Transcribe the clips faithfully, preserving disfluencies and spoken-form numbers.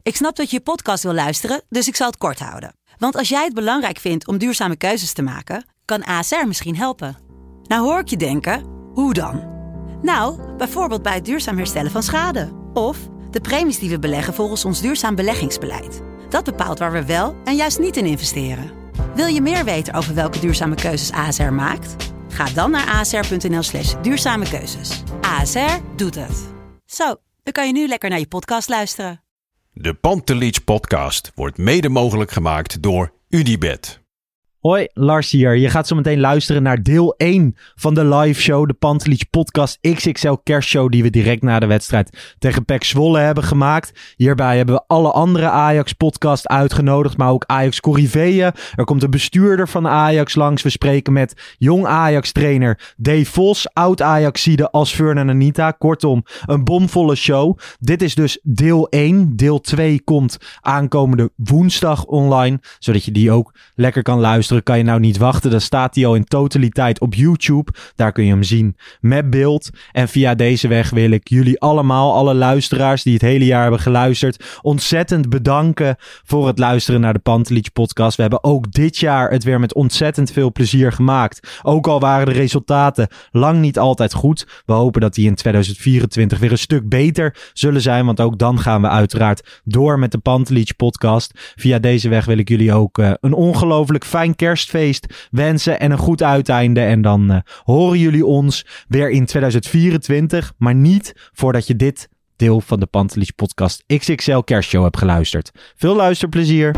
Ik snap dat je je podcast wil luisteren, dus ik zal het kort houden. Want als jij het belangrijk vindt om duurzame keuzes te maken, kan A S R misschien helpen. Nou hoor ik je denken, hoe dan? Nou, bijvoorbeeld bij het duurzaam herstellen van schade. Of de premies die we beleggen volgens ons duurzaam beleggingsbeleid. Dat bepaalt waar we wel en juist niet in investeren. Wil je meer weten over welke duurzame keuzes A S R maakt? Ga dan naar asr.nl slash duurzame keuzes. A S R doet het. Zo, dan kan je nu lekker naar je podcast luisteren. De Pantelich podcast wordt mede mogelijk gemaakt door Unibet. Hoi, Lars hier. Je gaat zo meteen luisteren naar deel één van de live show, de Pantelich podcast X X L kerstshow die we direct na de wedstrijd tegen P E C Zwolle hebben gemaakt. Hierbij hebben we alle andere Ajax podcast uitgenodigd, maar ook Ajax Corriveeën. Er komt een bestuurder van Ajax langs. We spreken met jong Ajax trainer Dave Vos, oud Ajaxide als Fern en Anita. Kortom, een bomvolle show. Dit is dus deel één. Deel twee komt aankomende woensdag online, zodat je die ook lekker kan luisteren. Kan je nou niet wachten, dan staat hij al in totaliteit op YouTube. Daar kun je hem zien met beeld. En via deze weg wil ik jullie allemaal, alle luisteraars die het hele jaar hebben geluisterd, ontzettend bedanken voor het luisteren naar de Pantelich podcast. We hebben ook dit jaar het weer met ontzettend veel plezier gemaakt. Ook al waren de resultaten lang niet altijd goed. We hopen dat die in tweeduizend vierentwintig weer een stuk beter zullen zijn, want ook dan gaan we uiteraard door met de Pantelich podcast. Via deze weg wil ik jullie ook uh, een ongelooflijk fijn kerstfeest wensen en een goed uiteinde. En dan uh, horen jullie ons weer in tweeduizend vierentwintig, maar niet voordat je dit deel van de Pantelich podcast X X L kerstshow hebt geluisterd. Veel luisterplezier!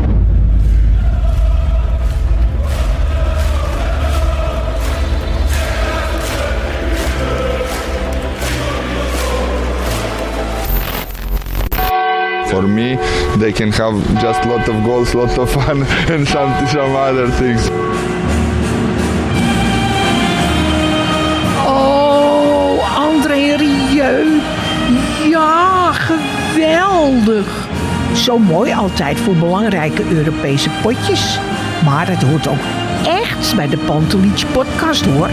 For me, they can have just lot of goals, lot of fun and some, some other things. Oh, André Rieu. Ja, geweldig. Zo mooi altijd voor belangrijke Europese potjes. Maar het hoort ook echt bij de Pantelich podcast, hoor.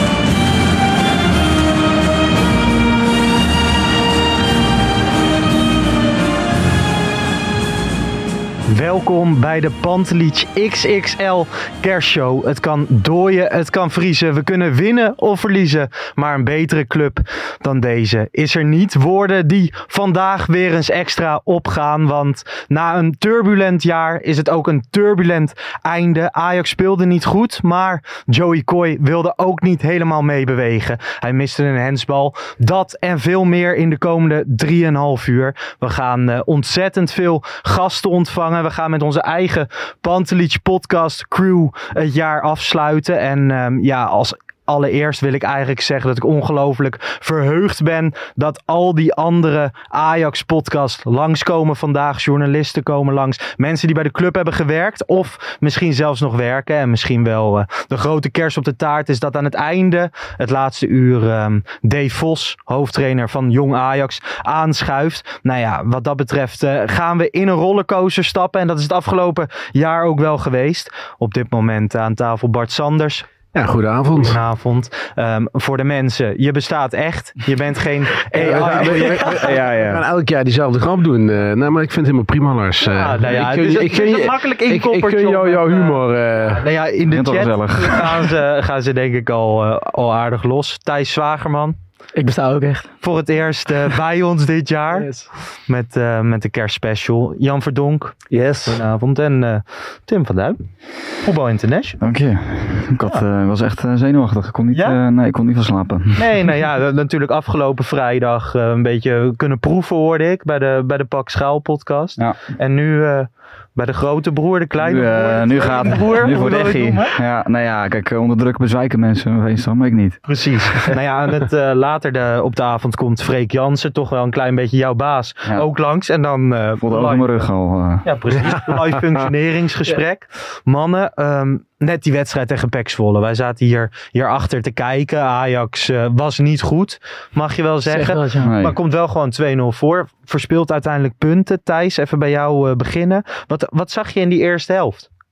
Welkom bij de Pantelich X X L kerstshow. Het kan dooien, het kan vriezen. We kunnen winnen of verliezen. Maar een betere club dan deze is er niet. Woorden die vandaag weer eens extra opgaan. Want na een turbulent jaar is het ook een turbulent einde. Ajax speelde niet goed, maar Joey Coy wilde ook niet helemaal meebewegen. Hij miste een handsbal. Dat en veel meer in de komende drieënhalf uur. We gaan uh, ontzettend veel gasten ontvangen. We gaan met onze eigen Pantelich podcast crew het jaar afsluiten. En um, ja, als allereerst wil ik eigenlijk zeggen dat ik ongelooflijk verheugd ben dat al die andere Ajax-podcasts langskomen vandaag. Journalisten komen langs. Mensen die bij de club hebben gewerkt of misschien zelfs nog werken. En misschien wel uh, de grote kers op de taart is dat aan het einde, het laatste uur, um, Dave Vos, hoofdtrainer van Jong Ajax, aanschuift. Nou ja, wat dat betreft uh, gaan we in een rollercoaster stappen. En dat is het afgelopen jaar ook wel geweest. Op dit moment aan tafel Bart Sanders. Ja, goedenavond. Goedenavond. Um, voor de mensen, je bestaat echt. Je bent geen A I. Ja, ja, ja. We gaan elk jaar diezelfde grap doen. Uh, nou, maar ik vind het helemaal prima, Lars. Uh, ja, nou ja, ik, het is, ik, het is een makkelijk inkoppertje. Ik, ik kun jou, jouw humor. Uh, nou ja, in de chat gaan ze, gaan ze denk ik al, uh, al aardig los. Thijs Zwagerman. Ik besta ook echt. Voor het eerst uh, bij ons dit jaar. Yes. Met, uh, met de kerstspecial. Jan Verdonk. Yes. Goedenavond. En uh, Tim van Duin. Voetbal International. Dank je. Ik had, uh, was echt uh, zenuwachtig. Ik kon niet, ja? uh, nee, ik kon niet van slapen. Nee, nou ja, natuurlijk afgelopen vrijdag uh, een beetje kunnen proeven hoorde ik. Bij de, bij de Pak Schaal podcast. Ja. En nu... Uh, bij de grote broer, de kleine nu, uh, broer. Nu gaat het nu voor de Echi. Ja, nou ja, kijk, onder druk bezwijken mensen meestal, maar ik niet. Precies. nou ja, en het, uh, later de, op de avond komt Freek Jansen, toch wel een klein beetje jouw baas, ja. ook langs. En dan... Uh, Voelde over mijn rug al. Uh. Ja, precies. Live functioneringsgesprek. Ja. Mannen, um, net die wedstrijd tegen P E C Zwolle. Wij zaten hier, hier achter te kijken. Ajax uh, was niet goed, mag je wel zeggen. Zeg dat, ja. nee. Maar komt wel gewoon twee nul voor. Verspeelt uiteindelijk punten. Thijs, even bij jou uh, beginnen. Wat, wat zag je in die eerste helft?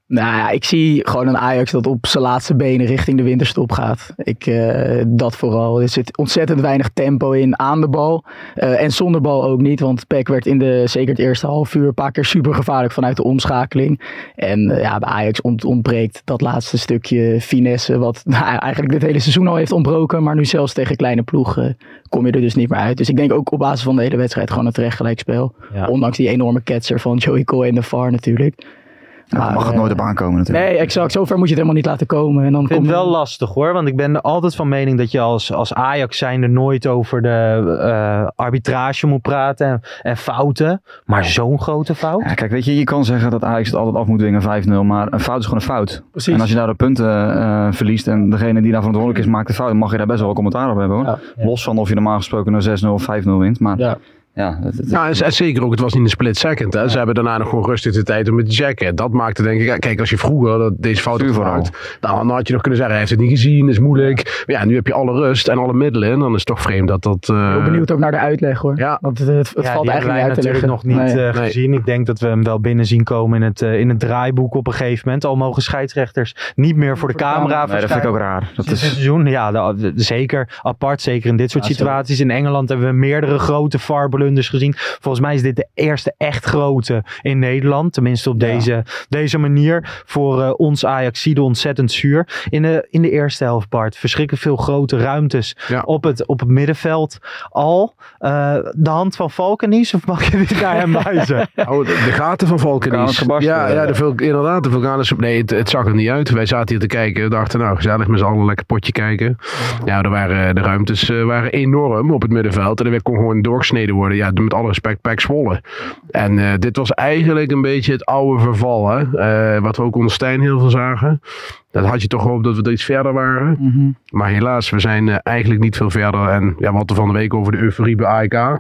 Nou ja, ik zie gewoon een Ajax dat op zijn laatste benen richting de winterstop gaat. Ik, uh, dat vooral. Er zit ontzettend weinig tempo in aan de bal. Uh, en zonder bal ook niet. Want P E C werd in de, zeker het eerste half uur een paar keer super gevaarlijk vanuit de omschakeling. En uh, ja, bij Ajax ont, ontbreekt dat laatste stukje finesse. Wat nou, eigenlijk dit hele seizoen al heeft ontbroken. Maar nu zelfs tegen kleine ploegen kom je er dus niet meer uit. Dus ik denk ook op basis van de hele wedstrijd gewoon een terecht gelijkspel. Ja. Ondanks die enorme ketser van Joey Coy en de V A R natuurlijk. Ja, maar, mag het uh, nooit op aankomen natuurlijk. Nee, exact. Zover moet je het helemaal niet laten komen. En dan ik vind kom het je... wel lastig hoor. Want ik ben er altijd van mening dat je als, als Ajax zijnde nooit over de uh, arbitrage moet praten. En, en fouten. Maar zo'n grote fout. Ja, kijk, weet je, je kan zeggen dat Ajax het altijd af moet dwingen vijf nul. Maar een fout is gewoon een fout. Precies. En als je daar de punten uh, verliest en degene die daar verantwoordelijk is maakt de fout. Dan mag je daar best wel commentaar op hebben hoor. Ja, ja. Los van of je normaal gesproken naar zes nul of vijf nul wint. Maar... Ja. Ja, het, het, ja, en zeker ook, het was niet een split second. Hè. Ja. Ze hebben daarna nog gewoon rustig de tijd om het te checken. Dat maakte denk ik, kijk, als je vroeger dat deze fout had gemaakt, dan had je nog kunnen zeggen, hij heeft het niet gezien, is moeilijk. Maar ja, nu heb je alle rust en alle middelen en dan is het toch vreemd dat dat... Uh... Ik ben benieuwd ook naar de uitleg hoor. Ja. Want het, het, het ja, valt eigenlijk niet uit te leggen. nog niet nee. uh, gezien. Nee. Ik denk dat we hem wel binnen zien komen in het, uh, in het draaiboek op een gegeven moment. Al mogen scheidsrechters niet meer voor de voor camera nee, dat vind ik ook raar. Dat is seizoen. Ja, de, de, zeker apart. Zeker in dit soort ja, situaties. In Engeland hebben we meerdere grote V A R-blunders gezien. Volgens mij is dit de eerste echt grote in Nederland. Tenminste op ja. deze, deze manier. Voor uh, ons Ajaxide ontzettend zuur. In de, in de eerste helft, Bart. Verschrikkelijk veel grote ruimtes ja. op, het, op het middenveld. Al. Uh, de hand van Valkenies? Of mag je dit naar hem wijzen? Oh, de, de gaten van Valkenies. Ja, ja de vul, inderdaad. De vulkanische... Nee, het, het zag er niet uit. Wij zaten hier te kijken. We dachten, nou, gezellig met z'n allen lekker potje kijken. Ja, er waren, de ruimtes uh, waren enorm op het middenveld. En er kon gewoon doorgesneden worden. Ja, met alle respect, P E C Zwolle. En uh, dit was eigenlijk een beetje het oude verval. Hè? Uh, wat we ook onder Stijn heel veel zagen. Dat had je toch gehoopt dat we er iets verder waren. Mm-hmm. Maar helaas, we zijn uh, eigenlijk niet veel verder. En ja, we hadden van de week over de euforie bij A E K. Ja.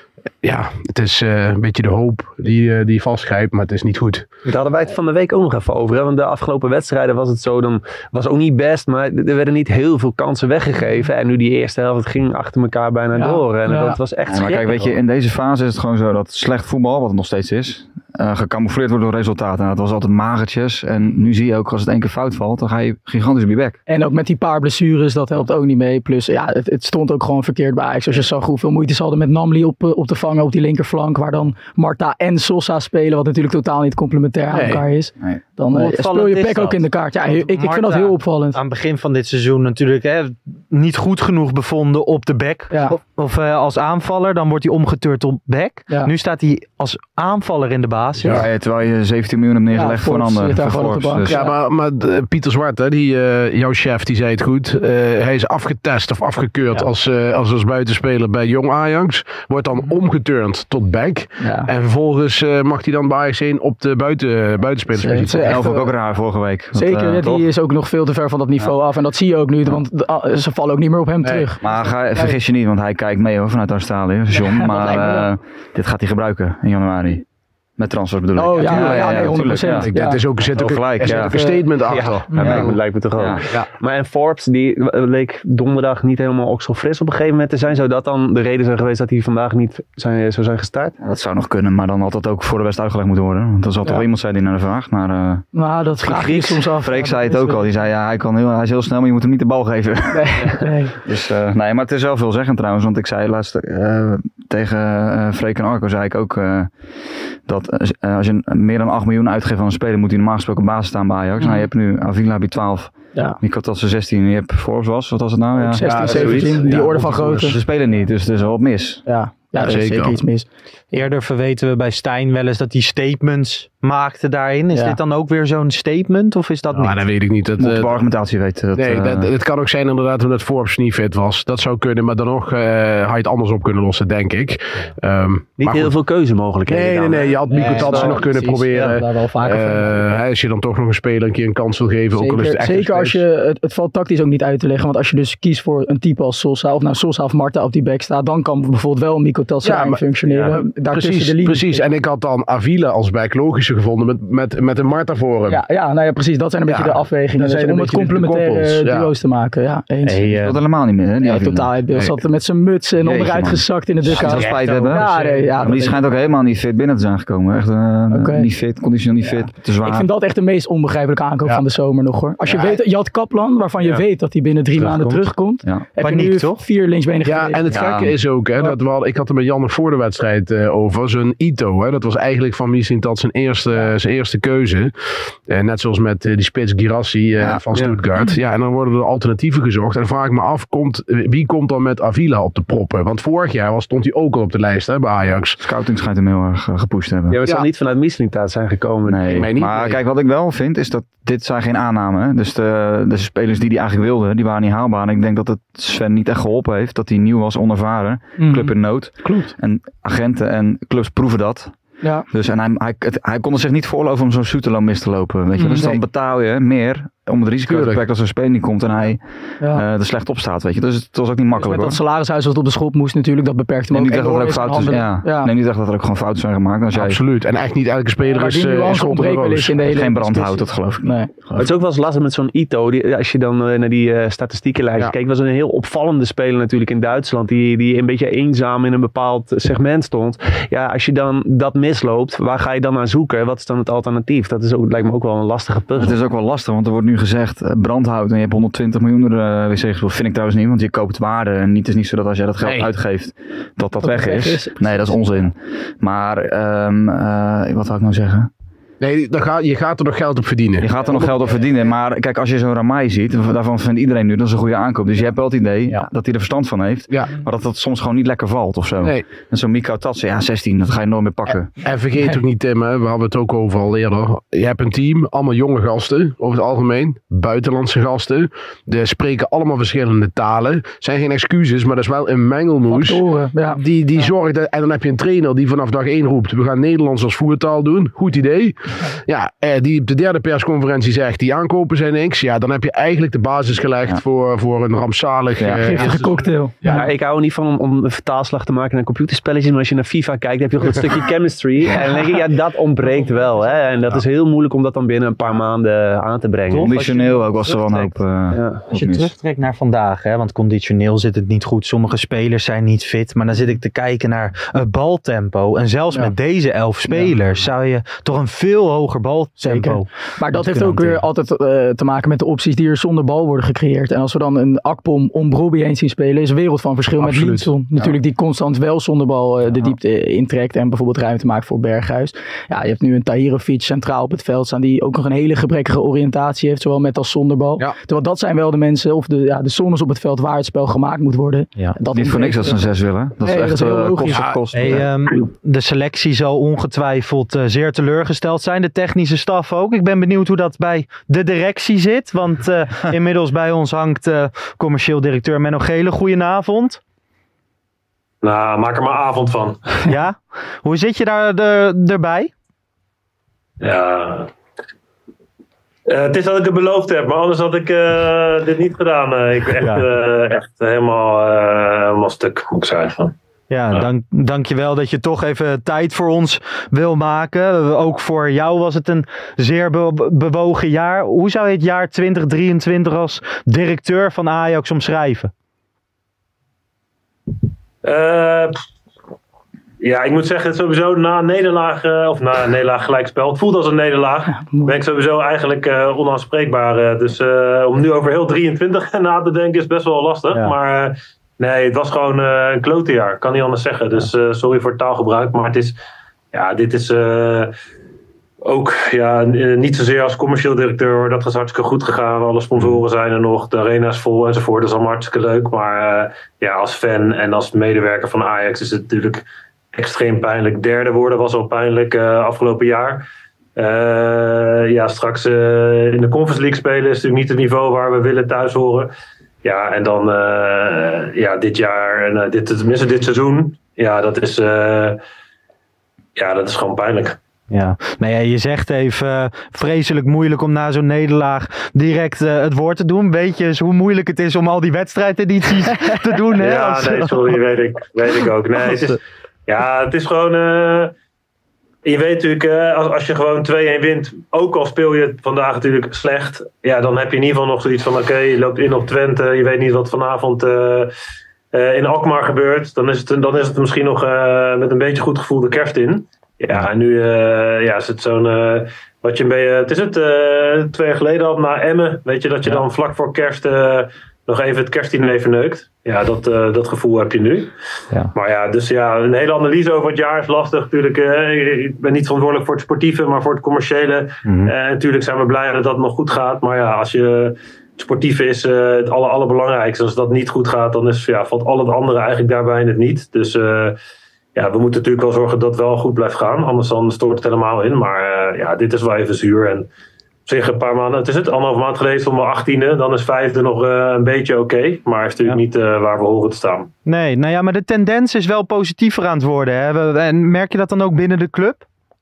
Ja, het is uh, een beetje de hoop die, uh, die vastgrijpt, maar het is niet goed. Daar hadden wij het van de week ook nog even over. Hè? Want de afgelopen wedstrijden was het zo, dan was ook niet best, maar er werden niet heel veel kansen weggegeven. En nu die eerste helft, het ging achter elkaar bijna ja. door. En ja. dat was echt ja, maar kijk, weet je, in deze fase is het gewoon zo dat slecht voetbal, wat het nog steeds is, uh, gecamoufleerd wordt door resultaten. En dat was altijd magertjes. En nu zie je ook, als het één keer fout valt, dan ga je gigantisch op je bek. En ook met die paar blessures, dat helpt ook niet mee. Plus, ja, het, het stond ook gewoon verkeerd bij Ajax. Als je zag hoeveel moeite ze hadden met Namli op, op te vangen op die linkerflank, waar dan Marta en Sosa spelen, wat natuurlijk totaal niet complementair aan nee. elkaar is. Nee. Dan uh, speel je P E C ook in de kaart. Ja, ik, ik vind dat heel opvallend. Aan het begin van dit seizoen natuurlijk hè, niet goed genoeg bevonden op de back. Ja. Of, of uh, als aanvaller, dan wordt hij omgeturnd op back. Ja. Nu staat hij als aanvaller in de basis. Ja, ja, terwijl je zeventien miljoen hebt neergelegd ja, voor een ander. Voor Forbes, op dus. Ja, maar, maar uh, Pieter Zwart, hè, die, uh, jouw chef, die zei het goed. Uh, hij is afgetest of afgekeurd ja. als, uh, als, als buitenspeler bij Jong Ajax. Wordt dan omgeturnd tot back. Ja. En vervolgens uh, mag hij dan bij Ajax heen op de buiten, buitenspelerspositie. Dat vond ik ook raar vorige week. Zeker, dat, uh, die toch? Is ook nog veel te ver van dat niveau ja. af. En dat zie je ook nu, want de, ze vallen ook niet meer op hem nee. terug. Maar ga, vergis je niet, want hij kijkt mee hoor, vanuit Australië, John. Ja, maar uh, dit gaat hij gebruiken in januari. Met transfers bedoel ik. Oh ja, ja, ja, nee, honderd procent. Ja. Het is ook, zit ook, gelijk, ja. ook een statement achter. Ja, ja. Ja. Lijkt me toch ook. Ja. Ja. Maar en Forbes, die leek donderdag niet helemaal okselfris op een gegeven moment te zijn. Zou dat dan de reden zijn geweest dat hij vandaag niet zijn, zou zijn gestart? Ja, dat zou nog kunnen, maar dan had dat ook voor de wedstrijd uitgelegd moeten worden. Want er zal ja. toch iemand zijn die naar de vraag. Maar uh, nou, dat vraag je soms af. Freek zei het ook al. Die zei, ja, hij, kan heel, hij is heel snel, maar je moet hem niet de bal geven. Nee, nee. Dus, uh, nee maar het is wel veelzeggend trouwens. Want ik zei laatst uh, tegen uh, Freek en Arco, zei ik ook uh, dat uh, als je meer dan acht miljoen uitgeeft aan een speler, moet hij normaal gesproken basis staan bij Ajax. Mm. Nou, je hebt nu Avila bij twaalf, ja. Mikotadze zestien, je hebt Forbes was, wat was het nou? Ja. zestien, zeventien, die ja, orde van grootte. Ze spelen niet, dus er is wel wat mis. Ja, ja, ja zeker. zeker iets mis. Eerder verweten we bij Stijn wel eens dat hij statements maakte daarin. Is ja. dit dan ook weer zo'n statement of is dat nou, niet? Dat weet ik niet. Dat, Moet de argumentatie weten. Dat, nee, uh, dat, het kan ook zijn inderdaad omdat Forbes niet fit was. Dat zou kunnen, maar dan nog uh, had je het anders op kunnen lossen, denk ik. Um, niet heel goed. Veel keuzemogelijkheden. Nee, nee, nee. Je had Mikotadze nee, nog kunnen precies. proberen. Ja, wel vaker uh, als je dan toch nog een speler een keer een kans wil geven. Zeker, ook al is het echt zeker als je, het, het valt tactisch ook niet uit te leggen. Want als je dus kiest voor een type als Sosa, of nou Sosa of Marta op die back staat, dan kan bijvoorbeeld wel Mikotadze Mikko Tatsen ja, functioneren. Ja, precies, de precies. En ik had dan Avila als back logischer gevonden met, met, met een Marta voor hem. Ja, ja, nou ja, precies. Dat zijn een beetje ja, de afwegingen. Dus om het complementaire duo's ja. te maken. Ja, eens. Hey, uh, dat helemaal niet meer. Hè, nee, totaal. Hij zat met zijn muts en onderuit gezakt in de dugout. Hij spijt hebben. Ja, nee, ja, maar die schijnt ook helemaal niet fit binnen te zijn gekomen. Echt uh, okay. niet fit, conditioneel niet fit, te zwaar. Ik vind dat echt de meest onbegrijpelijke aankoop ja. van de zomer nog hoor. Als je ja. weet, je had Kaplan, waarvan je ja. weet dat hij binnen drie terugkomt. maanden terugkomt. Ja. Heb Paniek, je nu toch? vier linksbenige Ja, en het gekke ja. is ook, hè, dat we al, ik had er met Jan nog voor de wedstrijd uh, over, zo'n Ito, hè, dat was eigenlijk van Mislintat zijn eerste, ja. zijn eerste keuze. Uh, net zoals met uh, die spits Girassi uh, ja. van Stuttgart. Ja. ja, en dan worden er alternatieven gezocht. En dan vraag ik me af, komt, wie komt dan met Avila op de proppen? Want vorig jaar was, stond hij ook al op de lijst hè, bij Ajax. Scouting schijnt hem heel erg uh, gepusht te hebben. Ja, het zal ja. niet vanuit Mislintat zijn gekomen. Nee, nee niet, maar nee. kijk, wat ik wel vind, is dat dit zijn geen aannamen. Hè? Dus de, de spelers die hij eigenlijk wilde, die waren niet haalbaar. En ik denk dat het Sven niet echt geholpen heeft, dat hij nieuw was, onervaren. Mm. Club in nood. Klopt. En agenten en clubs proeven dat. Ja. Dus en hij, hij, het, hij kon er zich niet veroorloven om zo'n Soetelo mis te lopen. Weet je? Mm, dus nee. dan betaal je meer om het risico te trekken dat zo'n speler niet komt en hij ja. uh, er slecht op staat. Weet je? Dus het was ook niet makkelijk. Dus met dat salarishuis wat op de schop moest natuurlijk, dat beperkt hem ook. Niet echt dat er ook fouten, ja. Ja. Nee, niet echt dat er ook gewoon fouten zijn gemaakt. Als jij... Absoluut. En echt niet elke speler ja, is uh, schop is in de hele geen brandhout, dat geloof ik. Nee. Het is ook wel eens lastig met zo'n Ito. Die, als je dan uh, naar die uh, statistiekenlijst ja. kijkt, was een heel opvallende speler natuurlijk in Duitsland. Die, die een beetje eenzaam in een bepaald segment stond. Ja, als je dan dat misloopt, waar ga je dan naar zoeken? Wat is dan het alternatief? Dat is ook, lijkt me ook wel een lastige puzzel. Het is ook wel lastig, want er wordt nu gezegd uh, brandhout en je hebt honderdtwintig miljoen uh, wc's gespeeld. Vind ik trouwens niet, want je koopt waarde. En het is niet zo dat als jij dat geld nee. uitgeeft, dat dat, dat weg is. is. Nee, dat is onzin. Maar, um, uh, wat zou ik nou zeggen? Nee, dan ga, je gaat er nog geld op verdienen. Je gaat er nog geld op verdienen. Maar kijk, als je zo'n Ramai ziet, daarvan vindt iedereen nu dat is een goede aankoop. Dus je hebt wel het idee ja. dat hij er verstand van heeft. Ja. Maar dat dat soms gewoon niet lekker valt of zo. Nee. En zo'n Mikko Tatsen, ja, zestien, dat ga je nooit meer pakken. En, en vergeet nee. ook niet, Tim, hè, we hadden het ook over al eerder. Je hebt een team, allemaal jonge gasten, over het algemeen. Buitenlandse gasten. Die spreken allemaal verschillende talen. Zijn geen excuses, maar dat is wel een mengelmoes. Factoren, ja. Die, die ja. zorgt, dat, en dan heb je een trainer die vanaf dag één roept, we gaan Nederlands als voertaal doen. Goed idee. Ja, die op de derde persconferentie zegt, die aankopen zijn niks. Ja, dan heb je eigenlijk de basis gelegd ja. voor, voor een rampzalig... Ja, uh, giftige cocktail. Ja. Ja, ik hou er niet van om, om een vertaalslag te maken naar computerspelletjes. Maar als je naar FIFA kijkt, heb je ook dat stukje chemistry. Ja. En dan denk ik, ja, dat ontbreekt wel. Hè? En dat ja. is heel moeilijk om dat dan binnen een paar maanden aan te brengen. Conditioneel ook was er wel een hoop... Uh, ja. Als je terugtrekt naar vandaag, hè, want conditioneel zit het niet goed. Sommige spelers zijn niet fit. Maar dan zit ik te kijken naar uh, baltempo. En zelfs ja. met deze elf spelers ja. zou je toch een veel hoger baltempo. Zeker. Maar dat heeft ook weer altijd uh, te maken met de opties die er zonder bal worden gecreëerd. En als we dan een Akpom om Brobbey heen zien spelen, is een wereld van verschil Absoluut. met Linson. Natuurlijk ja. die constant wel zonder bal uh, de diepte intrekt en bijvoorbeeld ruimte maakt voor Berghuis. Ja, je hebt nu een Tahirovic centraal op het veld staan die ook nog een hele gebrekkige oriëntatie heeft, zowel met als zonder bal. Ja. Terwijl dat zijn wel de mensen, of de, ja, de zones op het veld waar het spel gemaakt moet worden. Ja. Dat niet voor niks dat ze een zes willen. Dat nee, is echt dat is heel uh, kost ja. kost. Hey, um, de selectie zal ongetwijfeld uh, zeer teleurgesteld zijn. De technische staf ook. Ik ben benieuwd hoe dat bij de directie zit. Want uh, inmiddels bij ons hangt uh, commercieel directeur Menno Gele. Goedenavond. Nou, maak er maar avond van. Ja? Hoe zit je daar de, erbij? Ja... Uh, het is dat ik het beloofd heb, maar anders had ik uh, dit niet gedaan. Uh, ik ben echt, ja. uh, echt helemaal, uh, helemaal stuk, moet ik zeggen. Ja, ja. Dank, dank je wel dat je toch even tijd voor ons wil maken. Ook voor jou was het een zeer be- bewogen jaar. Hoe zou je het jaar twintig drieëntwintig als directeur van Ajax omschrijven? Uh, ja, ik moet zeggen, sowieso na een nederlaag, uh, of na een nederlaag gelijkspel. Het voelt als een nederlaag. Ja, ben ik sowieso eigenlijk uh, onaanspreekbaar. Uh, dus uh, om nu over heel drieëntwintig na te denken is best wel lastig. Ja. Maar... Uh, Nee, het was gewoon uh, een klote jaar. Kan niet anders zeggen. Dus uh, sorry voor het taalgebruik. Maar het is, ja, dit is uh, ook ja, niet zozeer als commercieel directeur. Dat is hartstikke goed gegaan. Alle sponsoren zijn er nog. De arena is vol enzovoort. Dat is allemaal hartstikke leuk. Maar uh, ja, als fan en als medewerker van Ajax is het natuurlijk extreem pijnlijk. Derde worden was al pijnlijk uh, afgelopen jaar. Uh, ja, straks uh, in de Conference League spelen is natuurlijk niet het niveau waar we willen thuis horen. Ja, en dan uh, ja, dit jaar, en uh, dit, tenminste dit seizoen, ja, dat is, uh, ja, dat is gewoon pijnlijk. Ja, nou ja, je zegt even uh, vreselijk moeilijk om na zo'n nederlaag direct uh, het woord te doen. Weet je eens hoe moeilijk het is om al die wedstrijdedities te doen? Hè? Ja, Als, nee, sorry, weet ik, weet ik ook. Nee, het is, ja, het is gewoon... Uh, je weet natuurlijk, uh, als, als je gewoon twee-een wint, ook al speel je vandaag natuurlijk slecht, ja, dan heb je in ieder geval nog zoiets van, oké, okay, je loopt in op Twente, je weet niet wat vanavond uh, uh, in Alkmaar gebeurt. Dan is het, dan is het misschien nog uh, met een beetje goed gevoel de kerst in. Ja, en nu uh, ja, is het zo'n... Uh, wat je een beetje... Het is het uh, twee jaar geleden al na Emmen. Weet je, dat je ja. dan vlak voor kerst uh, nog even het kerstdiner verneukt. Ja, dat, uh, dat gevoel heb je nu. Ja. Maar ja, dus ja, een hele analyse over het jaar is lastig. Natuurlijk, uh, ik ben niet verantwoordelijk voor het sportieve, maar voor het commerciële. Mm-hmm. Uh, natuurlijk zijn we blij dat dat nog goed gaat. Maar ja, als je... Het sportieve is uh, het aller, allerbelangrijkste. Als dat niet goed gaat, dan is, ja, valt al het andere eigenlijk daarbij in het niet. Dus... Uh, Ja, we moeten natuurlijk wel zorgen dat het wel goed blijft gaan. Anders dan stoort het helemaal in. Maar uh, ja, dit is wel even zuur. En op zich een paar maanden, het is het, anderhalf maand geleden stonden we achttiende. Dan is vijfde nog uh, een beetje oké. Okay, maar is natuurlijk ja. niet uh, waar we horen te staan. Nee, nou ja, maar de tendens is wel positiever aan het worden. Hè? En merk je dat dan ook binnen de club?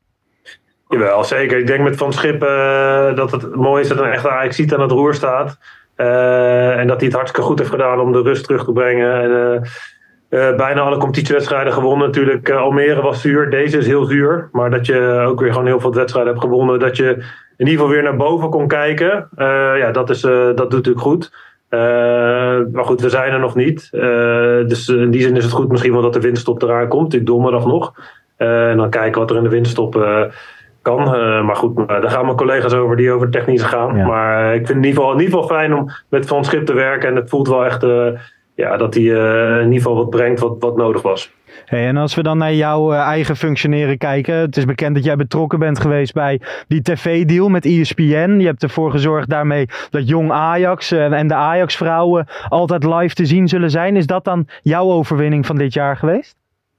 Jawel, zeker. Ik denk met Van Schip uh, dat het mooi is dat een echte Ajaxiet aan het roer staat. Uh, en dat hij het hartstikke goed heeft gedaan om de rust terug te brengen. En... Uh, Uh, bijna alle competitiewedstrijden gewonnen. Natuurlijk, uh, Almere was zuur. Deze is heel zuur. Maar dat je ook weer gewoon heel veel wedstrijden hebt gewonnen. Dat je in ieder geval weer naar boven kon kijken. Uh, ja, dat, is, uh, dat doet natuurlijk goed. Uh, maar goed, we zijn er nog niet. Uh, dus in die zin is het goed misschien wel dat de winterstop eraan komt. Natuurlijk donderdag nog. Uh, en dan kijken wat er in de winterstop uh, kan. Uh, maar goed, uh, daar gaan mijn collega's over die over het technische gaan. Ja. Maar uh, ik vind het in ieder, geval, in ieder geval fijn om met Van Schip te werken. En het voelt wel echt... Uh, Ja, dat hij uh, in ieder geval wat brengt wat, wat nodig was. Hey, en als we dan naar jouw uh, eigen functioneren kijken. Het is bekend dat jij betrokken bent geweest bij die tv-deal met E S P N. Je hebt ervoor gezorgd daarmee dat jong Ajax uh, en de Ajax-vrouwen altijd live te zien zullen zijn. Is dat dan jouw overwinning van dit jaar geweest?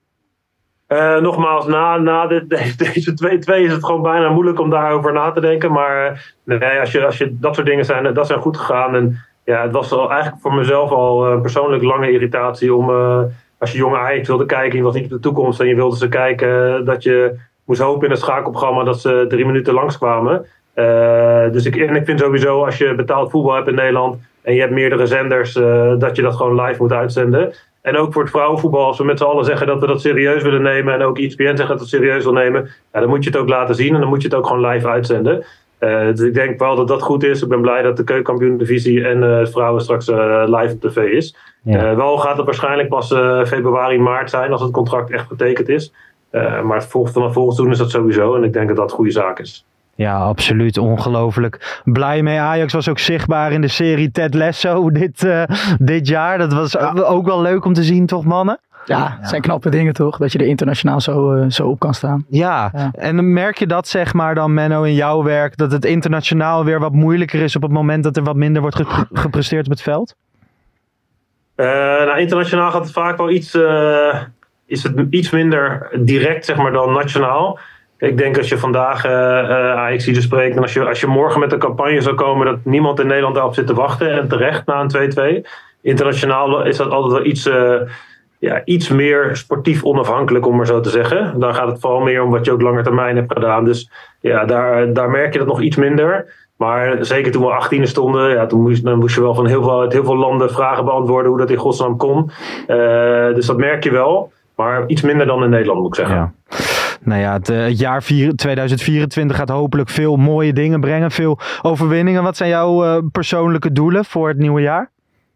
Uh, nogmaals, na, na dit, deze, deze twee twee is het gewoon bijna moeilijk om daarover na te denken. Maar uh, nee, als, je, als je dat soort dingen zijn, dat zijn goed gegaan. En ja, het was al eigenlijk voor mezelf al uh, persoonlijk lange irritatie om, uh, als je jonge Ajax wilde kijken, je was niet op de toekomst en je wilde ze kijken, uh, dat je moest hopen in het schakelprogramma dat ze drie minuten langskwamen. Uh, dus ik, en ik vind sowieso, als je betaald voetbal hebt in Nederland en je hebt meerdere zenders, uh, dat je dat gewoon live moet uitzenden. En ook voor het vrouwenvoetbal, als we met z'n allen zeggen dat we dat serieus willen nemen en ook E S P N zegt dat we het serieus wil nemen, ja, dan moet je het ook laten zien en dan moet je het ook gewoon live uitzenden. Uh, dus ik denk wel dat dat goed is. Ik ben blij dat de keukenkampioen-divisie en uh, vrouwen straks uh, live op tv is. Ja. Uh, wel gaat het waarschijnlijk pas uh, februari, maart zijn als het contract echt getekend is. Uh, maar volgens, vanaf volgend seizoen is dat sowieso. En ik denk dat dat een goede zaak is. Ja, absoluut. Ongelooflijk. Blij mee. Ajax was ook zichtbaar in de serie Ted Lasso dit, uh, dit jaar. Dat was ja. ook wel leuk om te zien, toch mannen? Ja, het zijn knappe dingen toch? Dat je er internationaal zo, uh, zo op kan staan. Ja. ja, en dan merk je dat zeg maar dan Menno in jouw werk, dat het internationaal weer wat moeilijker is op het moment dat er wat minder wordt ge- gepresteerd op het veld? Uh, nou, internationaal gaat het vaak wel iets, uh, is het iets minder direct zeg maar dan nationaal. Ik denk als je vandaag uh, uh, Ajax spreekt en als je, als je morgen met een campagne zou komen dat niemand in Nederland daarop zit te wachten en terecht na een twee twee. Internationaal is dat altijd wel iets... Uh, Ja, iets meer sportief onafhankelijk, om maar zo te zeggen. Dan gaat het vooral meer om wat je ook langer termijn hebt gedaan. Dus ja, daar, daar merk je dat nog iets minder. Maar zeker toen we achttiende stonden, ja, toen moest, dan moest je wel van heel veel, uit heel veel landen vragen beantwoorden hoe dat in godsnaam kon. Uh, dus dat merk je wel. Maar iets minder dan in Nederland, moet ik zeggen. Ja. Nou ja, het, het jaar tweeduizend vierentwintig gaat hopelijk veel mooie dingen brengen. Veel overwinningen. Wat zijn jouw uh, persoonlijke doelen voor het nieuwe jaar?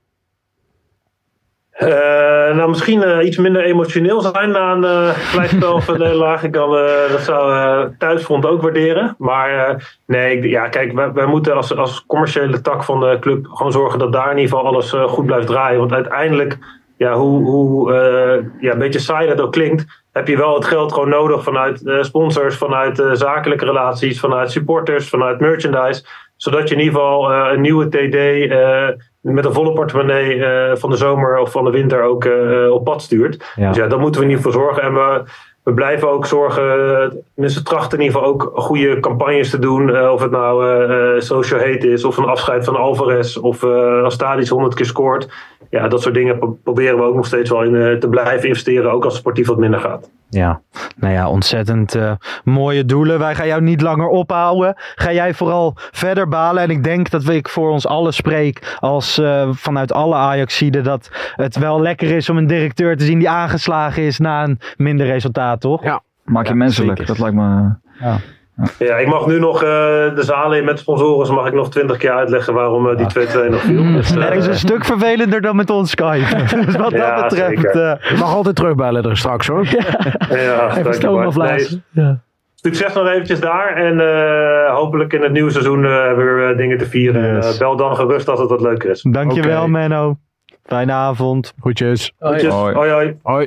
Uh, nou, misschien uh, iets minder emotioneel zijn na een uh, gelijkspel of een nederlaag. Ik kan, uh, dat zou uh, thuisfront ook waarderen. Maar uh, nee, ja, kijk, wij, wij moeten als, als commerciële tak van de club gewoon zorgen dat daar in ieder geval alles uh, goed blijft draaien. Want uiteindelijk, ja, hoe, hoe uh, ja, een beetje saai dat ook klinkt, heb je wel het geld gewoon nodig vanuit uh, sponsors, vanuit uh, zakelijke relaties, vanuit supporters, vanuit merchandise. Zodat je in ieder geval uh, een nieuwe T D uh, met een volle portemonnee uh, van de zomer of van de winter ook uh, op pad stuurt. Ja. Dus ja, daar moeten we in ieder geval zorgen. En we, we blijven ook zorgen, mensen trachten in ieder geval ook goede campagnes te doen. Uh, of het nou uh, Social Hate is, of een afscheid van Alvarez, of uh, als Tadic honderd keer scoort. Ja, dat soort dingen pro- proberen we ook nog steeds wel in uh, te blijven investeren, ook als het sportief wat minder gaat. Ja, nou ja, ontzettend uh, mooie doelen. Wij gaan jou niet langer ophouden. Ga jij vooral verder balen. En ik denk dat ik voor ons allen spreek als uh, vanuit alle Ajaxiden dat het wel lekker is om een directeur te zien die aangeslagen is na een minder resultaat, toch? Ja, maak je ja, menselijk. Zeker. Dat lijkt me... Ja. Ja. ja, ik mag nu nog uh, de zalen in met sponsoren, dus mag ik nog twintig keer uitleggen waarom uh, die twee-twee nog viel. Mm, dus, uh, dat is een stuk vervelender dan met ons Skype. Dus wat ja, dat betreft... Uh, je mag altijd terugbellen er straks hoor. Ja, ja even stoom afblazen. Ja. Succes nog eventjes daar en uh, hopelijk in het nieuwe seizoen uh, hebben we weer uh, dingen te vieren. Yes. Uh, bel dan gerust als het wat leuker is. Dankjewel okay. Menno. Fijne avond. Goedjes. Goedjes. Hoi. Hoi, hoi. Hoi.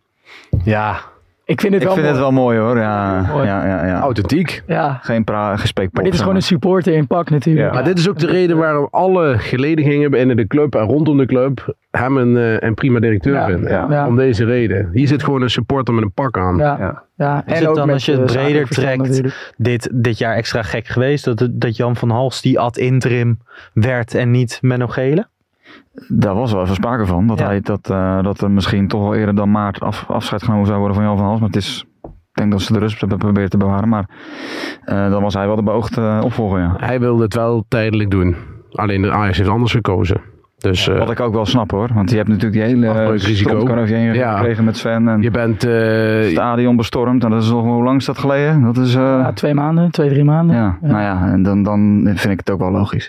Ja... Ik vind het, ik wel, vind mooi. het wel mooi hoor. Ja, mooi. Ja, ja, ja. Authentiek. Ja. Geen pra- gespreek. Maar dit is gewoon een supporter in pak natuurlijk. Ja. Maar dit is ook de reden waarom alle gelegenheden binnen de club en rondom de club hem een, uh, een prima directeur ja. vinden. Ja. Ja. Om deze reden. Hier zit gewoon een supporter met een pak aan. Ja. Ja. Ja. Is en het dan als je het breder trekt dit, dit jaar extra gek geweest dat, dat Jan van Hals die ad interim werd en niet Menno Gele? Daar was wel even sprake van. Dat, ja. hij, dat, uh, dat er misschien toch wel eerder dan maart af, afscheid genomen zou worden van Jan van Hals. Maar het is, ik denk dat ze de rust hebben proberen te bewaren. Maar uh, dan was hij wel de beoogde uh, opvolger. Ja. Hij wilde het wel tijdelijk doen. Alleen de Ajax heeft anders gekozen. Dus, ja, wat uh, ik ook wel snap hoor. Want je hebt natuurlijk die hele strontkarretje ja. gekregen met Sven. En je bent... Uh, het stadion bestormd. En dat is al, hoe lang is dat geleden? Dat is, uh, ja, twee maanden, twee, drie maanden. Ja, ja. Nou ja, en dan, dan vind ik het ook wel logisch.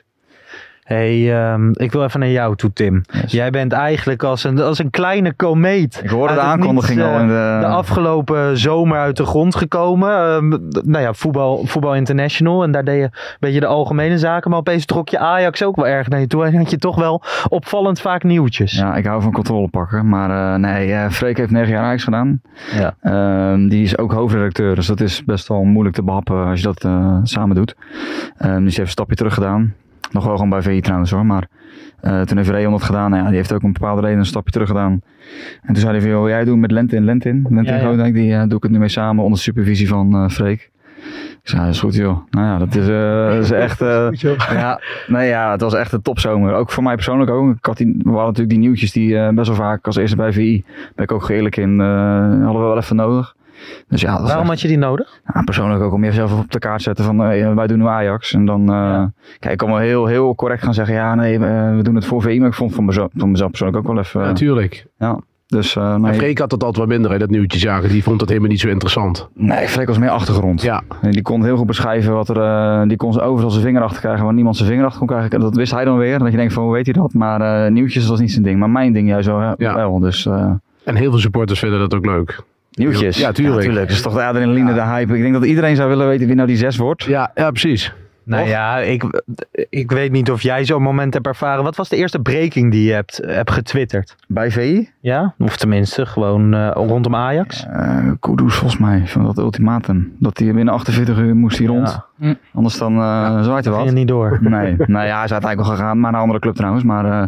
Hey, um, ik wil even naar jou toe, Tim. Yes. Jij bent eigenlijk als een, als een kleine komeet. Ik hoorde de aankondiging niet, al in de... de afgelopen zomer uit de grond gekomen. Um, nou ja, voetbal, voetbal International. En daar deed je een beetje de algemene zaken. Maar opeens trok je Ajax ook wel erg naar je toe. En had je toch wel opvallend vaak nieuwtjes. Ja, ik hou van controle pakken. Maar uh, nee, uh, Freek heeft negen jaar Ajax gedaan. Ja. Uh, die is ook hoofdredacteur. Dus dat is best wel moeilijk te behappen als je dat uh, samen doet. Uh, dus die heeft een stapje terug gedaan. Nog wel gewoon bij V I trouwens hoor, maar uh, toen heeft Rayon dat gedaan. Nou ja, die heeft ook een bepaalde reden een stapje terug gedaan. En toen zei hij van, joh, jij doet met Lentin, Lentin, Lentin ja, Godijk, ja. die uh, doe ik het nu mee samen onder supervisie van uh, Freek. Ik zei, dat is goed joh. Nou ja, dat is, uh, dat is echt, uh, ja, nee ja, het was echt een topzomer. Ook voor mij persoonlijk ook. Ik had die, we hadden natuurlijk die nieuwtjes die uh, best wel vaak als eerste bij V I, ben ik ook eerlijk in, uh, hadden we wel even nodig. Dus ja, waarom echt, had je die nodig? Ja, persoonlijk ook om jezelf op de kaart te zetten van uh, wij doen nu Ajax. En dan, uh, ja. kijk, ik kan wel heel, heel correct gaan zeggen, ja nee, uh, we doen het voor V I. Maar ik vond van mezelf, van mezelf persoonlijk ook wel even... Uh, Natuurlijk. Ja. Dus, uh, nee. En Freek had dat altijd wat minder, hè, dat nieuwtjes jagen. Die vond dat helemaal niet zo interessant. Nee, Freek was meer achtergrond. Ja. En die kon heel goed beschrijven wat er... Uh, die kon overal zijn vinger achter krijgen waar niemand zijn vinger achter kon krijgen. Dat wist hij dan weer. Dat je denkt van, hoe weet hij dat? Maar uh, nieuwtjes was niet zijn ding. Maar mijn ding juist wel. Ja. wel dus, uh, en heel veel supporters vinden dat ook leuk. Nieuwtjes? Ja, tuurlijk. Ja, tuurlijk. Dat is toch de adrenaline, ja. de hype. Ik denk dat iedereen zou willen weten wie nou die zes wordt. Ja, ja precies. Nou of? ja, ik, ik weet niet of jij zo'n moment hebt ervaren. Wat was de eerste breaking die je hebt, hebt getwitterd? Bij V I? Ja, of tenminste gewoon uh, rondom Ajax. Uh, Kudus volgens mij, van dat ultimatum. Dat hij binnen achtenveertig uur moest hij rond. Ja. Anders dan uh, ja, zwaait er wat. ging er niet door. Nee, nou ja, hij is uiteindelijk wel gegaan. Maar naar een andere club trouwens. Maar uh,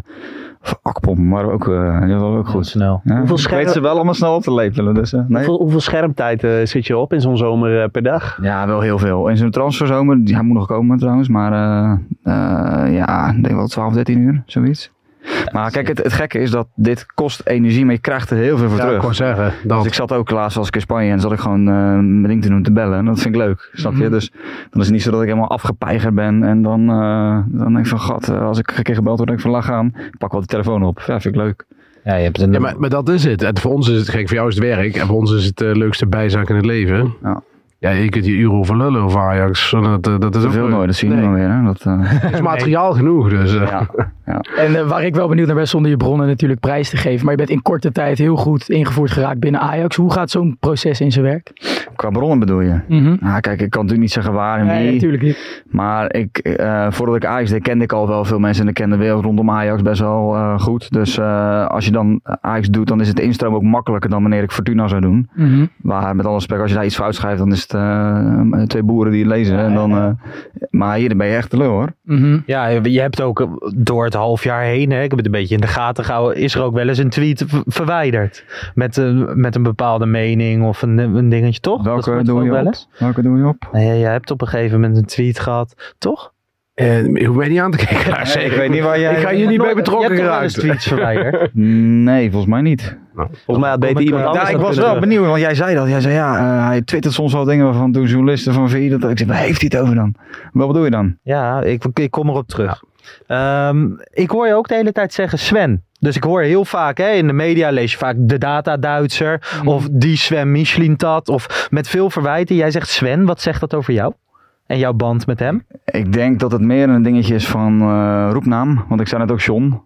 Akpom, maar ook, uh, die was ook goed. Ja, snel. Ja, hoeveel scherm... weet ze wel allemaal snel op te lepelen. Dus, uh, nee. hoeveel, hoeveel schermtijd uh, zit je op in zo'n zomer uh, per dag? Ja, wel heel veel. In zo'n transferzomer, hij moet nog komen trouwens. Maar uh, uh, ja, ik denk wel twaalf, dertien uur, zoiets. Ja, maar kijk, het, het gekke is dat dit kost energie, maar je krijgt er heel veel voor ja, terug. Ik kon zeggen. Dat. Dus ik zat ook laatst als ik in Spanje en zat ik gewoon uh, mijn ding te doen te bellen. En dat vind ik leuk, snap je? Mm-hmm. Dus dan is het niet zo dat ik helemaal afgepeigerd ben. En dan, uh, dan denk ik van, god, uh, als ik een keer gebeld word, denk ik van, laat gaan. Ik pak wel de telefoon op. Ja, vind ik leuk. Ja, je hebt een... ja maar, maar dat is het. En voor ons is het gek, voor jou is het werk. En voor ons is het de uh, leukste bijzaak in het leven. Ja. Ja, je kunt je uren over lullen over Ajax. Dat, dat is ook veel nooit, dat zie je nee. niet meer. Hè? Dat uh... is materiaal nee. genoeg. Dus, uh. ja. Ja. En uh, waar ik wel benieuwd naar ben, zonder je bronnen natuurlijk prijs te geven. Maar je bent in korte tijd heel goed ingevoerd geraakt binnen Ajax. Hoe gaat zo'n proces in zijn werk? Qua bronnen bedoel je? Mm-hmm. Nou, kijk, ik kan natuurlijk niet zeggen waar en wie. Nee, natuurlijk niet. Maar ik, uh, voordat ik Ajax deed, kende ik al wel veel mensen. En ik kende de wereld rondom Ajax best wel uh, goed. Dus uh, als je dan Ajax doet, dan is het instroom ook makkelijker dan wanneer ik Fortuna zou doen. Mm-hmm. Waar met alle respect, als je daar iets fout schrijft, dan is het uh, twee boeren die het lezen. Ja, en dan, uh, maar hier ben je echt de lul hoor. Mm-hmm. Ja, je hebt ook door het half jaar heen, hè, ik heb het een beetje in de gaten gehouden, is er ook wel eens een tweet v- verwijderd. Met, uh, met een bepaalde mening of een, een dingetje, toch? Welke doe je op? Welke doe je op? Nee, jij hebt op een gegeven moment een tweet gehad, toch? Uh, je hoeft mij niet aan te kijken. Ja, nee, ik weet niet waar jij... Ik ga hier niet bij betrokken geraakt. Je hebt toch wel eens tweets verwijderd? Nee, volgens mij niet. Nou, volgens mij had beter iemand uh, anders. Ja, ik was wel benieuwd, want jij zei dat. Jij zei ja, uh, hij twittert soms wel dingen van doen journalisten van V I. Dat, ik zei, waar heeft hij het over dan? Wat bedoel je dan? Ja, ik, ik kom erop terug. Ja. Um, ik hoor je ook de hele tijd zeggen Sven. Dus ik hoor heel vaak, hè, in de media lees je vaak de data-Duitser. Mm. Of die Sven Mislintat. Of met veel verwijten. Jij zegt Sven, wat zegt dat over jou? En jouw band met hem? Ik denk dat het meer een dingetje is van uh, roepnaam. Want ik zei net ook John.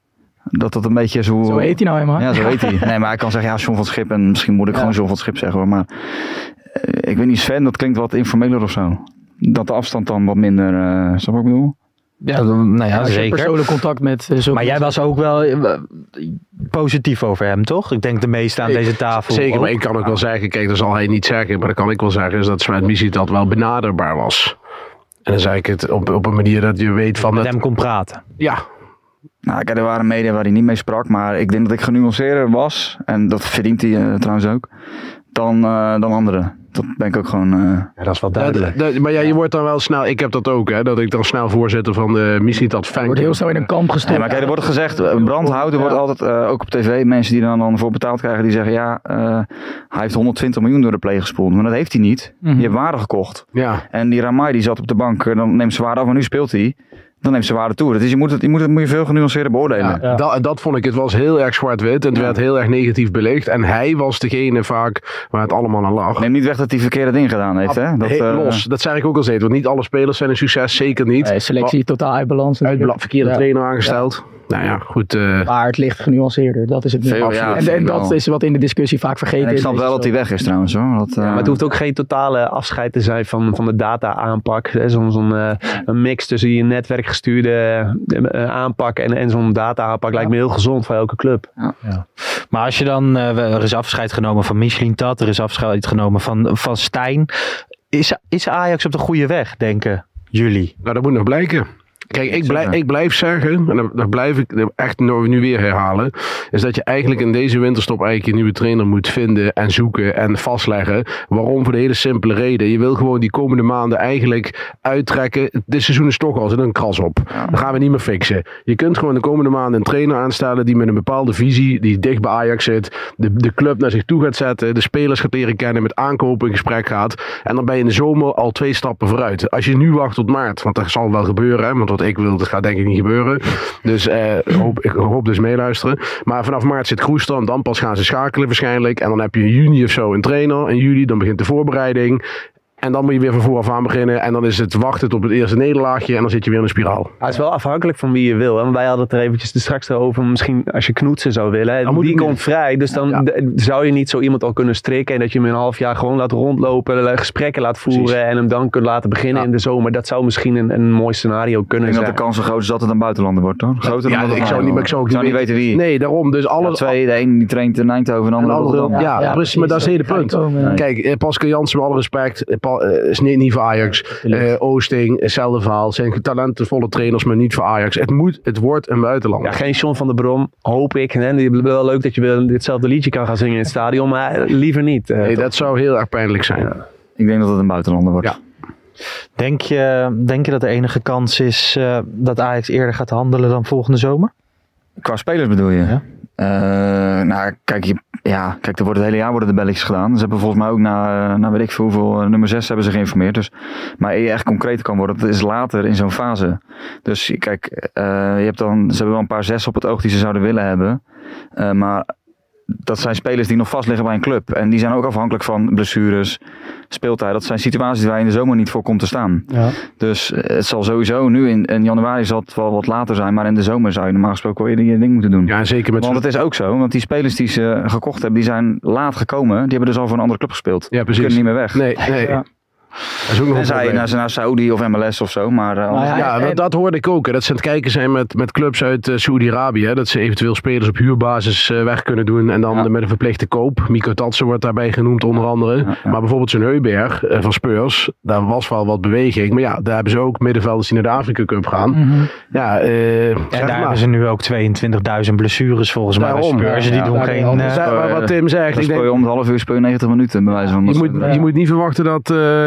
Dat dat een beetje is hoe... Zo heet hij nou helemaal. Ja, zo heet hij. Nee, maar hij kan zeggen, ja, John van het Schip. En misschien moet ik ja. gewoon John van het Schip zeggen. Hoor. Maar uh, ik weet niet, Sven, dat klinkt wat informeler of zo. Dat de afstand dan wat minder... Uh, snap je wat ik bedoel? Ja, nou ja, ja zeker. Persoonlijk contact met... Uh, zo maar jij was ook wel uh, positief over hem, toch? Ik denk de meeste aan ik, deze tafel. Zeker, ook. maar ik kan ook wel zeggen, kijk, dat zal hij niet zeggen, maar dat kan ik wel zeggen, is dat Sven Mislintat wel benaderbaar was. En dan zeg ik het op, op een manier dat je weet van... Met het... hem kon praten. Ja. Nou, kijk, er waren media waar hij niet mee sprak, maar ik denk dat ik genuanceerder was, en dat verdient hij uh, trouwens ook, dan, uh, dan anderen. Dat ben ik ook gewoon... Uh... Ja, dat is wel duidelijk. Ja, d- d- maar ja, je wordt dan wel snel... Ik heb dat ook, hè. Dat ik dan snel voorzitter van de Mislintat fan. Wordt heel snel in een kamp gestopt. Ja, maar kijk, er wordt gezegd... Brandhout, er wordt altijd, uh, ook op tv... Mensen die er dan, dan voor betaald krijgen... Die zeggen, ja... Uh, hij heeft honderdtwintig miljoen door de play gespoeld. Maar dat heeft hij niet. Mm-hmm. Je hebt waarde gekocht. Ja. En die Ramai, die zat op de bank... Dan neemt ze waarde af, maar nu speelt hij... Dan neemt ze waarde toe. Dus je moet het, je moet het moet je veel genuanceerder beoordelen. Ja, ja. Dat, dat vond ik, het was heel erg zwart-wit. En het ja. werd heel erg negatief belicht. En hij was degene vaak waar het allemaal aan lag. Neem niet weg dat hij verkeerde dingen gedaan heeft. Hè? Dat, Heel uh, los, dat zei ik ook al steeds. Want niet alle spelers zijn een succes, zeker niet. Nee, selectie maar, totaal uit balans. Uit bla- verkeerde ja. trainer aangesteld. Ja. Nou ja, goed. Uh, maar het ligt genuanceerder, dat is het nu. Veel, ja, en en dat is wat in de discussie vaak vergeten is. Ik snap wel dat hij weg is trouwens. Hoor. Dat, uh... ja, maar het hoeft ook geen totale afscheid te zijn van, van de data-aanpak. Zo'n zo'n uh, een mix tussen je netwerkgestuurde uh, aanpak en, en zo'n data-aanpak ja. lijkt me heel gezond voor elke club. Ja. Ja. Maar als je dan, uh, er is afscheid genomen van Mislintat, er is afscheid genomen van, van Stijn. Is, is Ajax op de goede weg, denken jullie? Nou, dat moet nog blijken. Kijk, ik blijf, ik blijf zeggen, en dat blijf ik echt nu weer herhalen, is dat je eigenlijk in deze winterstop eigenlijk een nieuwe trainer moet vinden en zoeken en vastleggen. Waarom? Voor de hele simpele reden. Je wil gewoon die komende maanden eigenlijk uittrekken. Dit seizoen is toch al, zit een kras op. Dat gaan we niet meer fixen. Je kunt gewoon de komende maanden een trainer aanstellen die met een bepaalde visie, die dicht bij Ajax zit, de, de club naar zich toe gaat zetten, de spelers gaat leren kennen, met aankopen in gesprek gaat. En dan ben je in de zomer al twee stappen vooruit. Als je nu wacht tot maart, want dat zal wel gebeuren, hè, want wat ik wil, dat gaat denk ik niet gebeuren. Dus eh, hoop, ik hoop dus meeluisteren. Maar vanaf maart zit Kroes er en dan pas gaan ze schakelen waarschijnlijk. En dan heb je in juni of zo een trainer. In juli dan begint de voorbereiding. En dan moet je weer van vooraf aan beginnen. En dan is het wachten op het eerste nederlaagje. En dan zit je weer in een spiraal. Het is wel afhankelijk van wie je wil. En wij hadden het er eventjes straks over. Misschien als je Knoetsen zou willen. Dan die komt niet. vrij. Dus dan ja. d- zou je niet zo iemand al kunnen strikken. En dat je hem een half jaar gewoon laat rondlopen. Gesprekken laat voeren. Precies. En hem dan kunt laten beginnen ja. in de zomer. Dat zou misschien een, een mooi scenario kunnen ik zijn. Dat de kans zo groot is dat het een buitenlander wordt, hoor. Groter ja, dan dat ik zou niet, maar ik zou ook ik zou niet weten wie. Nee, daarom. Dus alle ja, twee, de een die traint in Eindhoven en de andere ja, ja, ja, precies. Maar dat is het hele punt. Nee. Kijk, Pascal Jansen, met alle respect. Is niet, niet voor Ajax. Uh, Oosting, hetzelfde verhaal. Zijn talentenvolle trainers, maar niet voor Ajax. Het moet, het wordt een buitenlander. Ja, geen John van der Brom, hoop ik. Het is wel leuk dat je wel ditzelfde liedje kan gaan zingen in het stadion, maar liever niet. Uh, nee, dat zou heel erg pijnlijk zijn. Ja. Ik denk dat het een buitenlander wordt. Ja. Denk je, denk je dat de enige kans is uh, dat Ajax eerder gaat handelen dan volgende zomer? Qua spelers bedoel je? Ja. Uh, nou, kijk, je, ja, kijk, er wordt het hele jaar worden de belletjes gedaan. Ze hebben volgens mij ook na, na weet ik veel hoeveel, nummer zes hebben ze geïnformeerd. Dus, maar eer je echt concreet kan worden, dat is later in zo'n fase. Dus kijk, uh, je hebt dan, ze hebben wel een paar zes op het oog die ze zouden willen hebben. Uh, maar dat zijn spelers die nog vast liggen bij een club. En die zijn ook afhankelijk van blessures, speeltijd. Dat zijn situaties waar je in de zomer niet voor komt te staan. Ja. Dus het zal sowieso nu in, in januari zal het wel wat later zijn. Maar in de zomer zou je normaal gesproken wel je ding moeten doen. Ja, zeker met want het is ook zo. Want die spelers die ze gekocht hebben, die zijn laat gekomen. Die hebben dus al voor een andere club gespeeld. Ja, precies. Die kunnen niet meer weg. Nee, nee. Ja. Dat is ook nog en zij naar, naar Saudi of M L S of zo. Maar, uh, nou ja, ja dat, dat hoorde ik ook. Hè. Dat ze aan het kijken zijn met, met clubs uit uh, Saoedi-Arabië. Dat ze eventueel spelers op huurbasis uh, weg kunnen doen. En dan ja. met een verplichte koop. Miko Tatsen wordt daarbij genoemd onder andere. Ja, ja. Maar bijvoorbeeld zo'n Heuberg uh, van Spurs. Daar was wel wat beweging. Maar ja, daar hebben ze ook middenvelders die naar de Afrika Cup gaan. Mm-hmm. Ja, uh, en daar maar. hebben ze nu ook tweeëntwintigduizend blessures volgens mij bij Spurs. Ja, die ja, doen ja, geen... Uh, uh, wat Tim zegt. Dan speel je om het half uur speel je negentig minuten. Bij wijze van je, moet, je moet niet verwachten dat uh, met, op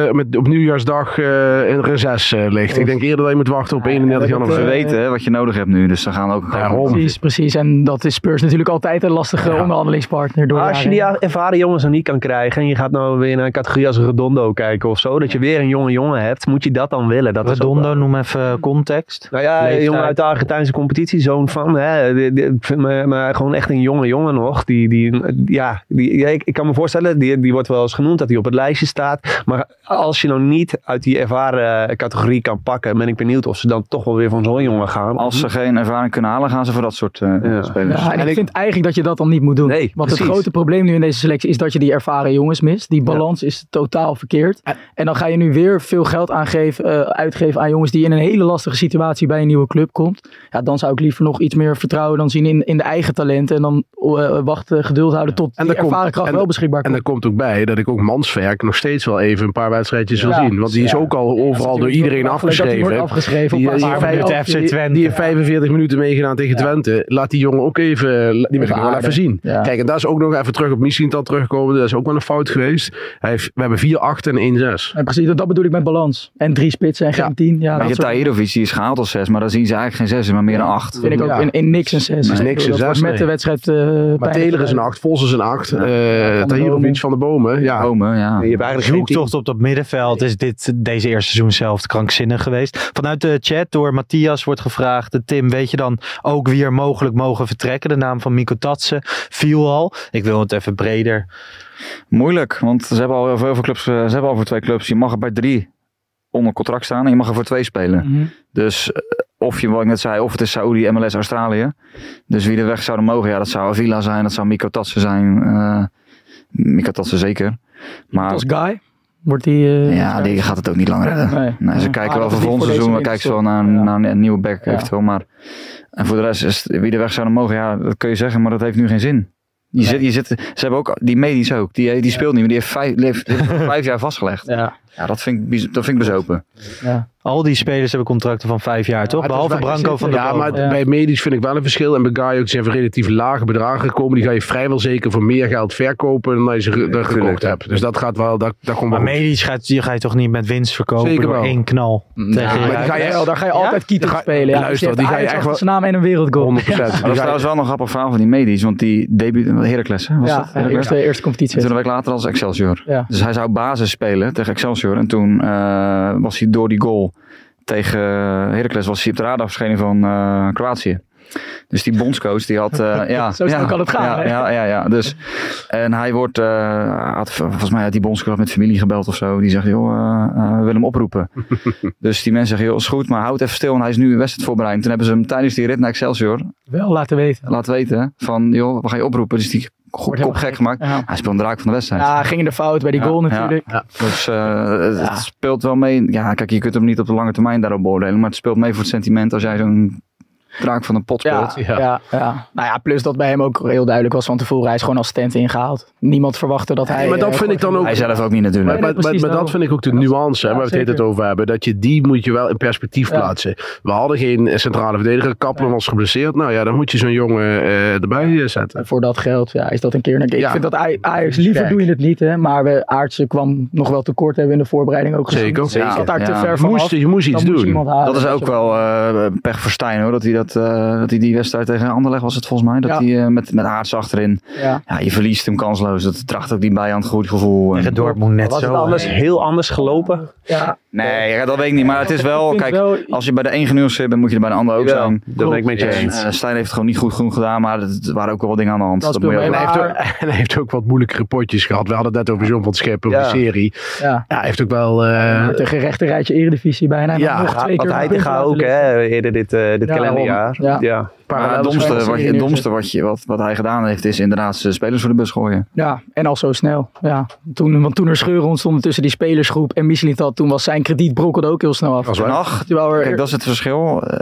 op nieuwjaarsdag uh, in reces uh, ligt. Ik denk eerder dat je moet wachten op eenendertig januari. We weten hè, wat je nodig hebt nu, dus dan gaan we ook... Daarom. Precies, precies. En dat is Spurs natuurlijk altijd een lastige ja. onderhandelingspartner. Door als je die ervaren jongens dan niet kan krijgen en je gaat nou weer naar een categorie als Redondo kijken of zo, dat je weer een jonge jongen hebt, moet je dat dan willen. Dat Redondo, is noem even context. Nou ja, een jongen uit de Argentijnse competitie, zoon van, hè, die, die, maar, maar gewoon echt een jonge jongen nog. Die, die, ja, die, ja, ik, ik kan me voorstellen, die, die wordt wel eens genoemd dat hij op het lijstje staat. Maar als je nou niet uit die ervaren categorie kan pakken, ben ik benieuwd of ze dan toch wel weer van zo'n jongen gaan. Als ze geen ervaring kunnen halen, gaan ze voor dat soort uh, ja. spelers. Ja, en ik, ik vind eigenlijk dat je dat dan niet moet doen. Nee, Want precies. het grote probleem nu in deze selectie is dat je die ervaren jongens mist. Die balans ja. is totaal verkeerd. En dan ga je nu weer veel geld aangeven, uh, uitgeven aan jongens die in een hele lastige situatie bij een nieuwe club komt. Ja, dan zou ik liever nog iets meer vertrouwen dan zien in, in de eigen talenten. En dan uh, wachten, geduld houden tot en die ervaren komt, kracht en, wel beschikbaar komt. En er komt ook bij dat ik ook Manswerk nog steeds wel even een paar wedstrijdjes ja. wil zien. Want die is ja. ook al overal ja, door iedereen afgeschreven. Die afgeschreven die, op die, F C Twente. Die heeft vijfenveertig minuten meegedaan tegen ja. Twente. Laat die jongen ook even, die wil ik wel even zien. Ja. Kijk, en dat is ook nog even terug op Mislintat terugkomen. Dat is ook wel een fout geweest. Hij heeft, we hebben vier acht en één zes. Ja, precies, dat bedoel ik met balans. En drie spitsen en geen ja. tien. Ja, je Tahirovic, die is gehaald als zes, maar dan zien ze eigenlijk geen zes, maar meer een acht. Vind ik ook ja. in, in niks een zes. Is niks een zes. Met de wedstrijd. Uh, maar Taylor is een acht, Vos is een acht. Ja. Uh, Tahirovic van de Bomen. Ja. Bomen, ja. Je hebt eigenlijk zoektocht op dat middenveld. Is dit deze eerste seizoen zelf krankzinnig geweest? Vanuit de chat door Matthias wordt gevraagd. Tim, weet je dan ook wie er mogelijk mogen vertrekken? De naam van Mikko Tatsen viel al. Ik wil het even breder. Moeilijk, want ze hebben al heel veel clubs. Ze hebben al voor twee clubs. Je mag er bij drie onder contract staan en je mag er voor twee spelen. Mm-hmm. Dus of je, wat ik net zei, of het is Saoedi, M L S, Australië. Dus wie er weg zouden mogen, ja, dat zou Avila zijn, dat zou Mikko Tatsen zijn. Uh, Mikko Tatsen zeker. Maar als Guy? Wordt die, uh, ja, die gaat het ook niet lang redden. Nee. Nee, ze ja. kijken ah, wel voor volgend seizoen, dan kijken ze wel naar, ja. naar een nieuwe back ja. eventueel. Maar, en voor de rest, is wie er weg zouden mogen, ja, dat kun je zeggen, maar dat heeft nu geen zin. Je nee. zit, je zit, ze hebben ook, die medisch ook, die, die speelt niet meer, die heeft vijf, die heeft, die heeft vijf jaar vastgelegd. Ja, ja dat, vind ik, dat vind ik bezopen. Ja. Al die spelers hebben contracten van vijf jaar, toch? Ja, Behalve Branco van der Ja, Boven. maar ja. bij medisch vind ik wel een verschil. En bij Guy ook zijn voor relatief lage bedragen gekomen. Die ga je vrijwel zeker voor meer geld verkopen dan dat je ze ja, gekocht hebt. Dus dat gaat wel, dat, dat komt Maar medisch gaat, je ga je toch niet met winst verkopen zeker door wel. één knal? Ja, tegen maar die ga je, daar ga je altijd ja? Keeper spelen. Ja, luister, dus die ga je echt wel... zijn naam en een wereldgoal. honderd procent. Ja. Dat is trouwens wel nog een grappig verhaal van die medisch. Want die debuut, Heracles, was ja, dat? Heracles? Eerste, eerste competitie. En toen een week later als Excelsior. Ja. Dus hij zou basis spelen tegen Excelsior. En toen uh, was hij door die goal tegen Heracles was hij op de radar verschenen van uh, Kroatië. Dus die bondscoach die had... Uh, ja, Zo snel ja, kan het gaan. Ja, ja, ja, ja. Dus, en hij wordt... Uh, had, volgens mij had die bondscoach met familie gebeld of zo. Die zegt, joh, uh, uh, we willen hem oproepen. Dus die mensen zeggen, joh, is goed, maar houd even stil. En hij is nu een wedstrijd voorbereid. Toen hebben ze hem tijdens die rit naar Excelsior... Wel laten weten. Laten weten. Van, joh, we gaan je oproepen. Dus die kop gek, gek gemaakt. Ja. Hij speelt een draak van de wedstrijd. Ja, ging in de fout bij die ja, goal natuurlijk. Ja, ja. Dus uh, het ja. speelt wel mee. Ja, kijk, je kunt hem niet op de lange termijn daarop beoordelen. Maar het speelt mee voor het sentiment als jij zo'n draak van een pot speelt. Ja, ja. Ja, ja. Nou ja, plus dat bij hem ook heel duidelijk was van tevoren. Hij is gewoon als stand ingehaald. Niemand verwachtte dat hij... Ja, maar dat vind ik dan ook... Hij zelf ook niet natuurlijk. Maar, maar, maar, maar dat vind ik ook de nuance, hè, waar we het het over hebben. Dat je die moet je wel in perspectief ja. plaatsen. We hadden geen centrale verdediger. Kaplan was geblesseerd. Nou ja, dan moet je zo'n jongen uh, erbij zetten. En voor dat geld, ja, is dat een keer... Ik ja. vind dat Ajax, liever Kijk. doe je het niet, hè. Maar we, Aartsen kwam nog wel tekort hebben in de voorbereiding ook. Zeker. Zeker. Ja. daar ja. te ver van moest, Je moest iets doen. Moest dat is ook wel uh, pech voor Stijn, hoor. Dat hij dat... Uh, dat hij die wedstrijd tegen Anderlecht was het volgens mij. Dat ja. hij uh, met, met Aarts achterin. Ja. ja, je verliest hem kansloos. Dat draagt ook niet bij aan het goed gevoel. Tegen Dortmund net was zo. Was het anders heel anders gelopen? Ja. Nee, ja, dat weet ik niet. Maar het is wel... Kijk, wel... als je bij de een genuanceerd bent, moet je er bij de ander ook ja, zijn. Dat ben ik met je eens. Uh, Stijn heeft het gewoon niet goed genoeg gedaan. Maar er waren ook wel wat dingen aan de hand. Dat dat moet je en, hij heeft ook, en hij heeft ook wat moeilijke potjes gehad. We hadden het net over John van het Schip, over ja. de serie. Ja. ja, hij heeft ook wel... Uh, Met een gerechte rijtje Eredivisie bijna. Ja, nog twee keer. Wat hij tegen ook, hè, eerder dit, uh, dit ja, kalenderjaar. Ja. ja. Maar het domste, wat, je, het domste wat, je, wat, wat hij gedaan heeft, is inderdaad zijn spelers voor de bus gooien. Ja, en al zo snel. Ja. Toen, want toen er scheuren ontstonden tussen die spelersgroep en Mislintat, toen was zijn krediet brokkelde ook heel snel af. Als nacht, kijk, dat is het verschil. Uh,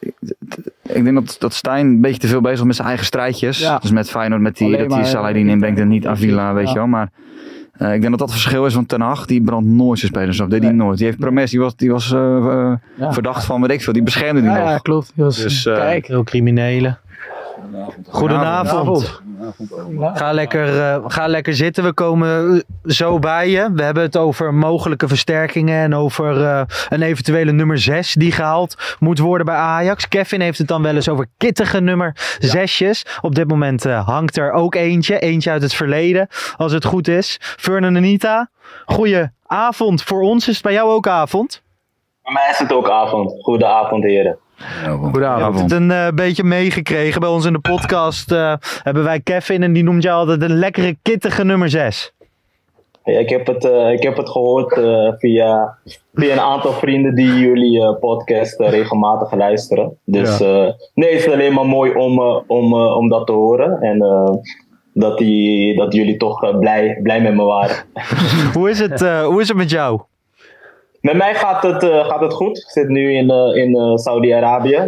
ik denk dat, dat Stijn een beetje te veel bezig was met zijn eigen strijdjes. Ja. Dus met Feyenoord, met die, dat hij Saladin inbrengt en niet Avila, weet ja. je wel. Maar uh, ik denk dat dat het verschil is, want Ten Hag, die brandt nooit zijn spelers af. Deed nee. die nooit. Die heeft Promes, die was, die was uh, uh, ja. verdacht van weet ik veel. Die beschermde die ja, nog. Ja, klopt. Die was, dus uh, kijk. Heel criminelen. Goedenavond. Ga lekker, uh, ga lekker zitten. We komen zo bij je. We hebben het over mogelijke versterkingen en over uh, een eventuele nummer zes die gehaald moet worden bij Ajax. Kevin heeft het dan wel eens over kittige nummer zesjes. Op dit moment uh, hangt er ook eentje. Eentje uit het verleden, als het goed is. Fern en Anita, goeie avond. Voor ons is het bij jou ook avond? Voor mij is het ook avond. Goedenavond, heren. Goedenavond. Je hebt het een uh, beetje meegekregen. Bij ons in de podcast uh, hebben wij Kevin en die noemt jou altijd een lekkere kittige nummer zes. Ja, ik, heb het, uh, ik heb het gehoord uh, via, via een aantal vrienden die jullie uh, podcast uh, regelmatig luisteren. Dus ja. uh, nee, het is alleen maar mooi om, uh, om, uh, om dat te horen. En uh, dat, die, dat jullie toch uh, blij, blij met me waren. hoe, is het, uh, hoe is het met jou? Met mij gaat het, uh, gaat het goed. Ik zit nu in, uh, in uh, Saudi-Arabië.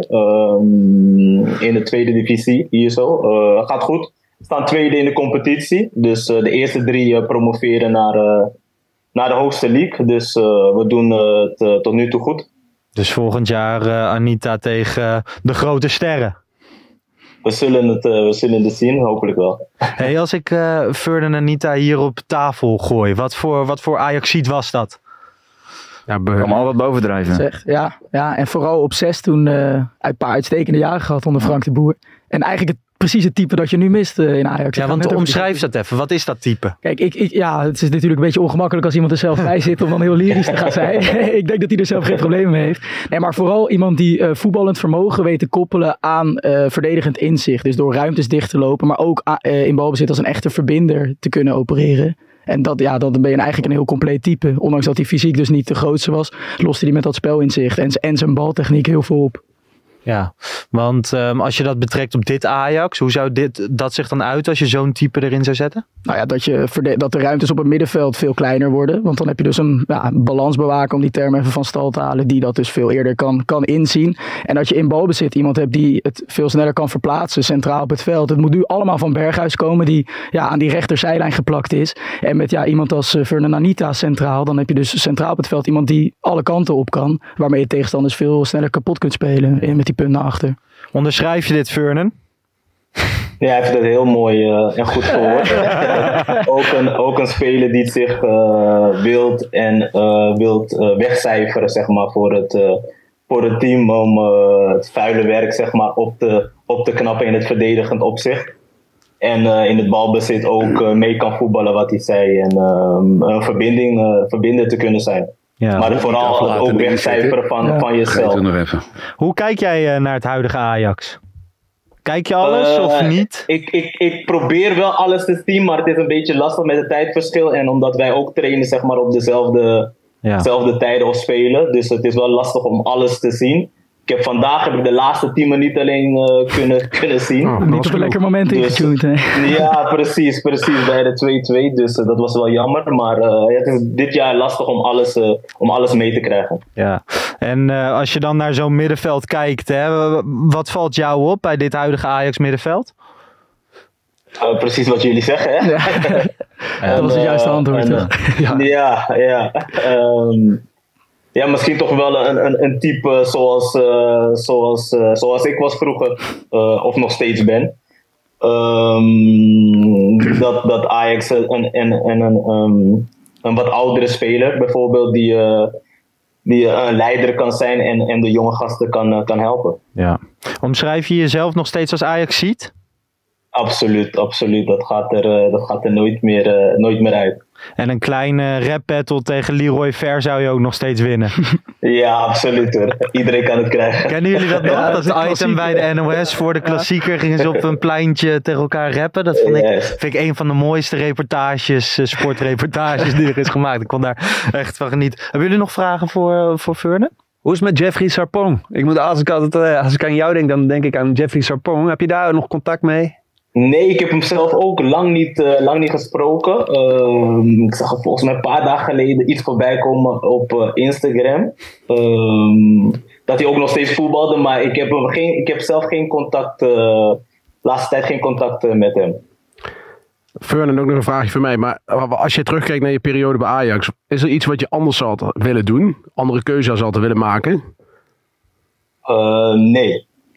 Um, in de tweede divisie hier zo. Uh, gaat goed. We staan tweede in de competitie. Dus uh, de eerste drie uh, promoveren naar, uh, naar de hoogste league. Dus uh, we doen uh, het uh, tot nu toe goed. Dus volgend jaar uh, Anita tegen uh, de grote sterren. We zullen het, uh, we zullen het zien, hopelijk wel. Hey, als ik uh, Fern en Anita hier op tafel gooi. Wat voor, wat voor Ajaxiet was dat? Ja, be- kan al wat bovendrijven. Zeg, ja, ja, en vooral op zes toen uh, een paar uitstekende jaren gehad onder Frank de Boer. En eigenlijk het, precies het type dat je nu mist uh, in Ajax. Ja, want omschrijf dat even. Wat is dat type? Kijk, ik, ik, ja, het is natuurlijk een beetje ongemakkelijk als iemand er zelf bij zit om dan heel lyrisch te gaan zijn. Ik denk dat hij er zelf geen probleem mee heeft. Nee, maar vooral iemand die uh, voetballend vermogen weet te koppelen aan uh, verdedigend inzicht. Dus door ruimtes dicht te lopen, maar ook uh, in balbezit als een echte verbinder te kunnen opereren. En dat, ja, dan ben je eigenlijk een heel compleet type. Ondanks dat hij fysiek dus niet de grootste was, loste hij met dat spelinzicht en, en zijn baltechniek heel veel op. Ja, want um, als je dat betrekt op dit Ajax, hoe zou dit, dat zich dan uit als je zo'n type erin zou zetten? Nou ja, dat, je verde- dat de ruimtes op het middenveld veel kleiner worden. Want dan heb je dus een, ja, een balansbewaker, om die term even van stal te halen, die dat dus veel eerder kan, kan inzien. En dat je in balbezit iemand hebt die het veel sneller kan verplaatsen, centraal op het veld. Het moet nu allemaal van Berghuis komen, die ja, aan die rechterzijlijn geplakt is. En met ja, iemand als uh, Fern en Anita centraal, dan heb je dus centraal op het veld iemand die alle kanten op kan. Waarmee je tegenstanders veel sneller kapot kunt spelen met die punt naar achter. Onderschrijf je dit, Furnen? Ja, hij heeft het heel mooi uh, en goed gehoord. ook, een, ook een speler die zich uh, wilt en uh, wilt uh, wegcijferen, zeg maar, voor het, uh, voor het team om uh, het vuile werk, zeg maar, op te, op te knappen in het verdedigend opzicht. En uh, in het balbezit ook uh, mee kan voetballen, wat hij zei, en uh, een verbinding, uh, verbinder te kunnen zijn. Ja, maar vooral ook wegcijferen van, ja. van jezelf. Nog even. Hoe kijk jij uh, naar het huidige Ajax? Kijk je alles uh, of niet? Ik, ik, ik probeer wel alles te zien, maar het is een beetje lastig met het tijdverschil. En omdat wij ook trainen, zeg maar, op dezelfde, ja. dezelfde tijden of spelen. Dus het is wel lastig om alles te zien. Ik heb vandaag heb ik de laatste tien minuten alleen uh, kunnen, kunnen zien. Oh, niet op een lekker moment dus, ingetuned, hè? Ja, precies, precies. Bij de twee-twee. Dus uh, dat was wel jammer. Maar uh, het is dit jaar lastig om alles, uh, om alles mee te krijgen. Ja. En uh, als je dan naar zo'n middenveld kijkt, hè, wat valt jou op bij dit huidige Ajax middenveld? Uh, precies wat jullie zeggen, hè? Ja. en, dat was het juiste antwoord. En, uh, ja, ja. ja. Um, Ja, misschien toch wel een, een, een type zoals, uh, zoals, uh, zoals ik was vroeger, uh, of nog steeds ben. Um, dat, dat Ajax en, en, en een, um, een wat oudere speler bijvoorbeeld, die, uh, die een leider kan zijn en, en de jonge gasten kan, uh, kan helpen. Ja. Omschrijf je jezelf nog steeds als Ajaxiet? Absoluut, absoluut. Dat gaat er, uh, dat gaat er nooit, meer, uh, nooit meer uit. En een kleine rap battle tegen Leroy Ver zou je ook nog steeds winnen. Ja, absoluut hoor. Iedereen kan het krijgen. Kennen jullie dat nog? Ja, dat, dat item bij de N O S voor de klassieker gingen ze op een pleintje tegen elkaar rappen. Dat vond ik, vind ik een van de mooiste reportages, sportreportages die er is gemaakt. Ik kon daar echt van genieten. Hebben jullie nog vragen voor, voor Furnen? Hoe is het met Jeffrey Sarpong? Ik moet, als, ik altijd, als ik aan jou denk, dan denk ik aan Jeffrey Sarpong. Heb je daar nog contact mee? Nee, ik heb hem zelf ook lang niet, uh, lang niet gesproken. Uh, ik zag er volgens mij een paar dagen geleden iets voorbij komen op uh, Instagram. Uh, dat hij ook nog steeds voetbalde, maar ik heb, hem geen, ik heb zelf geen contact, uh, de laatste tijd geen contact uh, met hem. Furnen, ook nog een vraagje voor mij. Maar als je terugkijkt naar je periode bij Ajax, is er iets wat je anders zou willen doen? Andere keuze zou willen maken? Uh, nee.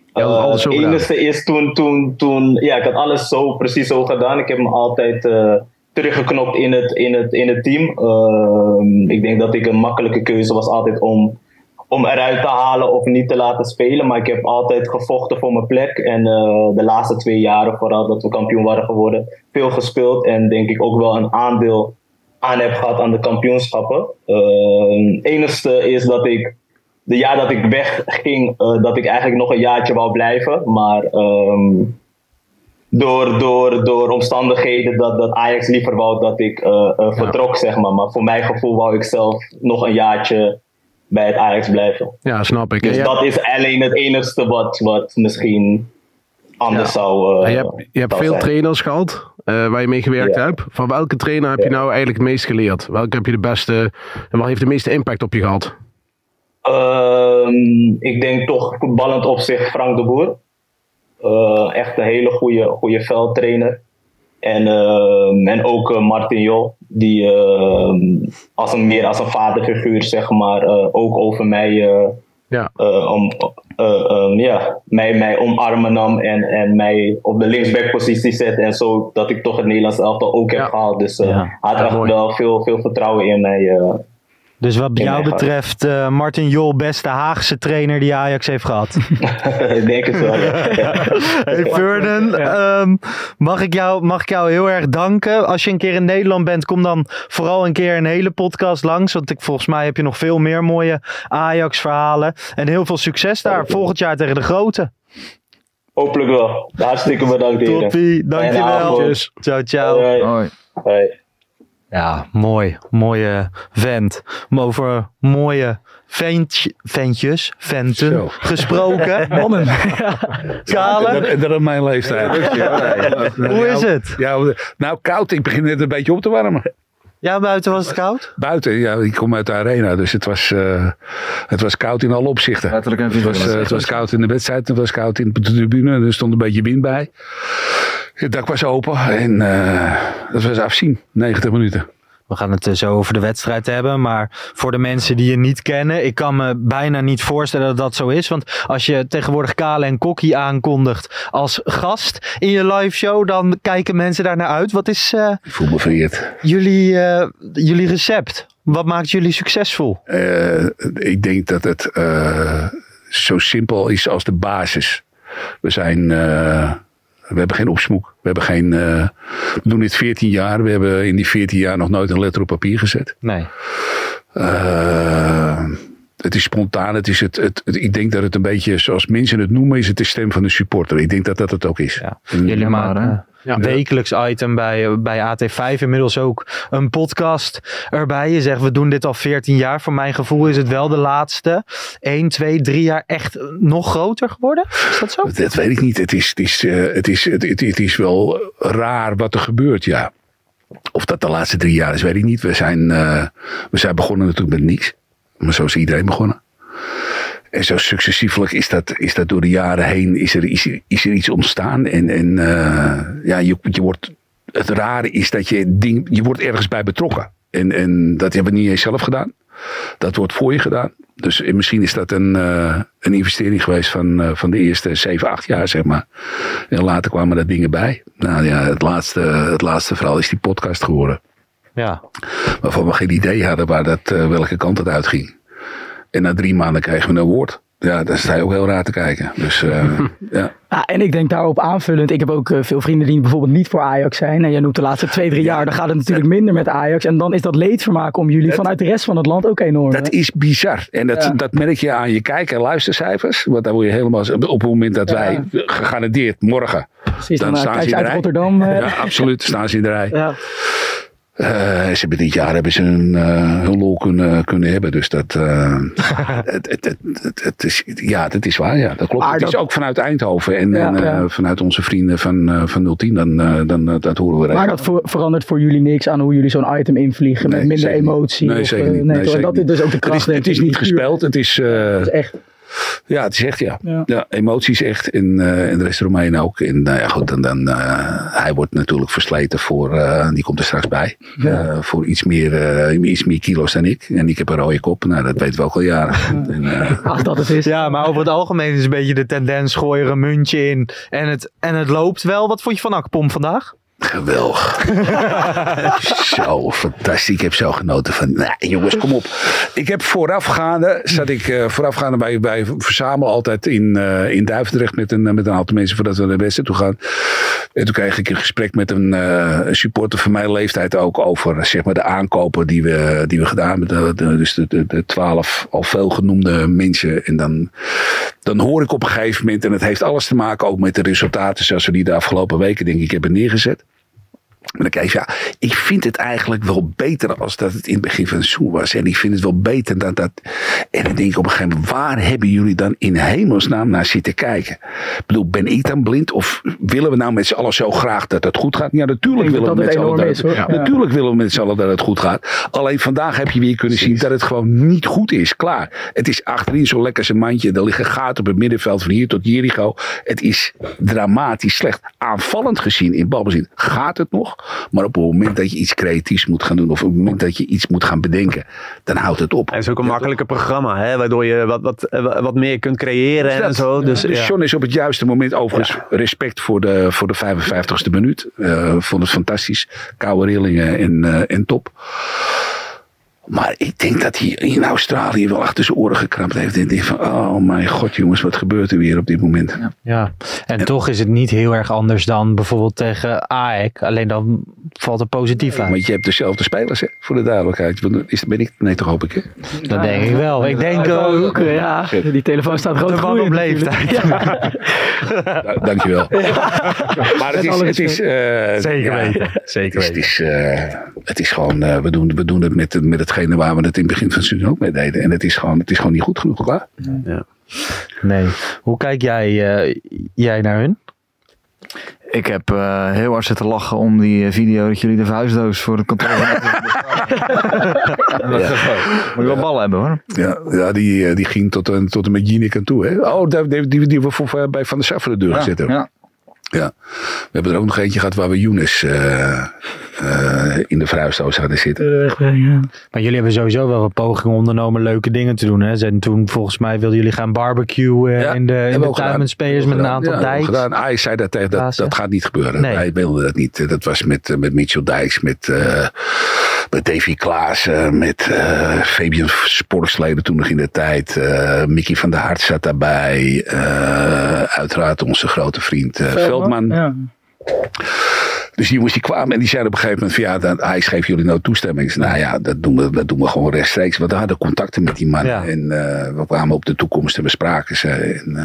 Ja, Uh, alles zo het enige is toen, toen, toen, ja, ik had alles zo precies zo gedaan. Ik heb me altijd uh, teruggeknopt in het, in het, in het team. Uh, ik denk dat ik een makkelijke keuze was altijd om, om eruit te halen of niet te laten spelen. Maar ik heb altijd gevochten voor mijn plek. En uh, de laatste twee jaren, vooral dat we kampioen waren geworden, veel gespeeld. En denk ik ook wel een aandeel aan heb gehad aan de kampioenschappen. Uh, het enigste is dat ik de jaar dat ik wegging, uh, dat ik eigenlijk nog een jaartje wou blijven. Maar um, door, door, door omstandigheden dat, dat Ajax liever wou dat ik uh, uh, vertrok, ja. zeg maar. Maar voor mijn gevoel wou ik zelf nog een jaartje bij het Ajax blijven. Ja, snap ik. Dus ja. dat is alleen het enigste wat, wat misschien anders ja. zou uh, Je hebt, je hebt veel zijn. trainers gehad uh, waar je mee gewerkt ja. hebt. Van welke trainer heb ja. je nou eigenlijk het meest geleerd? Welke heb je de beste en wat heeft de meeste impact op je gehad? Um, ik denk toch voetballend opzicht Frank de Boer. Uh, echt een hele goede, goede veldtrainer. En, uh, en ook uh, Martin Jol, die uh, als een, meer als een vaderfiguur, zeg maar, uh, ook over mij, uh, ja. Uh, om, uh, um, ja, mij, mij omarmen nam en, en mij op de linksbackpositie zette. En zo dat ik toch het Nederlands elftal ook heb ja. gehaald. Dus uh, ja. hij had ja, echt mooi. wel veel, veel vertrouwen in mij. Uh, Dus wat jou betreft, uh, Martin Jol, beste Haagse trainer die Ajax heeft gehad. Ik denk het wel. Ja. Hey Vernon, ja. um, mag, ik jou, mag ik jou heel erg danken. Als je een keer in Nederland bent, kom dan vooral een keer een hele podcast langs. Want ik, volgens mij heb je nog veel meer mooie Ajax verhalen. En heel veel succes daar volgend jaar tegen de grote. Hopelijk wel. Hartstikke bedankt. Toppie, dankjewel. Ciao, ciao. Hoi. Hoi. Hoi. Ja, mooi. Mooie vent. Om over mooie ventje, ventjes, venten Zo. gesproken. Mannen. Ja. Kale. Dat, dat is mijn leeftijd. Ja, Hoe is het? Ja, nou, koud. Ik begin net een beetje op te warmen. Ja, buiten was het koud? Buiten, ja. Ik kom uit de arena, dus het was, uh, het was koud in alle opzichten. Het was, uh, het was koud in de wedstrijd, het was koud in de tribune. Er stond een beetje wind bij. Het dak was open en uh, dat was afzien, negentig minuten. We gaan het zo over de wedstrijd hebben, maar voor de mensen die je niet kennen, ik kan me bijna niet voorstellen dat dat zo is. Want als je tegenwoordig Kale en Kokkie aankondigt als gast in je live show, dan kijken mensen daar naar uit. Wat is uh, ik voel me vereerd. Jullie, uh, jullie recept? Wat maakt jullie succesvol? Uh, ik denk dat het uh, zo simpel is als de basis. We zijn... Uh, We hebben geen opsmoek. We hebben geen. Uh, we doen dit veertien jaar. We hebben in die veertien jaar nog nooit een letter op papier gezet. Nee. Uh, het is spontaan. Het is het, het, het, ik denk dat het een beetje, zoals mensen het noemen, is het de stem van de supporter. Ik denk dat dat het ook is. Ja. Jullie maken een ja. wekelijks item bij, bij A T vijf. Inmiddels ook een podcast erbij. Je zegt, we doen dit al veertien jaar. Voor mijn gevoel is het wel de laatste één, twee, drie jaar echt nog groter geworden. Is dat zo? Dat weet ik niet. Het is, het is, uh, het is, het, het, het is wel raar wat er gebeurt, ja. Of dat de laatste drie jaar is, weet ik niet. We zijn, uh, we zijn begonnen natuurlijk met niks. Maar zo is iedereen begonnen. En zo successievelijk is dat, is dat door de jaren heen is er, is er, is er iets ontstaan. En, en uh, ja, je, je wordt, het rare is dat je, ding, je wordt ergens bij betrokken. En, en dat hebben we niet eens zelf gedaan. Dat wordt voor je gedaan. Dus misschien is dat een, uh, een investering geweest van, uh, van de eerste zeven, acht jaar, zeg maar. En later kwamen er dingen bij. Nou ja, het laatste, het laatste verhaal is die podcast geworden. Ja. Waarvan we geen idee hadden waar dat, uh, welke kant het uitging. En na drie maanden kregen we een woord. Ja, daar sta je ook heel raar te kijken. Dus, uh, ja. Ah, en ik denk daarop aanvullend. Ik heb ook uh, veel vrienden die bijvoorbeeld niet voor Ajax zijn. En jij noemt de laatste twee, drie jaar. Dan gaat het natuurlijk minder met Ajax. En dan is dat leedvermaak om jullie dat, vanuit de rest van het land ook enorm. Dat hè? is bizar. En dat, ja. dat merk je aan je kijk- en luistercijfers. Want daar word je helemaal... Op het moment dat ja. wij gegarandeerd morgen... Precies, dan, dan staan ze in de rij. Rotterdam. Uh, ja, absoluut. Staan ze in de rij. Ja. Uh, ze hebben dit jaar hebben ze hun, uh, hun lol kunnen, kunnen hebben. Dus dat, uh, het, het, het, het, het is, ja, dat is waar. Ja, dat klopt. Maar het dat... is ook vanuit Eindhoven en, ja, en uh, ja. vanuit onze vrienden van, uh, van nul tien. Dan, uh, dan uh, dat horen we Maar dat voor, verandert voor jullie niks aan hoe jullie zo'n item invliegen nee, met minder emotie? Nee, of, zeker niet. Nee, nee, zeker dat is dus ook de kracht. Het is, het is niet gespeeld. Het is, uh, het is echt. Ja, het is echt ja. Ja. ja emoties echt. En, uh, en de rest eromheen ook. En nou ja, goed, dan, dan, uh, hij wordt natuurlijk versleten voor, uh, die komt er straks bij. Ja. Uh, voor iets meer, uh, iets meer kilo's dan ik. En ik heb een rode kop. Nou, dat weten we ook al jaren. Ja. En, uh, Als dat het is. Ja, maar over het algemeen is een beetje de tendens, gooi er een muntje in. En het, en het loopt wel. Wat vond je van Akpom vandaag? Geweldig. Zo fantastisch. Ik heb zo genoten van. Nou, jongens, kom op. Ik heb voorafgaande. Zat ik uh, voorafgaande bij, bij Verzamel altijd in, uh, in Duivendrecht met een, met een aantal mensen voordat we naar de wedstrijd toe gaan. En toen kreeg ik een gesprek met een, uh, een supporter van mijn leeftijd ook over zeg maar, de aankopen die we, die we gedaan hebben. De, de, dus de, de, de twaalf al veel genoemde mensen. En dan, dan hoor ik op een gegeven moment. En het heeft alles te maken ook met de resultaten zoals we die de afgelopen weken denk ik hebben neergezet. Maar dan kijk je, ja, ik vind het eigenlijk wel beter als dat het in het begin van het seizoen was. En ik vind het wel beter dan dat. En dan denk ik op een gegeven moment, waar hebben jullie dan in hemelsnaam naar zitten kijken? Ik bedoel, ben ik dan blind? Of willen we nou met z'n allen zo graag dat het goed gaat? Ja, natuurlijk willen we met z'n allen dat, is, ja. Natuurlijk willen we met z'n allen dat het goed gaat. Alleen vandaag heb je weer kunnen zien dat het gewoon niet goed is. Klaar. Het is achterin zo lekker zijn mandje. Er liggen gaten op het middenveld van hier tot Jericho. Het is dramatisch slecht. Aanvallend gezien in balbezit gaat het nog. Maar op het moment dat je iets creatiefs moet gaan doen. Of op het moment dat je iets moet gaan bedenken. Dan houdt het op. Het is ook een ja, makkelijker toch? programma. Hè, waardoor je wat, wat, wat meer kunt creëren. En, en zo. Dus, dus ja. John is op het juiste moment. Overigens ja. respect voor de, voor de vijfenvijftigste minuut. Uh, vond het fantastisch. Koude rillingen en, uh, en top. Maar ik denk dat hij in Australië wel achter zijn oren gekrampt heeft. En denk van, oh mijn god jongens, wat gebeurt er weer op dit moment? Ja, ja. En, en toch is het niet heel erg anders dan bijvoorbeeld tegen A E K. Alleen dan valt het positief uit. Want je hebt dezelfde spelers, hè, voor de duidelijkheid. Is, ben ik, nee toch hoop ik, hè? Dat ja, denk ik wel. Ik denk ook. Uh, ja, die telefoon staat gewoon de man op leeftijd. Ja. Da- dankjewel. Ja. Maar het is... Het is uh, Zeker ja, weten. Zeker het is, weten. Het is, uh, het is gewoon... Uh, we, doen, we doen het met, met hetgene waar we het in het begin van het seizoen ook mee deden. En het is gewoon, het is gewoon niet goed genoeg, klaar. Ja. Nee. Hoe kijk jij, uh, jij naar hun? Ik heb uh, heel hard zitten lachen om die video dat jullie de vuistdoos voor het kantoor hebben. Ja. Moet je wel ballen hebben hoor. Ja, ja die, die ging tot, tot en met Jinek aan toe. Hè? Oh, die, die, die, die we voor, bij Van der Sar voor de deur ja, zitten. Ja. Ja, we hebben er ook nog eentje gehad waar we Younes uh, uh, in de vuistdoos hadden zitten. Ja. Maar jullie hebben sowieso wel wat pogingen ondernomen leuke dingen te doen. Hè? En toen volgens mij wilden jullie gaan barbecuen uh, ja, in de, in de tuin met spelers met een aantal ja, dijks. Gedaan. Ah, zei dat tegen, dat, dat gaat niet gebeuren. Nee. Wij wilden dat niet. Dat was met, met Mitchell Dijks, met, uh, met Davy Klaassen, met uh, Fabian Sporksleden toen nog in de tijd. Uh, Mickey van der Hart zat daarbij. Uh, uiteraard onze grote vriend uh, Veldman. Ja. Dus die jongens die kwamen en die zeiden op een gegeven moment van ja, dan, hij schreef jullie nou toestemming. Nou ja, dat doen we, dat doen we gewoon rechtstreeks. Want we hadden contacten met die man. Ja. En uh, we kwamen op de toekomst en bespraken ze. En, uh,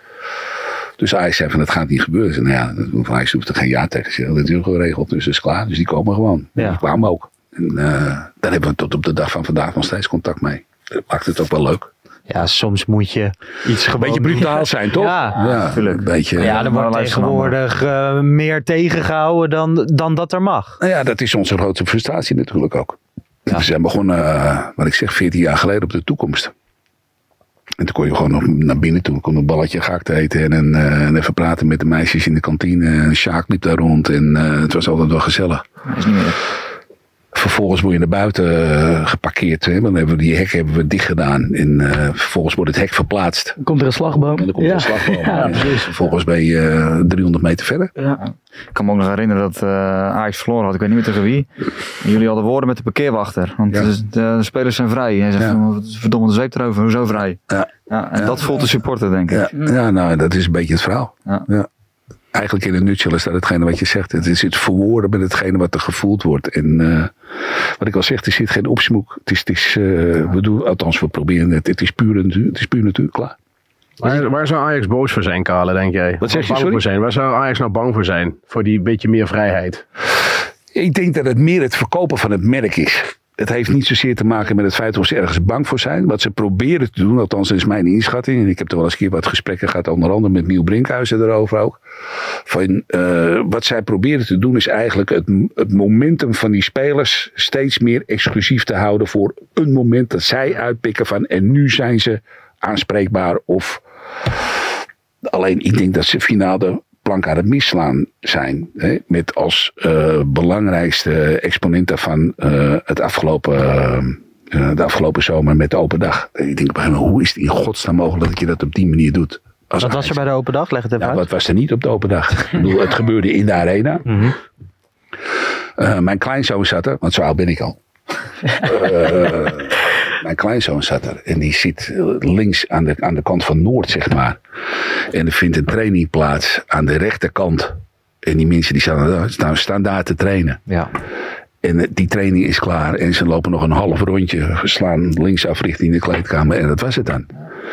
dus hij zei van dat gaat niet gebeuren. Dus, nou ja, hij hoeft er geen ja tegen te zeggen. Dat is natuurlijk geregeld, dus dat is klaar. Dus die komen gewoon. Ja. Die kwamen ook. En uh, daar hebben we tot op de dag van vandaag nog steeds contact mee. Dat maakt het ook wel leuk. Ja, soms moet je iets gewoon... Een beetje brutaal zijn, toch? Ja, ja natuurlijk. Een beetje, ja, er wordt tegenwoordig uh, meer tegengehouden dan, dan dat er mag. Nou ja, dat is onze grote frustratie natuurlijk ook. Ja. We zijn begonnen, uh, wat ik zeg, veertien jaar geleden op de toekomst. En toen kon je gewoon nog naar binnen toe. Kon een balletje gehakt eten en, uh, en even praten met de meisjes in de kantine. En Sjaak liep daar rond en uh, het was altijd wel gezellig. Dat is niet meer... Vervolgens word je naar buiten uh, geparkeerd. Hè? Dan hebben we die hek hebben we dicht gedaan. En uh, vervolgens wordt het hek verplaatst. Komt er een slagboom. En dan komt ja. er een slagboom. Ja, en vervolgens ben je uh, driehonderd meter verder. Ja. Ik kan me ook nog herinneren dat uh, Ajax verloren had. Ik weet niet meer tegen wie. En jullie hadden woorden met de parkeerwachter. Want ja. de, de spelers zijn vrij. Hij zegt, ja. verdomme de zweep erover. Hoezo vrij? Ja. Ja, en ja. dat voelt de supporter, denk ik. Ja. ja, nou dat is een beetje het verhaal. Ja. Ja. Eigenlijk in een nutshell is dat hetgene wat je zegt. Het is het verwoorden met hetgene wat er gevoeld wordt. En uh, wat ik al zeg, er zit geen opsmoek. Het is, het is uh, we doen, althans we proberen het. Het is puur natuur. Het is puur natuur, klaar. Waar, waar zou Ajax boos voor zijn, Kale, denk jij? Wat zeg je, bang sorry? Voor zijn? Waar zou Ajax nou bang voor zijn? Voor die beetje meer vrijheid? Ik denk dat het meer het verkopen van het merk is. Het heeft niet zozeer te maken met het feit of ze ergens bang voor zijn. Wat ze proberen te doen, althans dat is mijn inschatting. En ik heb er wel eens een keer wat gesprekken gehad, onder andere met Miel Brinkhuizen erover ook. Van, uh, wat zij proberen te doen is eigenlijk het, het momentum van die spelers steeds meer exclusief te houden voor een moment dat zij uitpikken van en nu zijn ze aanspreekbaar of... Alleen ik denk dat ze finaal de plank aan het misslaan zijn. Hè? Met als uh, belangrijkste exponent daarvan uh, het afgelopen, uh, de afgelopen zomer met de open dag. Ik denk op een gegeven moment, hoe is het in godsnaam mogelijk dat je dat op die manier doet? Als wat was er bij de open dag? Leg het even ja, uit. Wat was er niet op de open dag? Ik bedoel, het gebeurde in de arena. Mm-hmm. uh, mijn kleinzoon zat er, want zo oud ben ik al. uh, Mijn kleinzoon zat er en die zit links aan de, aan de kant van Noord, zeg maar. En er vindt een training plaats aan de rechterkant. En die mensen die staan, staan, staan daar te trainen. Ja. En die training is klaar en ze lopen nog een half rondje, slaan linksaf richting de kleedkamer en dat was het dan.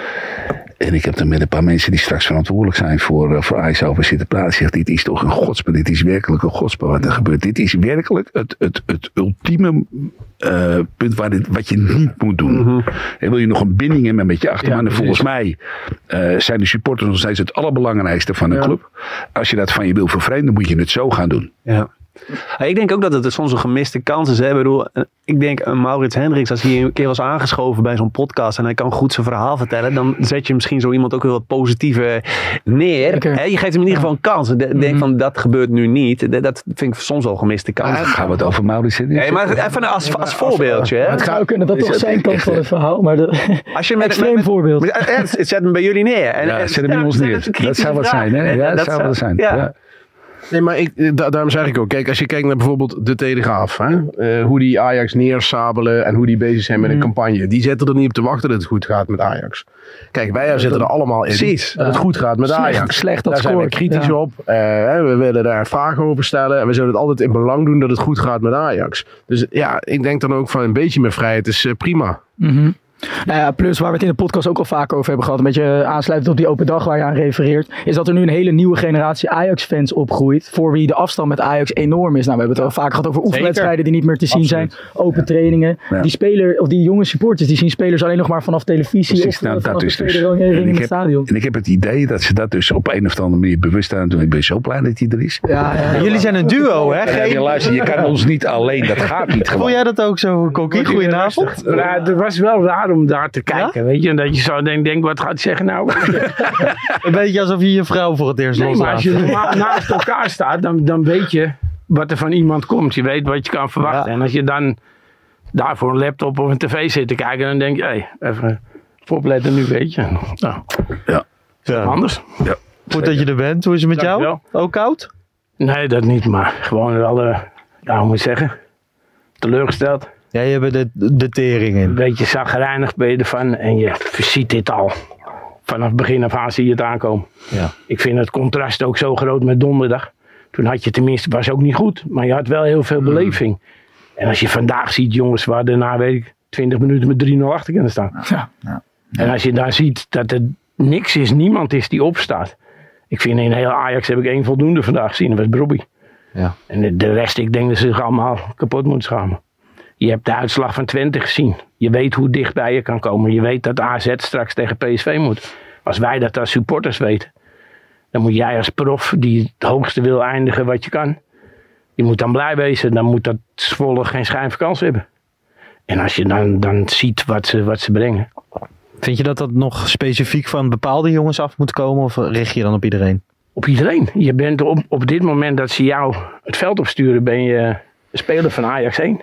En ik heb er met een paar mensen die straks verantwoordelijk zijn voor, uh, voor Ajax over zitten praten. Zegt, dit is toch een godspe, dit is werkelijk een godspe wat er gebeurt. Dit is werkelijk het, het, het ultieme uh, punt waar dit, wat je niet moet doen. Mm-hmm. En wil je nog een binding hebben met je achterman. Ja, en volgens mij uh, zijn de supporters nog steeds het allerbelangrijkste van een ja. club. Als je dat van je wil vervreemden, moet je het zo gaan doen. Ja. Ik denk ook dat het soms een gemiste kans is. Hè? Ik, bedoel, ik denk een Maurits Hendricks, als hij een keer was aangeschoven bij zo'n podcast en hij kan goed zijn verhaal vertellen, dan zet je misschien zo iemand ook heel wat positiever neer. Hè? Je geeft hem in ieder geval een kans. Ik denk mm-hmm. van, dat gebeurt nu niet. Dat vind ik soms wel een gemiste kans. Ja, gaan we het over Maurits Hendricks? Nee, maar even als, als, als voorbeeldje. Hè? Het zou kunnen dat toch zijn kant van het verhaal, maar de, als je met, extreem met, voorbeeld. Met, met, zet hem bij jullie neer. En, ja, zet hem bij ons neer. Dat zou wat zijn. Hè? Ja, dat zou wat zijn. Ja. Ja. Nee, maar ik, da- daarom zeg ik ook. Kijk, als je kijkt naar bijvoorbeeld de Telegraaf. Hè? Uh, hoe die Ajax neersabelen en hoe die bezig zijn met een mm. campagne. Die zetten er niet op te wachten dat het goed gaat met Ajax. Kijk, wij zitten er allemaal in. Precies. Dat het goed gaat met slecht, Ajax. Slecht dat daar scoort. zijn we kritisch ja. op. Uh, we willen daar vragen over stellen. En we zullen het altijd in belang doen dat het goed gaat met Ajax. Dus ja, ik denk dan ook van een beetje meer vrijheid is uh, prima. Mm-hmm. Nou ja, plus waar we het in de podcast ook al vaak over hebben gehad, een beetje aansluitend op die open dag waar je aan refereert, is dat er nu een hele nieuwe generatie Ajax-fans opgroeit, voor wie de afstand met Ajax enorm is. Nou, we hebben het al vaak gehad over oefenwedstrijden die niet meer te zien Absoluut. zijn, open ja. trainingen. Ja. Die speler, of die jonge supporters, die zien spelers alleen nog maar vanaf televisie Precies, of nou, vanaf dat de is dus. in het heb, stadion. En ik heb het idee dat ze dat dus op een of andere manier bewust aan doen. Ik ben zo blij dat hij er is. Ja, ja. Jullie zijn een duo, hè? Geen... Ja, luister, je kan ons niet alleen, dat gaat niet gewoon. Voel jij dat ook zo, Kokkie? Goedenavond. Ja, het was wel raar om daar te kijken. Ja? Weet je, en dat je zo denkt, denk, wat gaat hij zeggen nou? Een beetje alsof je je vrouw voor het eerst nee, loslaat. Maar als je na- naast elkaar staat, dan, dan weet je wat er van iemand komt. Je weet wat je kan verwachten. Ja. En als je dan daar voor een laptop of een tv zit te kijken, dan denk je, hé, hey, even opletten nu, weet je. Nou, ja. ja. Anders. Ja. Goed dat je er bent. Hoe is het met Dank jou? Ook koud? Nee, dat niet, maar gewoon wel, uh, ja, hoe moet je zeggen, teleurgesteld. Ja, je hebt de, de tering in. Een beetje zagrijnig ben je ervan en je ziet dit al. Vanaf begin af aan zie je het aankomen. Ja. Ik vind het contrast ook zo groot met donderdag. Toen had je tenminste, was ook niet goed, maar je had wel heel veel beleving. Mm. En als je vandaag ziet, jongens, waar daarna weet ik twintig minuten met drie nul achter kunnen staan. Ja. Ja. En als je daar ziet dat er niks is, niemand is die opstaat. Ik vind in heel Ajax heb ik één voldoende vandaag gezien, dat was Brobby. Ja. En de, de rest, ik denk dat ze zich allemaal kapot moeten schamen. Je hebt de uitslag van Twente gezien. Je weet hoe dichtbij je kan komen. Je weet dat A Z straks tegen P S V moet. Als wij dat als supporters weten, dan moet jij als prof die het hoogste wil eindigen wat je kan. Je moet dan blij wezen. Dan moet dat Zwolle geen schijn van kans hebben. En als je dan, dan ziet wat ze, wat ze brengen. Vind je dat dat nog specifiek van bepaalde jongens af moet komen? Of richt je dan op iedereen? Op iedereen. Je bent op, op dit moment dat ze jou het veld opsturen, ben je speler van Ajax één.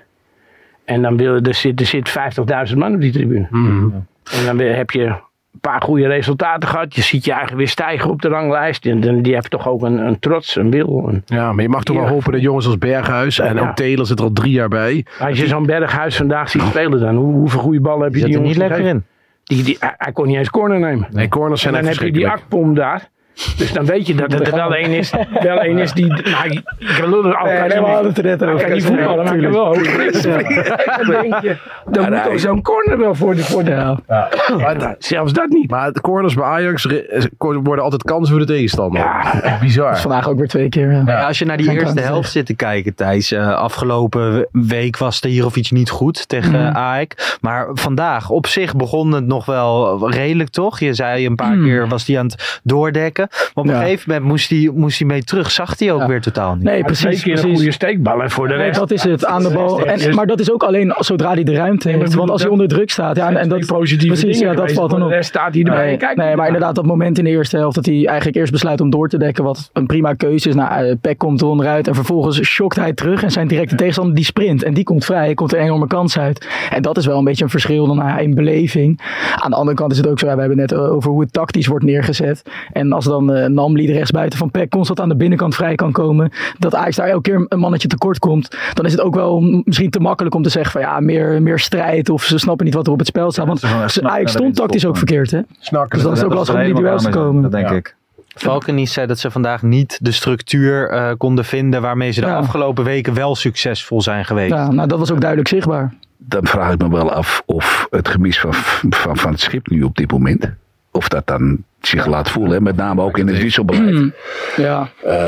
En dan wil, er zit, er zit vijftigduizend man op die tribune. Mm-hmm. En dan heb je een paar goede resultaten gehad. Je ziet je eigen weer stijgen op de ranglijst. En die, die heeft toch ook een, een trots, een wil. Een... Ja, maar je mag toch wel hopen dat jongens als Berghuis en ja. ook Taylor zit er al drie jaar bij. Als je zo'n Berghuis vandaag ziet spelen dan, hoe, hoeveel goede ballen heb je die die jongens niet lekker in? Die, die, hij, hij kon niet eens corner nemen. Nee, corners zijn en dan heb je die Akpom daar. Dus dan weet je dat het er wel één is, wel één is die... Nou, ik wil er altijd... Nee, nee, het net hij kan niet voetballen, maar ik kan wel hoog. Dan denk je, dan moet ook zo'n corner wel voor de... Voor de ja. Ja. Maar, zelfs dat niet. Maar de corners bij Ajax worden altijd kansen voor de tegenstander. Ja, bizar. Dat is vandaag ook weer twee keer. Ja. Ja, als je naar die Geen eerste helft zit te kijken, Thijs. Uh, afgelopen week was Stehirovic niet goed tegen mm. Ajax. Maar vandaag, op zich begon het nog wel redelijk, toch? Je zei een paar mm. keer, was hij aan het doordekken. trekken. Maar op een Ja. gegeven moment moest hij, moest hij mee terug. Zag hij ook Ja. weer totaal niet. Nee, Ja, precies. twee keer precies. een goede steekbal en voor de Nee, rest. dat is het, aan de bal. En, maar dat is ook alleen zodra hij de ruimte maar ik heeft. bedoel, Want als hij dat- onder druk staat. Ja, en, en dat Twee positieve precies, dingen ja, dat geweest, valt dan voor op. de rest staat hij erbij. Nee, Kijk, nee, maar inderdaad, dat moment in de eerste helft dat hij eigenlijk eerst besluit om door te dekken. Wat een prima keuze is. Nou, uh, Peck komt er onderuit. En vervolgens shockt hij terug. En zijn directe tegenstander die sprint. En die komt vrij. Komt er een enorme kans uit. En dat is wel een beetje een verschil dan uh, in beleving. Aan de andere kant is het ook zo. Ja, we hebben het net over hoe het tactisch wordt neergezet. En als dan uh, Namli, de rechtsbuiten van Peck, constant aan de binnenkant vrij kan komen. Dat Ajax daar elke keer een mannetje tekort komt. Dan is het ook wel misschien te makkelijk om te zeggen van ja, meer, meer strijd. Of ze snappen niet wat er op het spel staat. Want Ajax stond tactisch ook verkeerd. Hè? Snakken. Dus dan is het ook lastig om die duels te komen. Dat denk Ja. ik. Valkenies zei dat ze vandaag niet de structuur uh, konden vinden waarmee ze de Ja. afgelopen weken wel succesvol zijn geweest. Ja, nou dat was ook duidelijk zichtbaar. Dan vraag ik me wel af of het gemis van, van, van het schip nu op dit moment, of dat dan zich laat voelen. Hè? Met name ook in het wisselbeleid. Ja.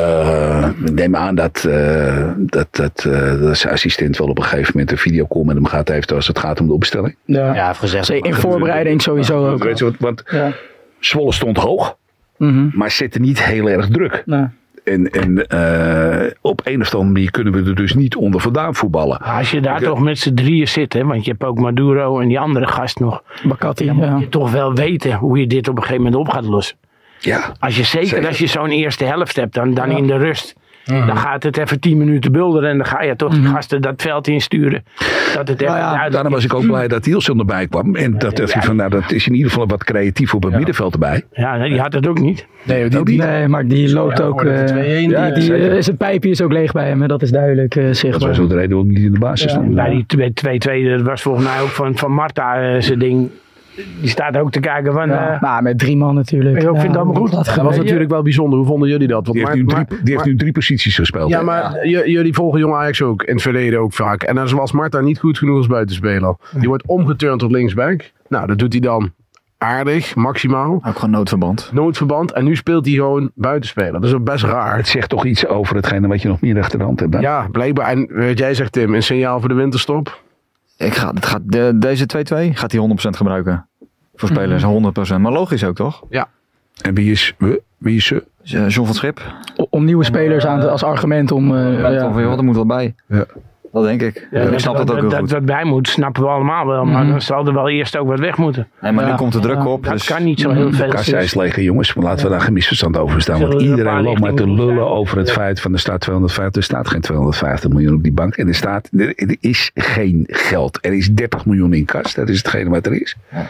Uh, ik neem aan dat, uh, dat, dat, uh, dat zijn assistent wel op een gegeven moment een videocall met hem gaat heeft als het gaat om de opstelling. Ja, ja gezegd. In voorbereiding sowieso ook. Weet je wat, want ja. Zwolle stond hoog, mm-hmm. maar zette niet heel erg druk. Nee. En, en uh, op een of andere manier kunnen we er dus niet onder vandaan voetballen. Als je daar Ik, toch met z'n drieën zit, hè, want je hebt ook Maduro en die andere gast nog. Bakati, dan moet ja. je toch wel weten hoe je dit op een gegeven moment op gaat lossen. Ja, als je zeker, zeker. als je zo'n eerste helft hebt, dan, dan Ja. in de rust. Mm. Dan gaat het even tien minuten bulderen en dan ga je toch die gasten dat veld insturen. Dat het echt Nou ja, duidelijk daarom was is. ik ook blij dat Hielsen erbij kwam. En dat, dat, van, nou, dat is in ieder geval wat creatief op het middenveld erbij. Ja, die had het ook niet. Nee, die, die, nee maar die loopt ook. Uh, die, ja, die, uh, zijn pijpje is ook leeg bij hem, hè? Dat is duidelijk uh, zichtbaar. Dat was ook de reden waarom hij niet in de basis Ja. stond. Bij die twee-twee, dat was volgens mij ook van, van Marta uh, zijn ding. Die staat ook te kijken van... Ja, Uh, maar met drie man natuurlijk. Ik ja, vind dat maar goed. Dat was natuurlijk wel bijzonder. Hoe vonden jullie dat? Want Die heeft, maar, nu, drie, maar, die heeft maar, nu drie posities gespeeld. Ja, hè? maar ja. jullie volgen Jong Ajax ook. In het verleden ook vaak. En dan was Marta niet goed genoeg als buitenspeler. Die wordt omgeturnd tot linksback. Nou, dat doet hij dan aardig, maximaal. Ook gewoon noodverband. Noodverband. En nu speelt hij gewoon buitenspeler. Dat is ook best raar. Het zegt toch iets over hetgene wat je nog meer achter de hand hebt. Hè? Ja, blijkbaar. En wat jij zegt, Tim, een signaal voor de winterstop? Ik ga, het gaat, de, deze twee-twee gaat hij honderd procent gebruiken. Voor spelers, honderd procent. Maar logisch ook, toch? Ja. En wie is, wie is ze? John van Schip. Om nieuwe spelers aan te, als argument om... Uh, ja, ja. Toch, joh, dat moet wel bij. Ja. Dat denk ik. Ja, ik dat, snap dat, dat ook heel dat, goed. dat wat bij moet, snappen we allemaal wel. Maar Mm. dan zal er wel eerst ook wat weg moeten. Nee, maar ja. nu komt de druk Ja. op. Dat Dus kan niet zo heel veel. De kassa is leeg, jongens. Maar laten we daar geen misverstand over staan. Want Zullen we een iedereen paar loopt maar te lichtingen lullen doen? over het feit van er staat tweehonderdvijftig. Er staat geen tweehonderdvijftig miljoen op die bank. En er staat, er, er is geen geld. Er is dertig miljoen in kas. Dat is hetgene wat er is. Ja.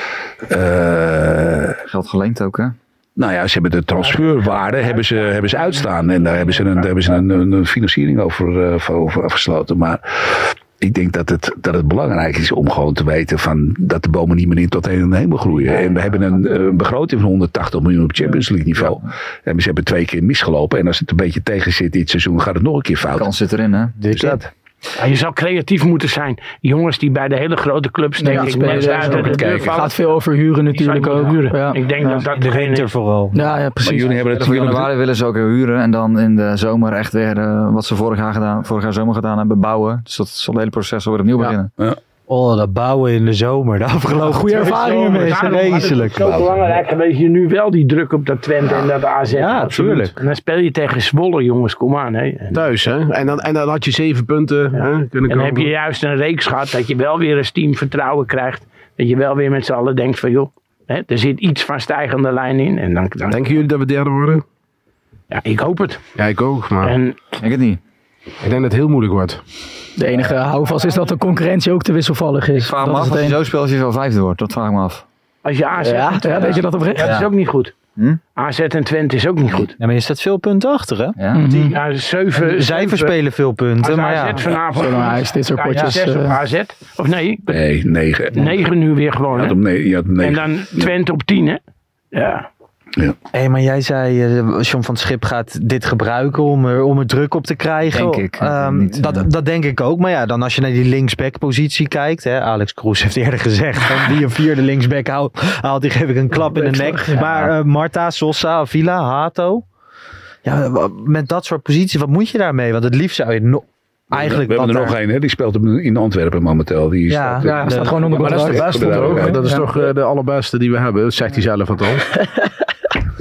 Uh, geld geleend ook, hè? Nou ja, ze hebben de transferwaarde hebben ze, hebben ze uitstaan. En daar hebben ze een, daar hebben ze een, een financiering over, uh, over afgesloten. Maar ik denk dat het, dat het belangrijk is om gewoon te weten van dat de bomen niet meer in tot een en hemel groeien. En we hebben een, een begroting van honderdtachtig miljoen op Champions League niveau. En ze hebben twee keer misgelopen. En als het een beetje tegen zit dit seizoen, gaat het nog een keer fout. De kans zit erin, hè? Dus dat. Ja, je zou creatief moeten zijn. Jongens die bij de hele grote clubs denk Ja, ik spelers net uit ook de het deur Het vallen. gaat veel over huren natuurlijk Die zou je ook. moeten huren. Ja. Ik denk Ja. dat dat In de winter vooral. Ja, ja, precies. Maar jullie hebben het Voor jullie januari willen ze ook huren. En dan in de zomer echt weer uh, wat ze vorig jaar, gedaan, vorig jaar zomer gedaan hebben, bouwen. Dus dat zal het hele proces weer opnieuw Ja. beginnen. Ja. Oh, dat bouwen in de zomer. De afgelopen Goede twee ervaringen mee. zomers. Vreselijk. Zo belangrijk geweest je nu wel die druk op dat Twente en dat A Z. Ja, Absoluut. tuurlijk. En dan speel je tegen Zwolle, jongens. Kom aan. Hè. En, Thuis, hè? En dan, en dan had je zeven punten hè, kunnen en dan komen. heb je juist een reeks gehad dat je wel weer eens team vertrouwen krijgt. Dat je wel weer met z'n allen denkt van joh, hè, er zit iets van stijgende lijn in. En dan, dan, Denken jullie dat we derde worden? ja, ik hoop het. Ja, ik ook. Maar En Ik denk het niet. ik denk dat het heel moeilijk wordt. De enige houvast is dat de concurrentie ook te wisselvallig is. Ik vraag Dat me is af het als je enige. zo speelt als je zo vijfde wordt. Dat vraag ik me af. als je A Z Ja, en Twente- ja, weet je dat oprecht? dat is Ja. ook niet goed. Hm? A Z en Twente is ook niet goed. Ja, maar je staat veel punten achter, hè? Ja. Mhm. Ja, zeven, Zij zeven- verspelen veel punten, Als maar A Z ja. vanavond. Zo'n Ajax, dit soort Ja, ja, potjes, zes op eh. A Z. Of nee, Nee, negen. negen nu weer gewoon. Je had Hè? hem ne- je had hem En negen. dan Twente op tien, hè? Ja. Ja. Hé, maar jij zei, uh, John van het Schip gaat dit gebruiken om er, om er druk op te krijgen. Denk ik. Um, Niet, dat, ja. dat denk ik ook. Maar ja, dan als je naar die linksback-positie kijkt. Hè, Alex Kroes heeft eerder gezegd. Van wie een vierde linksback haalt, haalt die geef ik een klap in de nek. Ja. Maar uh, Marta, Sosa, Avila, Hato. Ja, met dat soort posities, wat moet je daarmee? Want het liefst zou je no- eigenlijk... We hebben er wat nog daar- één, hè? Die speelt op- in Antwerpen momenteel. Die Ja, staat, Ja, uh, staat gewoon onder Maar dat is de contract. beste Ja. toch? Dat is Ja. toch uh, de allerbeste die we hebben. Dat zegt hij zelf het al.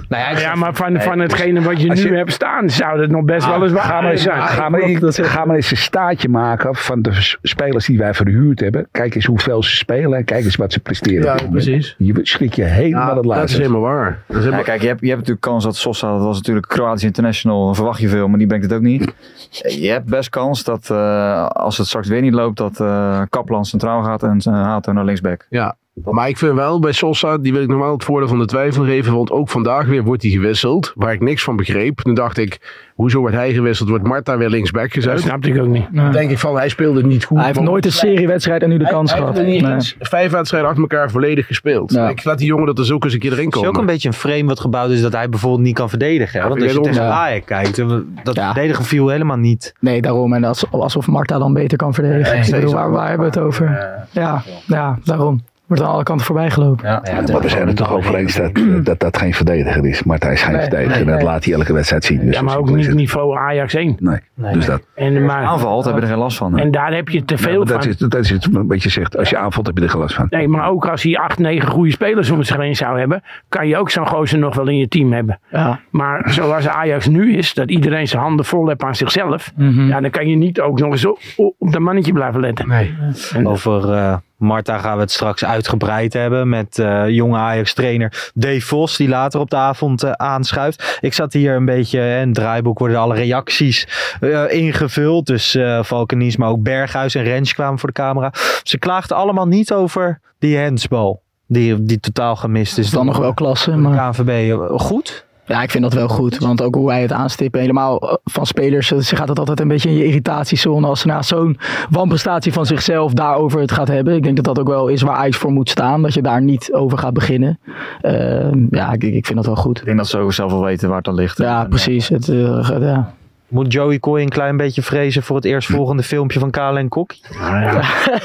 Nou ja, ja, maar van, van hetgene wat je, je nu hebt staan, zou het nog best ah, wel eens waar ga maar, zijn. Ga maar, ga maar eens een staatje maken van de spelers die wij verhuurd hebben. Kijk eens hoeveel ze spelen en kijk eens wat ze presteren. Ja, precies. Je schrik je helemaal ja, het laatste. Dat is helemaal waar. Dat is helemaal... Ja, kijk, je hebt, je hebt natuurlijk kans dat Sosa, dat was natuurlijk Kroatisch International, verwacht je veel, maar die brengt het ook niet. Je hebt best kans dat uh, als het straks weer niet loopt, dat uh, Kaplan centraal gaat en uh, Hato naar linksback. Ja. Maar ik vind wel bij Sosa, die wil ik normaal het voordeel van de twijfel geven. Want ook vandaag weer wordt hij gewisseld. Waar ik niks van begreep. Toen dacht ik, hoezo wordt hij gewisseld? Wordt Marta weer linksback gezet? Dat snapte ik ook niet. Dan denk ik van, hij speelde niet goed. Hij heeft nooit een seriewedstrijd en nu de kans gehad. Hij heeft nee. vijf wedstrijden achter elkaar volledig gespeeld. Ja. Ik laat die jongen dat er zo eens een keer erin komen. Het is ook een beetje een frame wat gebouwd is dat hij bijvoorbeeld niet kan verdedigen. Ja, want als je tegen ja. Ajax kijkt, dat ja. verdedigen viel helemaal niet. Nee, daarom. En alsof Marta dan beter kan verdedigen. Nee, bedoel, waar, waar hebben we het over? Ja, ja daarom. Wordt aan alle kanten voorbij gelopen. Ja, ja, maar we zijn het toch over eens dat, dat dat geen verdediger is. Maar hij is geen nee, verdediger. Nee, nee. Dat laat hij elke wedstrijd zien. Dus ja, maar ook niet niveau Ajax één. Nee, nee. Dus dat. En maar, aanvalt, heb je er geen last van. Hè? En daar heb je te veel ja, van. Dat is, dat is het wat je zegt. Als je aanvalt, heb je er geen last van. Nee, maar ook als hij acht, negen goede spelers om zich heen zou hebben, kan je ook zo'n gozer nog wel in je team hebben. Ja. Maar zoals Ajax nu is, dat iedereen zijn handen vol heeft aan zichzelf, mm-hmm. ja, dan kan je niet ook nog eens op, op dat mannetje blijven letten. Nee. En over... Uh, Marta gaan we het straks uitgebreid hebben met uh, jonge Ajax-trainer Dave Vos, die later op de avond uh, aanschuift. Ik zat hier een beetje, in het draaiboek worden alle reacties uh, ingevuld. Dus uh, Valkenies, maar ook Berghuis en Rens kwamen voor de camera. Ze klaagden allemaal niet over die handsbal, die, die totaal gemist is. Dan nog wel klasse. Maar... K N V B, goed? Ja, ik vind dat wel goed. Want ook hoe wij het aanstippen, helemaal van spelers, ze gaat het altijd een beetje in je irritatiezone als ze na zo'n wanprestatie van zichzelf daarover het gaat hebben. Ik denk dat dat ook wel is waar Ajax voor moet staan. Dat je daar niet over gaat beginnen. Uh, ja, ik, ik vind dat wel goed. Ik denk dat ze ook zelf wel weten waar het aan ligt. Ja, en, precies. Het, uh, ja. Moet Joey Coy een klein beetje vrezen voor het eerstvolgende filmpje van Kale en Kokkie? Nou ja.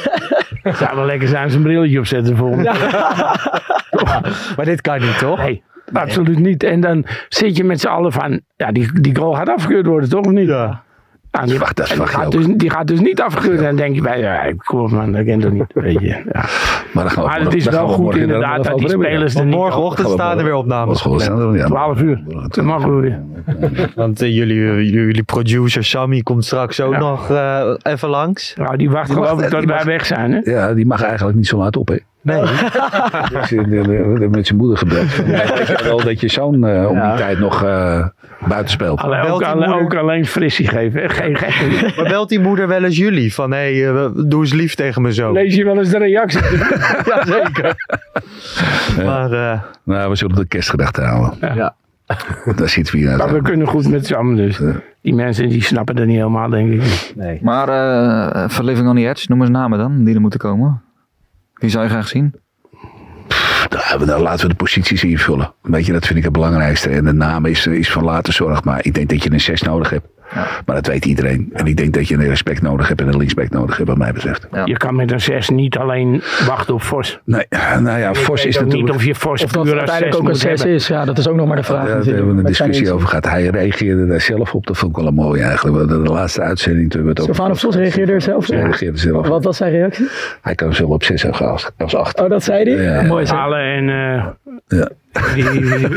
Het zou wel lekker zijn zijn brilletje opzetten volgende. Ja. Ja, maar dit kan niet, toch? Nee. Nee. Absoluut niet. En dan zit je met z'n allen van, ja, die, die goal gaat afgekeurd worden, toch of niet? Ja. Ah, die, Wacht, dat die, gaat dus, die gaat dus niet afgekeurd. En dan denk je bij, ja, kom man, dat ken toch niet. Weet je. Ja. Maar, dan gaan we, maar het is wel goed inderdaad dat die spelers er niet... Morgenochtend staan er weer opnames. twaalf uur. Dat mag we weer. Want uh, jullie, jullie, jullie producer Sammy komt straks ook ja. nog uh, even langs. Nou, die wacht geloof ik tot wij weg zijn. Hè? Ja, die mag eigenlijk niet zo laat op, hè? Nee. Met zijn moeder gebeld. Weet je wel dat je zoon uh, om ja. die tijd nog uh, buiten speelt. Alleen, ook, alleen, moeder... ook alleen frissie geven. Geen gek. Maar belt die moeder wel eens jullie? Van hé, hey, uh, doe eens lief tegen me zo. Lees je wel eens de reactie? Jazeker. Ja. Maar, uh... nou, we zullen de kerstgedachten houden. Ja. ja. Daar zitten we hier. Maar we kunnen goed met z'n allen dus. Ja. Die mensen die snappen dat niet helemaal, denk ik. Nee. Maar uh, for Living on the Edge, noem eens namen dan, die er moeten komen. Wie zou je graag zien? Pff, nou, nou, laten we de posities invullen. Weet je, dat vind ik het belangrijkste. En de naam is, is van later zorg. Maar ik denk dat je een zes nodig hebt. Ja. Maar dat weet iedereen. En ik denk dat je een respect nodig hebt en een linksback nodig hebt, wat mij betreft. Ja. Je kan met een zes niet alleen wachten op Vos. Nee, nou ja, Vos is natuurlijk... niet of je Vos of dat uiteindelijk ook een zes is. Ja, dat is ook nog maar de vraag. Ja, daar hebben we een discussie over gehad. Hij reageerde daar zelf op. Dat vond ik wel mooi eigenlijk. De, de laatste uitzending... Stefano Vos reageerde er zelf op? Hij reageerde zelf. Wat was zijn reactie? Hij kan zelf op zes hebben als, als acht. Oh, dat zei hij? Ja. Mooi. Halen en... Uh, ja. Die, die, die,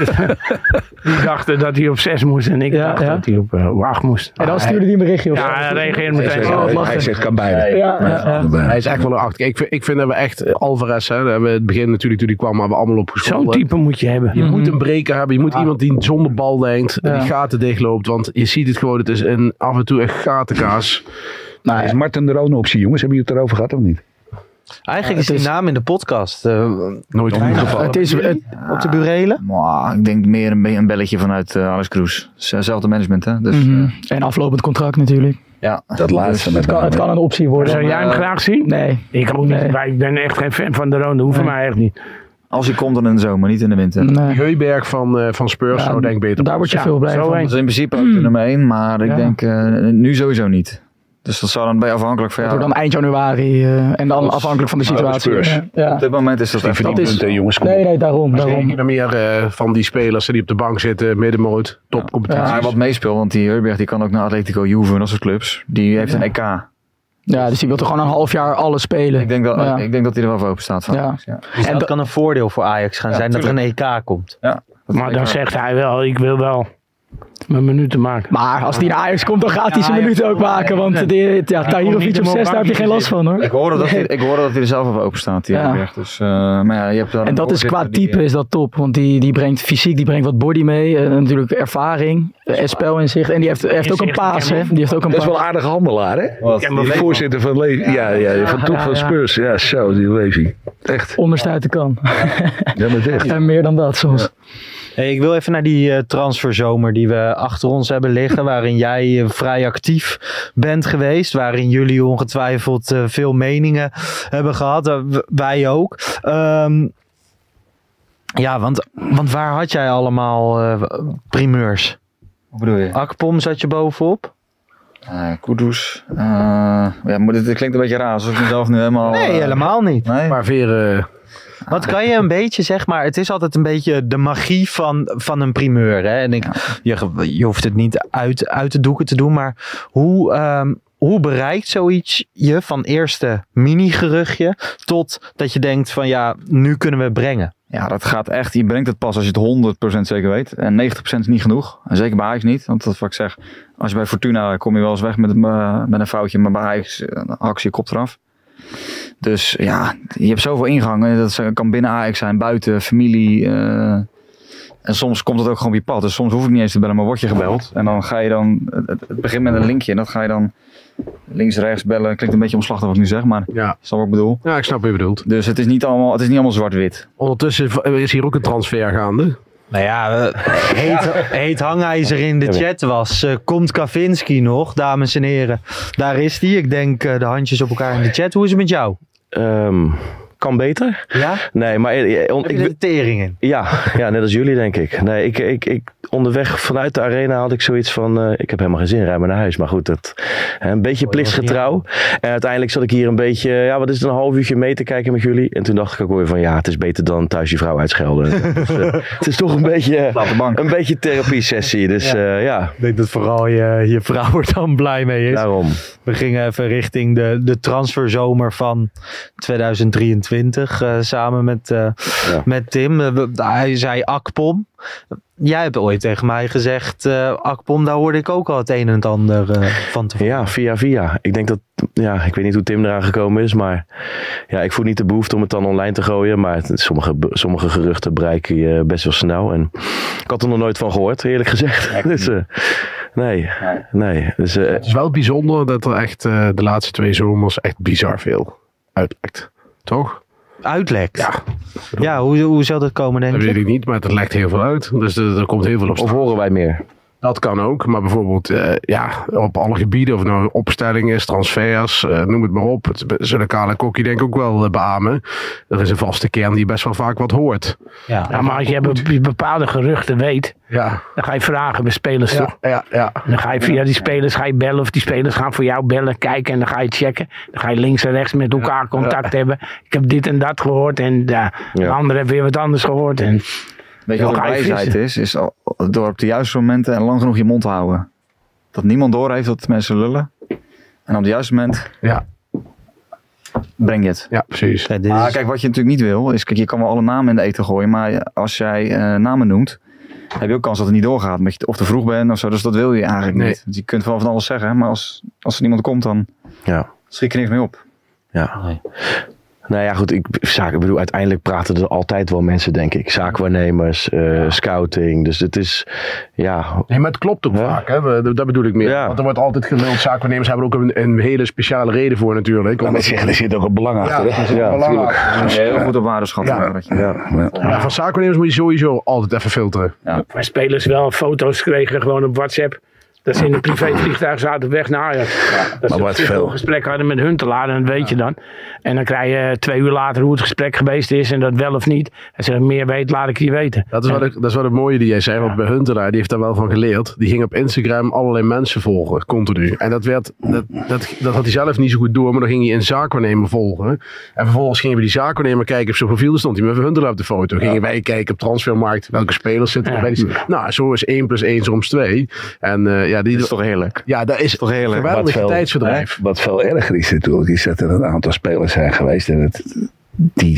die dachten dat hij op zes moest en ik ja, dacht ja. dat hij op uh, acht moest. En dan stuurde hij een berichtje op. Ja, hij reageerde meteen. Hij, oh, hij, hij zegt kan beide. Ja, ja, ja. Ja. Hij is echt wel een acht. Ik vind, ik vind dat we echt Alvarez, hè, hebben we het begin natuurlijk toen hij kwam, maar we allemaal opgeschoten. Zo'n type moet je hebben. Je mm-hmm. moet een breker hebben. Je moet ja. iemand die zonder bal denkt, ja. die gaten dichtloopt. Want je ziet het gewoon, het is een, af en toe echt gatenkaas. Nou, ja. Is Martin de Roon een optie, jongens? Hebben jullie het erover gehad of niet? Eigenlijk is die is... naam in de podcast uh, nooit opgevallen. Het is het, op de burelen. Uh, ik denk meer een, een belletje vanuit uh, Alex Kroes. Zelfde management, hè? Dus, mm-hmm. uh, en aflopend contract natuurlijk. Ja, dat laatste. Dus het, kan, het kan een optie worden. Zou jij hem uh, graag zien? Nee. Ik ook niet. Nee. Ik ben echt geen fan van de Roon. Dat hoeft nee. mij echt niet. Als hij komt dan in de zomer, niet in de winter. Nee. Heuberg van, uh, van Spurs ja, zou denk ik beter. Daar word je ja, veel blij van. Dat is in principe ook de nummer één, maar ik ja. denk uh, nu sowieso niet. Dus dat zou dan bij afhankelijk van jou. Dat wordt dan eind januari uh, en dan afhankelijk van de situatie. Ja. Ja. Op dit moment is dat die echt. Dat is, punten, jongens. Nee, nee, daarom. daarom. Er meer uh, van die spelers die op de bank zitten, middenmoot, topcompetities. Ja, wat meespeelt, want die Heuberg die kan ook naar Atletico Juve en dat soort clubs. Die heeft ja. een E K. Ja, dus die wil toch gewoon een half jaar alles spelen. Ik denk dat, ja. ik denk dat hij er wel voor open staat. Van ja. Ajax, ja. Dus dat en kan een voordeel voor Ajax gaan ja, zijn tuurlijk. Dat er een E K komt. Ja. Maar dan zegt hij wel, ik wil wel mijn minuten maken. Maar als hij naar Ajax komt, dan gaat hij zijn minuten ook maken. Want die, ja, Tahirovic op zes, daar heb je geen last van, hoor. Ik hoorde dat hij, ik hoorde dat hij er zelf over open staat. Ja. Dus, uh, maar ja, je hebt en dat is qua type die, is dat top. Want die, die brengt fysiek, die brengt wat body mee. Uh, natuurlijk ervaring, uh, spel in zicht. En die heeft, heeft ook een paas, hè. Die heeft ook een dat paas. is wel een aardige handelaar, hè? Wat? Die voorzitter van Levi. Ja, ja, ja, van top ja, van Spurs. Ja, zo, die Levi. Echt. Onderste uit de kan. Ja, maar echt. En meer dan dat soms. Ja. Hey, ik wil even naar die uh, transferzomer die we achter ons hebben liggen, waarin jij uh, vrij actief bent geweest, waarin jullie ongetwijfeld uh, veel meningen hebben gehad, uh, w- wij ook. Um, ja, want, want waar had jij allemaal uh, primeurs? Wat bedoel je? Akpom zat je bovenop? Uh, Kudus. Uh, ja, maar dit, dit klinkt een beetje raar, alsof ik mezelf nu helemaal... Nee, uh, helemaal niet. Nee? Maar weer... Uh... Wat kan je een beetje, zeg maar, het is altijd een beetje de magie van, van een primeur. Hè? En ik, je, je hoeft het niet uit, uit de doeken te doen, maar hoe, um, hoe bereikt zoiets je van eerste mini-geruchtje tot dat je denkt van ja, nu kunnen we het brengen? Ja, dat gaat echt, je brengt het pas als je het honderd procent zeker weet. En negentig procent is niet genoeg. En zeker bij Ajax niet, want dat is wat ik zeg. Als je bij Fortuna kom je wel eens weg met, uh, met een foutje, maar bij Ajax uh, hak je je kop eraf. Dus ja, je hebt zoveel ingangen. Dat kan binnen Ajax zijn, buiten, familie. Uh, en soms komt het ook gewoon op je pad. Dus soms hoef ik niet eens te bellen, maar word je gebeld. En dan ga je dan, het, het begint met een linkje. En dat ga je dan links, rechts bellen. Klinkt een beetje omslachtig wat ik nu zeg, maar ja. Is dat wat ik bedoel? Ja, ik snap wat je bedoelt. Dus het is niet allemaal, het is niet allemaal zwart-wit. Ondertussen is hier ook een transfer gaande. Nou ja, heet, heet hangijzer in de chat was. Uh, komt Kavinski nog, dames en heren? Daar is die. Ik denk uh, de handjes op elkaar in de chat. Hoe is het met jou? Um, kan beter. Ja? Nee, maar... Uh, on, Heb je de tering in? Ja, ja, net als jullie denk ik. Nee, ik, ik, ik onderweg vanuit de arena had ik zoiets van... Uh, ik heb helemaal geen zin, rij maar naar huis. Maar goed, dat, uh, een beetje plichtsgetrouw. En uiteindelijk zat ik hier een beetje... Ja, wat is het, een half uurtje mee te kijken met jullie. En toen dacht ik ook weer van... Ja, het is beter dan thuis je vrouw uitschelden. Dus, uh, het is toch een beetje... Een beetje therapie-sessie. Dus ja. Uh, ja. Ik denk dat vooral je, je vrouw er dan blij mee is. Daarom. We gingen even richting de, de transferzomer van tweeduizend drieëntwintig. Uh, samen met, uh, ja. met Tim. Uh, hij zei Akpom. Jij hebt ooit tegen mij gezegd, uh, Akpom, daar hoorde ik ook al het een en het ander uh, van te Ja, via via. Ik denk dat, ja, ik weet niet hoe Tim eraan gekomen is, maar ja, ik voel niet de behoefte om het dan online te gooien, maar het, sommige, sommige geruchten bereiken je best wel snel en ik had er nog nooit van gehoord, eerlijk gezegd. Ja, dus, uh, nee, nee. Dus, uh, het is wel bijzonder dat er echt uh, de laatste twee zomers echt bizar veel uitlekt, toch? Uitlekt? Ja. Ja, hoe, hoe zal dat komen, denk je? Dat weet ik niet, maar het lekt heel veel uit. Dus er, er komt heel veel op straat. Of horen wij meer? Dat kan ook, maar bijvoorbeeld uh, ja, op alle gebieden, of nou opstellingen, transfers, uh, noem het maar op. Het zullen Karel en Kokkie denk ik ook wel uh, beamen. Er is een vaste kern die best wel vaak wat hoort. Ja, ja maar als je be- bepaalde geruchten weet, ja. dan ga je vragen bij spelers ja, toch? Ja, ja. En dan ga je via die spelers ga je bellen of die spelers gaan voor jou bellen, kijken en dan ga je checken. Dan ga je links en rechts met elkaar contact ja. hebben. Ik heb dit en dat gehoord en uh, ja. de ander heeft weer wat anders gehoord. En weet je wat de wijsheid is? Is door op de juiste momenten en lang genoeg je mond te houden. Dat niemand doorheeft dat mensen lullen. En op het juiste moment ja. breng je het. Ja, precies. Ja, maar kijk, wat je natuurlijk niet wil, is kijk, je kan wel alle namen in de eten gooien. Maar als jij uh, namen noemt, heb je ook kans dat het niet doorgaat. Omdat je of te vroeg bent of zo. Dus dat wil je eigenlijk nee. niet. Want je kunt wel van alles zeggen. Maar als, als er niemand komt, dan ja. schiet je niks mee op. Ja. Nee. Nou ja, goed, ik, zaak, ik bedoel, uiteindelijk praten er altijd wel mensen, denk ik. Zaakwaarnemers, uh, ja. scouting, dus het is, ja... Nee, maar het klopt ook ja. vaak, hè? Dat bedoel ik meer. Ja. Want er wordt altijd geluld, zaakwaarnemers hebben er ook een, een hele speciale reden voor natuurlijk. Ja, omdat zeggen, er zit ook een belang achter, ja, hè? Er zit ja, een belang achter. Dus, heel goed op waarde schatten. Ja. Ja. Ja. Ja. Ja, van zaakwaarnemers moet je sowieso altijd even filteren. Ja. Wij spelers wel foto's kregen gewoon op WhatsApp. Dat ze in een privévliegtuig zaten op weg naar Ajax. Ja, dat maar ze een gesprek hadden met Huntelaar en dat weet ja. je dan. En dan krijg je twee uur later hoe het gesprek geweest is en dat wel of niet. En als je meer weet, laat ik je weten. Dat is, ja. wat, ik, dat is wat het mooie die jij zei, want ja. bij Huntelaar, die heeft daar wel van geleerd. Die ging op Instagram allerlei mensen volgen, continu. En dat, werd, dat, dat, dat had hij zelf niet zo goed door, maar dan ging hij een zaakwaarnemer volgen. En vervolgens gingen we die zaakwaarnemer kijken op zijn profiel. Dan stond hij met Huntelaar op de foto. Ja. Gingen wij kijken op Transfermarkt, welke spelers zitten er ja. bij. Nou, zo is één plus één soms twee. En uh, ja, die dat is toch heerlijk? Ja, dat is toch heerlijk. Geweldig veel, tijdsverdrijf. Hè, wat veel erger is natuurlijk, is dat er een aantal spelers zijn geweest en het, die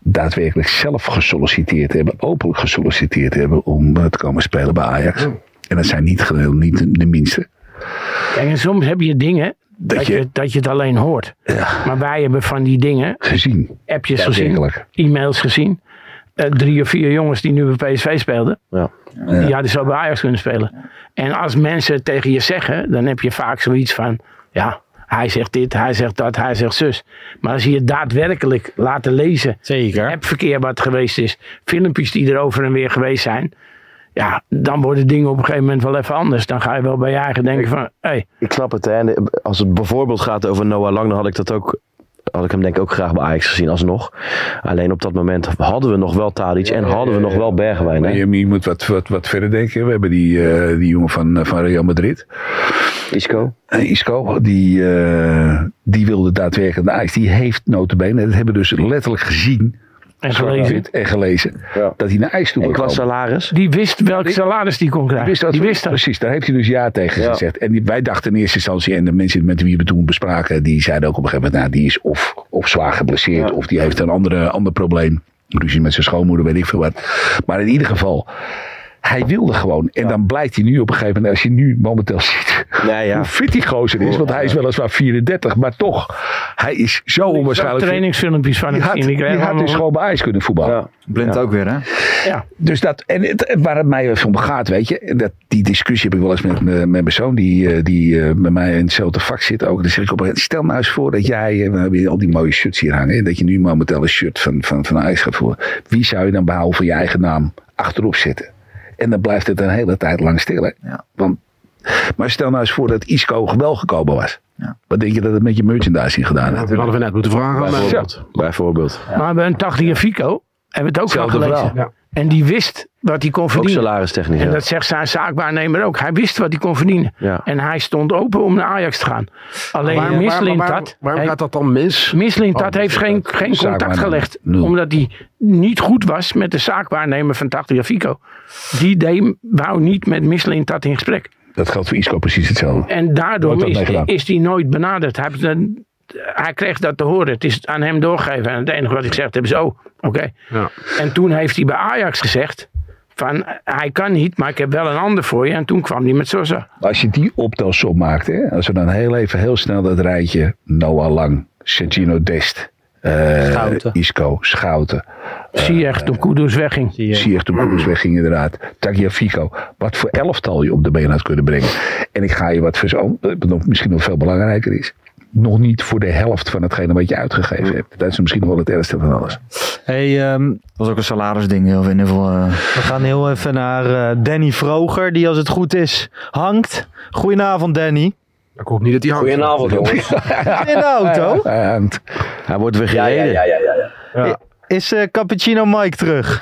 daadwerkelijk zelf gesolliciteerd hebben, openlijk gesolliciteerd hebben om uh, te komen spelen bij Ajax. Mm. En dat zijn niet, geheel, niet de, de minste. Kijk, en soms heb je dingen dat, dat, je, je, dat je het alleen hoort. Ja. Maar wij hebben van die dingen gezien. Appjes gezien, e-mails gezien. Uh, drie of vier jongens die nu bij P S V speelden. Ja. Ja. Die hadden zo bij Ajax kunnen spelen. En als mensen tegen je zeggen, dan heb je vaak zoiets van, ja, hij zegt dit, hij zegt dat, hij zegt zus. Maar als je het daadwerkelijk laten lezen, zeker, appverkeer wat geweest is, filmpjes die er over en weer geweest zijn, ja, dan worden dingen op een gegeven moment wel even anders. Dan ga je wel bij je eigen denken van, hé. Hey. Ik snap het, hè. En als het bijvoorbeeld gaat over Noah Lang, dan had ik dat ook, had ik hem denk ik ook graag bij Ajax gezien alsnog. Alleen op dat moment hadden we nog wel Tadic en hadden we nog wel Bergwijn. Hè? Je, je moet wat, wat, wat verder denken. We hebben die, uh, die jongen van, van Real Madrid. Isco. Uh, Isco, die, uh, die wilde daadwerkelijk naar Ajax. Die heeft nota bene, dat hebben we dus letterlijk gezien. En gelezen. En gelezen. Ja. Dat hij naar IJs toe kon komen. En qua salaris? Die wist welk salaris die kon krijgen. Die wist dat. Die wist dat. Precies, daar heeft hij dus ja tegen ja. gezegd. En die, wij dachten in eerste instantie, en de mensen met wie we toen bespraken, die zeiden ook op een gegeven moment, nou, die is of, of zwaar geblesseerd, ja. of die heeft een andere, ander probleem. Ruzie met zijn schoonmoeder, weet ik veel wat. Maar in ieder geval, hij wilde gewoon. En ja. dan blijkt hij nu op een gegeven moment, als je nu momenteel ziet, nee, ja. hoe fit die gozer is. Want hij is weliswaar vierendertig, maar toch, hij is zo ik onwaarschijnlijk. Trainingsfilmpjes van hem gezien. Die had, had dus gewoon bij IJs kunnen voetballen. Ja. Blind ja. ook weer, hè? Ja. Dus dat, en het, waar het mij om gaat, weet je, dat, die discussie heb ik wel eens met, met mijn zoon, die, die uh, bij mij in hetzelfde vak zit ook. Dan zeg ik op een gegeven moment, stel nou eens voor dat jij, we hebben al die mooie shirts hier hangen, dat je nu momenteel een shirt van, van, van IJs gaat voeren. Wie zou je dan behalve je eigen naam achterop zetten? En dan blijft het een hele tijd lang stil. Hè? Ja. Want, maar stel nou eens voor dat Isco wel gekomen was. Ja. Wat denk je dat het met je merchandising gedaan heeft? Dat hadden we net moeten vragen. Bijvoorbeeld. Ja. Bijvoorbeeld. Ja. Maar we hebben een Tagliafico. Hebben we het ook van gelezen. Ja. En die wist wat hij kon verdienen. Ook salaristechnisch. En ja. dat zegt zijn zaakwaarnemer ook. Hij wist wat hij kon verdienen. Ja. En hij stond open om naar Ajax te gaan. Alleen waar, Mislintat... Waar, waar, waarom hij, gaat dat dan mis? Mislintat oh, heeft geen, geen contact gelegd. Nul. Omdat hij niet goed was met de zaakwaarnemer van Tagliafico. Die deed, wou niet met Mislintat in gesprek. Dat geldt voor Isco precies hetzelfde. En daardoor is, is hij nooit benaderd. Hij, heeft, hij kreeg dat te horen. Het is aan hem doorgegeven. En het enige wat ik zeg, hebben ze, oh, oké. Okay. Ja. En toen heeft hij bij Ajax gezegd, van hij kan niet, maar ik heb wel een ander voor je. En toen kwam hij met Sosa. Als je die optelsom maakt, hè, als we dan heel even heel snel dat rijtje, Noah Lang, Sergino Dest, uh, Schouten. Isco, Schouten. Ziyech toen Kudus wegging. Ziyech toen Kudus wegging inderdaad. Tagliafico. Wat voor elftal je op de been had kunnen brengen. En ik ga je wat verzon, misschien nog veel belangrijker is. Nog niet voor de helft van hetgene wat je uitgegeven hebt. Dat is misschien nog wel het ergste van alles. Hey, um, dat was ook een salarisding. Heel, in ieder geval, uh... We gaan heel even naar uh, Danny Vroger. Die als het goed is hangt. Goedenavond Danny. Ik hoop niet dat hij hangt. Goedenavond jongens. In de auto? Hij hangt. Hij wordt weer gereden. Ja, ja, ja. ja, ja. ja. Is uh, Cappuccino Mike terug?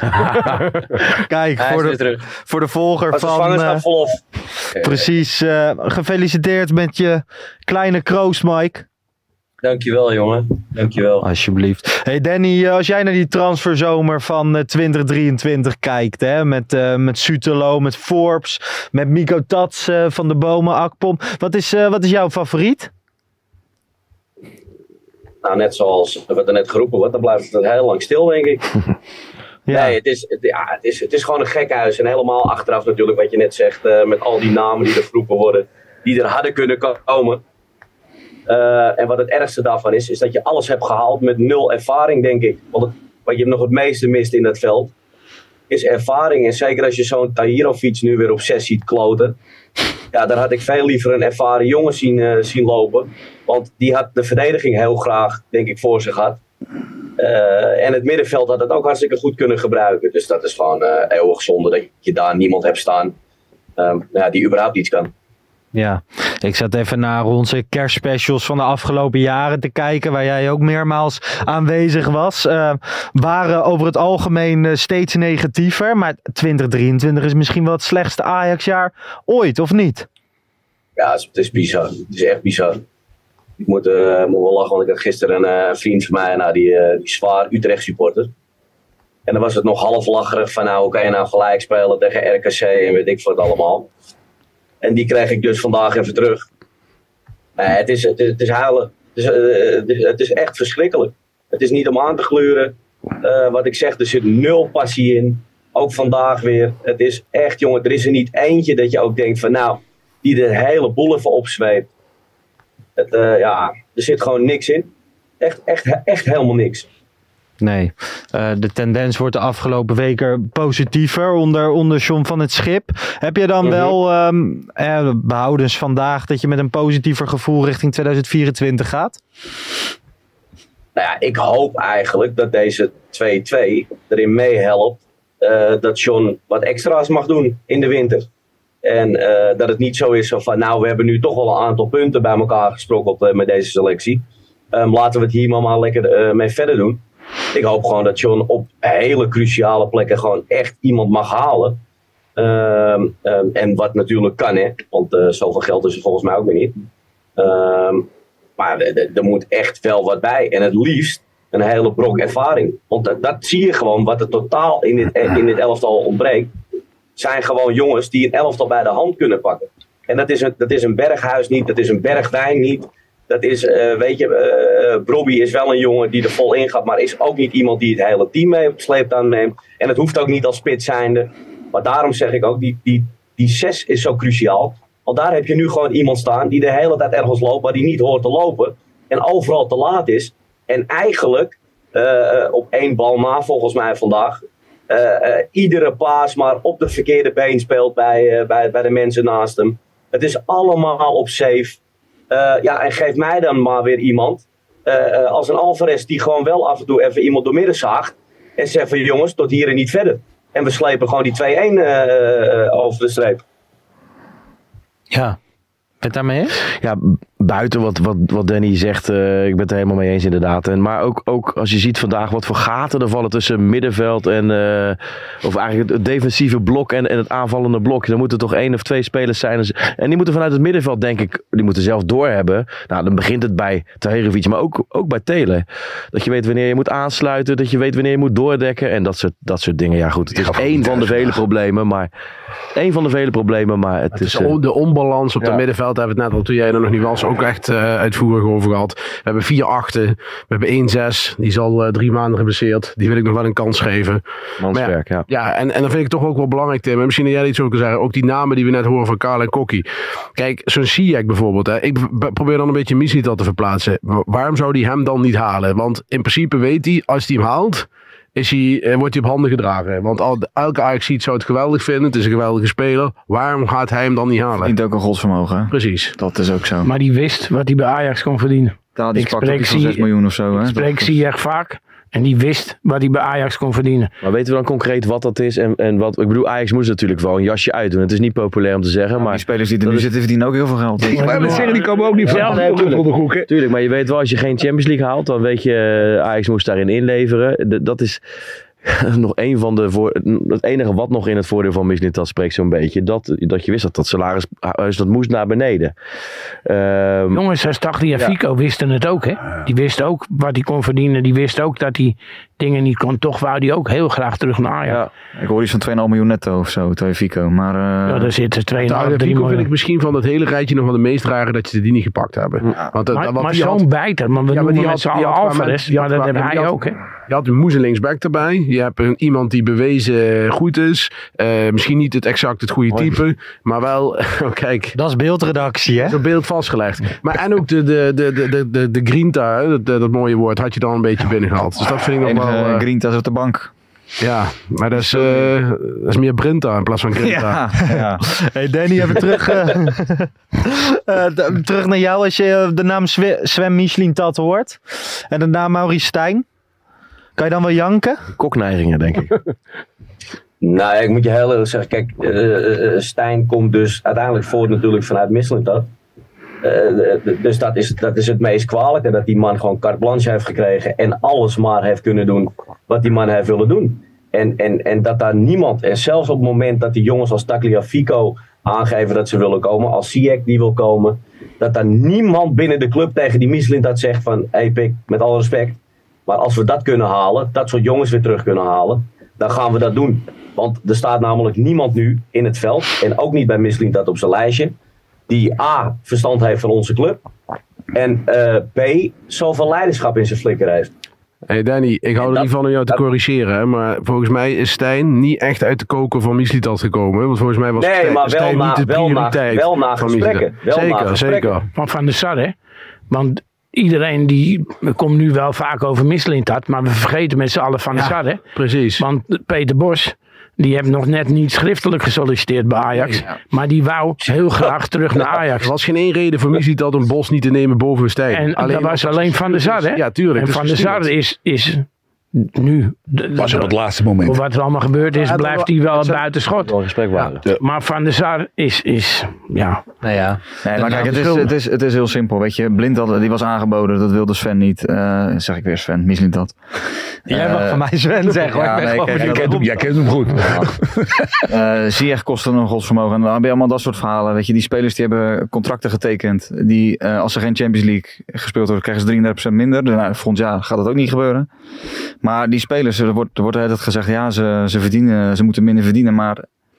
Kijk, voor de, terug. voor de volger Als van... Uh, volop. Precies. Uh, gefeliciteerd met je kleine kroost, Mike. Dankjewel, jongen. Dankjewel. Alsjeblieft. Hey Danny, als jij naar die transferzomer van uh, twintig drieëntwintig kijkt, hè, met, uh, met Sutelo, met Forbes, met Miko Tats uh, van de Bomen, Akpom. Wat is, uh, wat is jouw favoriet? Nou, net zoals wat er net geroepen wordt, dan blijft het heel lang stil, denk ik. Ja. Nee, het is, het, ja, het, is, het is gewoon een gekhuis. En helemaal achteraf natuurlijk wat je net zegt, uh, met al die namen die er geroepen worden, die er hadden kunnen komen. Uh, en wat het ergste daarvan is, is dat je alles hebt gehaald met nul ervaring, denk ik. Want het, wat je nog het meeste mist in dat veld, is ervaring. En zeker als je zo'n Tahirovic nu weer op zes ziet kloten. Ja, daar had ik veel liever een ervaren jongen zien, uh, zien lopen. Want die had de verdediging heel graag, denk ik, voor zich gehad. Uh, en het middenveld had het ook hartstikke goed kunnen gebruiken. Dus dat is gewoon uh, eeuwig zonde dat je daar niemand hebt staan um, ja, die überhaupt iets kan. Ja, ik zat even naar onze kerstspecials van de afgelopen jaren te kijken, waar jij ook meermaals aanwezig was. Uh, waren over het algemeen uh, steeds negatiever, maar twintig drieëntwintig is misschien wel het slechtste Ajax-jaar ooit, of niet? Ja, het is, het is bizar. Het is echt bizar. Ik moet, uh, moet wel lachen, want ik had gisteren een uh, vriend van mij, nou, die, uh, die zwaar Utrecht supporter. En dan was het nog half lacherig van, nou, hoe kan je nou gelijk spelen tegen R K C en weet ik wat allemaal. En die krijg ik dus vandaag even terug. Nee, het is, het is, het is huilen. Het is, uh, het, is, het is echt verschrikkelijk. Het is niet om aan te gluren. Uh, wat ik zeg, er zit nul passie in. Ook vandaag weer. Het is echt, jongen, er is er niet eentje dat je ook denkt van nou, die de hele boel even opzweept. Het, uh, ja, er zit gewoon niks in. Echt, echt, echt helemaal niks. Nee, uh, de tendens wordt de afgelopen weken positiever onder, onder John van het Schip. Heb je dan mm-hmm. wel um, eh, behoudens vandaag dat je met een positiever gevoel richting tweeduizend vierentwintig gaat? Nou ja, ik hoop eigenlijk dat deze twee-twee erin meehelpt uh, dat John wat extra's mag doen in de winter. En uh, dat het niet zo is van nou, we hebben nu toch wel een aantal punten bij elkaar gesprokkeld uh, met deze selectie. Um, laten we het hier maar, maar lekker uh, mee verder doen. Ik hoop gewoon dat John op hele cruciale plekken gewoon echt iemand mag halen. Um, um, en wat natuurlijk kan, hè. Want uh, zoveel geld is er volgens mij ook weer niet. Um, maar er moet echt wel wat bij. En het liefst een hele brok ervaring. Want dat, dat zie je gewoon wat er totaal in dit, in dit elftal ontbreekt. Zijn gewoon jongens die een elftal bij de hand kunnen pakken. En dat is een, dat is een Berghuis niet, dat is een Bergwijn niet. Dat is, uh, weet je, uh, Brobbey is wel een jongen die er vol in gaat, maar is ook niet iemand die het hele team mee op sleeptouw neemt. En het hoeft ook niet als spits zijnde. Maar daarom zeg ik ook, die, die, die zes is zo cruciaal. Want daar heb je nu gewoon iemand staan die de hele tijd ergens loopt waar die niet hoort te lopen. En overal te laat is. En eigenlijk, uh, uh, op één bal na volgens mij vandaag, uh, uh, iedere paas maar op de verkeerde been speelt bij, uh, bij, bij de mensen naast hem. Het is allemaal op safe. Uh, ja, en geef mij dan maar weer iemand uh, uh, als een Alvarez die gewoon wel af en toe even iemand doormidden zaagt. En zegt van jongens, tot hier en niet verder. En we slepen gewoon die twee-een uh, uh, over de streep. Ja, ben je daarmee eens? Ja, buiten wat, wat, wat Danny zegt, uh, ik ben het er helemaal mee eens inderdaad. En, maar ook, ook als je ziet vandaag wat voor gaten er vallen tussen middenveld en uh, of eigenlijk het, het defensieve blok en, en het aanvallende blok. Dan moeten toch één of twee spelers zijn. En die moeten vanuit het middenveld, denk ik, die moeten zelf doorhebben. Nou, dan begint het bij Tahirovic, maar ook, ook bij Telen. Dat je weet wanneer je moet aansluiten, dat je weet wanneer je moet doordekken en dat soort, dat soort dingen. Ja goed, het is één van de vele problemen, maar één van de vele problemen, maar het, het is... is de onbalans op ja. het middenveld, hebben we het net al toen jij er nog niet was, ook echt uh, uitvoerig over gehad. We hebben vier achten, we hebben één zes, die is al uh, drie maanden geblesseerd. Die wil ik nog wel een kans geven. Manswerk, ja. Ja, ja en, en dan vind ik toch ook wel belangrijk, Tim. En misschien dat jij iets over kan zeggen. Ook die namen die we net horen van Karl en Kokkie. Kijk, zo'n Ziyech bijvoorbeeld. Hè. Ik b- probeer dan een beetje Mislintat te verplaatsen. Waarom zou die hem dan niet halen? Want in principe weet hij, als hij hem haalt, is hij, wordt hij op handen gedragen. Want al, elke Ajax-ziet zou het geweldig vinden. Het is een geweldige speler. Waarom gaat hij hem dan niet halen? Niet ook een godsvermogen. Precies. Dat is ook zo. Maar die wist wat hij bij Ajax kon verdienen. Ja, die pakt ook iets van zes miljoen of zo. Ik hè? spreek Ziyech vaak. En die wist wat hij bij Ajax kon verdienen. Maar weten we dan concreet wat dat is? En, en wat, ik bedoel, Ajax moest natuurlijk wel een jasje uitdoen. Het is niet populair om te zeggen. Ja, maar die spelers die er nu is... zitten verdienen ook heel veel geld. Ik wou net zeggen, die komen ook niet van nee, de hoek. Tuurlijk, maar je weet wel, als je geen Champions League haalt, dan weet je, Ajax moest daarin inleveren. Dat is... nog een van de voor, het enige wat nog in het voordeel van Mislintat spreekt zo'n beetje, dat, dat je wist dat dat salaris dat moest naar beneden. Um, Jongens, Staglia Fico ja. wisten het ook, hè? Die wisten ook wat hij kon verdienen. Die wist ook dat hij dingen niet kon. Toch wou hij ook heel graag terug naar Ajax. Ja. Ik hoor iets van twee komma vijf miljoen netto of zo, Tahirovic Fico. Maar uh, ja, daar zitten twee komma vijf, drie miljoen. vind ik misschien van dat hele rijtje nog wel de meest rare dat je die niet gepakt hebben. Ja. Want, uh, maar maar zo'n bijter, maar we ja, noemen met z'n allen Alvarez, maar dat heb hij ook, hè? Je had een Moes linksback erbij. Je hebt een, iemand die bewezen goed is. Uh, misschien niet het exact het goede type. Maar wel, oh, kijk. Dat is beeldredactie, hè? Zo'n beeld vastgelegd. Maar en ook de, de, de, de, de, de grinta, dat, dat mooie woord, had je dan een beetje binnengehaald. Dus dat vind ik nog wel... Uh, grinta is op de bank. Ja, maar dat is, uh, dat is meer Brinta in plaats van Grinta. Ja, ja. Hey Danny, even terug, uh, uh, d- terug naar jou. Als je de naam Swe- Sven Mislintat hoort en de naam Maurice Stijn. Kan je dan wel janken? Kokneigingen, denk ik. Nou, ik moet je heel eerlijk zeggen. Kijk, uh, Stijn komt dus uiteindelijk voort natuurlijk vanuit Mislintat. Uh, dus dat is, dat is het meest kwalijke. Dat die man gewoon carte blanche heeft gekregen. En alles maar heeft kunnen doen wat die man heeft willen doen. En, en, en dat daar niemand, en zelfs op het moment dat die jongens als Tagliafico aangeven dat ze willen komen. Als Ziyech die wil komen. Dat daar niemand binnen de club tegen die Mislintat zegt van... Hey Pik, met alle respect. Maar als we dat kunnen halen, dat soort jongens weer terug kunnen halen, dan gaan we dat doen. Want er staat namelijk niemand nu in het veld, en ook niet bij Mislintat op zijn lijstje, die A, verstand heeft van onze club, en uh, B, zoveel leiderschap in zijn flikker heeft. Hey Danny, ik hou er niet van om jou te corrigeren, hè, maar volgens mij is Stijn niet echt uit de koker van Mislintat gekomen. Want volgens mij was nee, Stijn, maar wel Stijn na, niet de wel prioriteit na, wel na van gesprekken. Wel zeker, na gesprekken. zeker. Van Van der Sar, hè? Want iedereen die komt nu wel vaak over Mislintat, maar we vergeten met z'n allen Van der Ja, Sar, hè? Precies. Want Peter Bos, die heeft nog net niet schriftelijk gesolliciteerd bij Ajax. Ja. Maar die wou heel graag terug naar Ajax. Er was geen één reden voor Mislintat om Bos niet te nemen boven Stijn. En alleen dat was alleen Van der Sar, hè? Ja, tuurlijk. En Van der Sar is, is nu... Was op het laatste moment. Of wat er allemaal gebeurd is, ja, blijft hij wel buiten schot. Wel gesprek waren. Ja. Maar Van der Sar is... is ja. Nou ja. Nee, maar kijk, het is, het, is, het is heel simpel. Weet je, Blind had, die was aangeboden, dat wilde Sven niet. Uh, zeg ik weer Sven, Mislintat. Jij mag uh, van mij Sven zeggen. Ja, ik ben nee, kijk, jij, kent hem, jij kent hem goed. Ja. uh, Ziyech kostte een godsvermogen. En dan heb je allemaal dat soort verhalen. Weet je, die spelers die hebben contracten getekend. Die, uh, als er geen Champions League gespeeld wordt, krijgen ze drieëndertig procent minder. Nou, volgend jaar gaat dat ook niet gebeuren. Maar die spelers, er wordt, er wordt altijd gezegd, ja, ze, ze verdienen, ze moeten minder verdienen, maar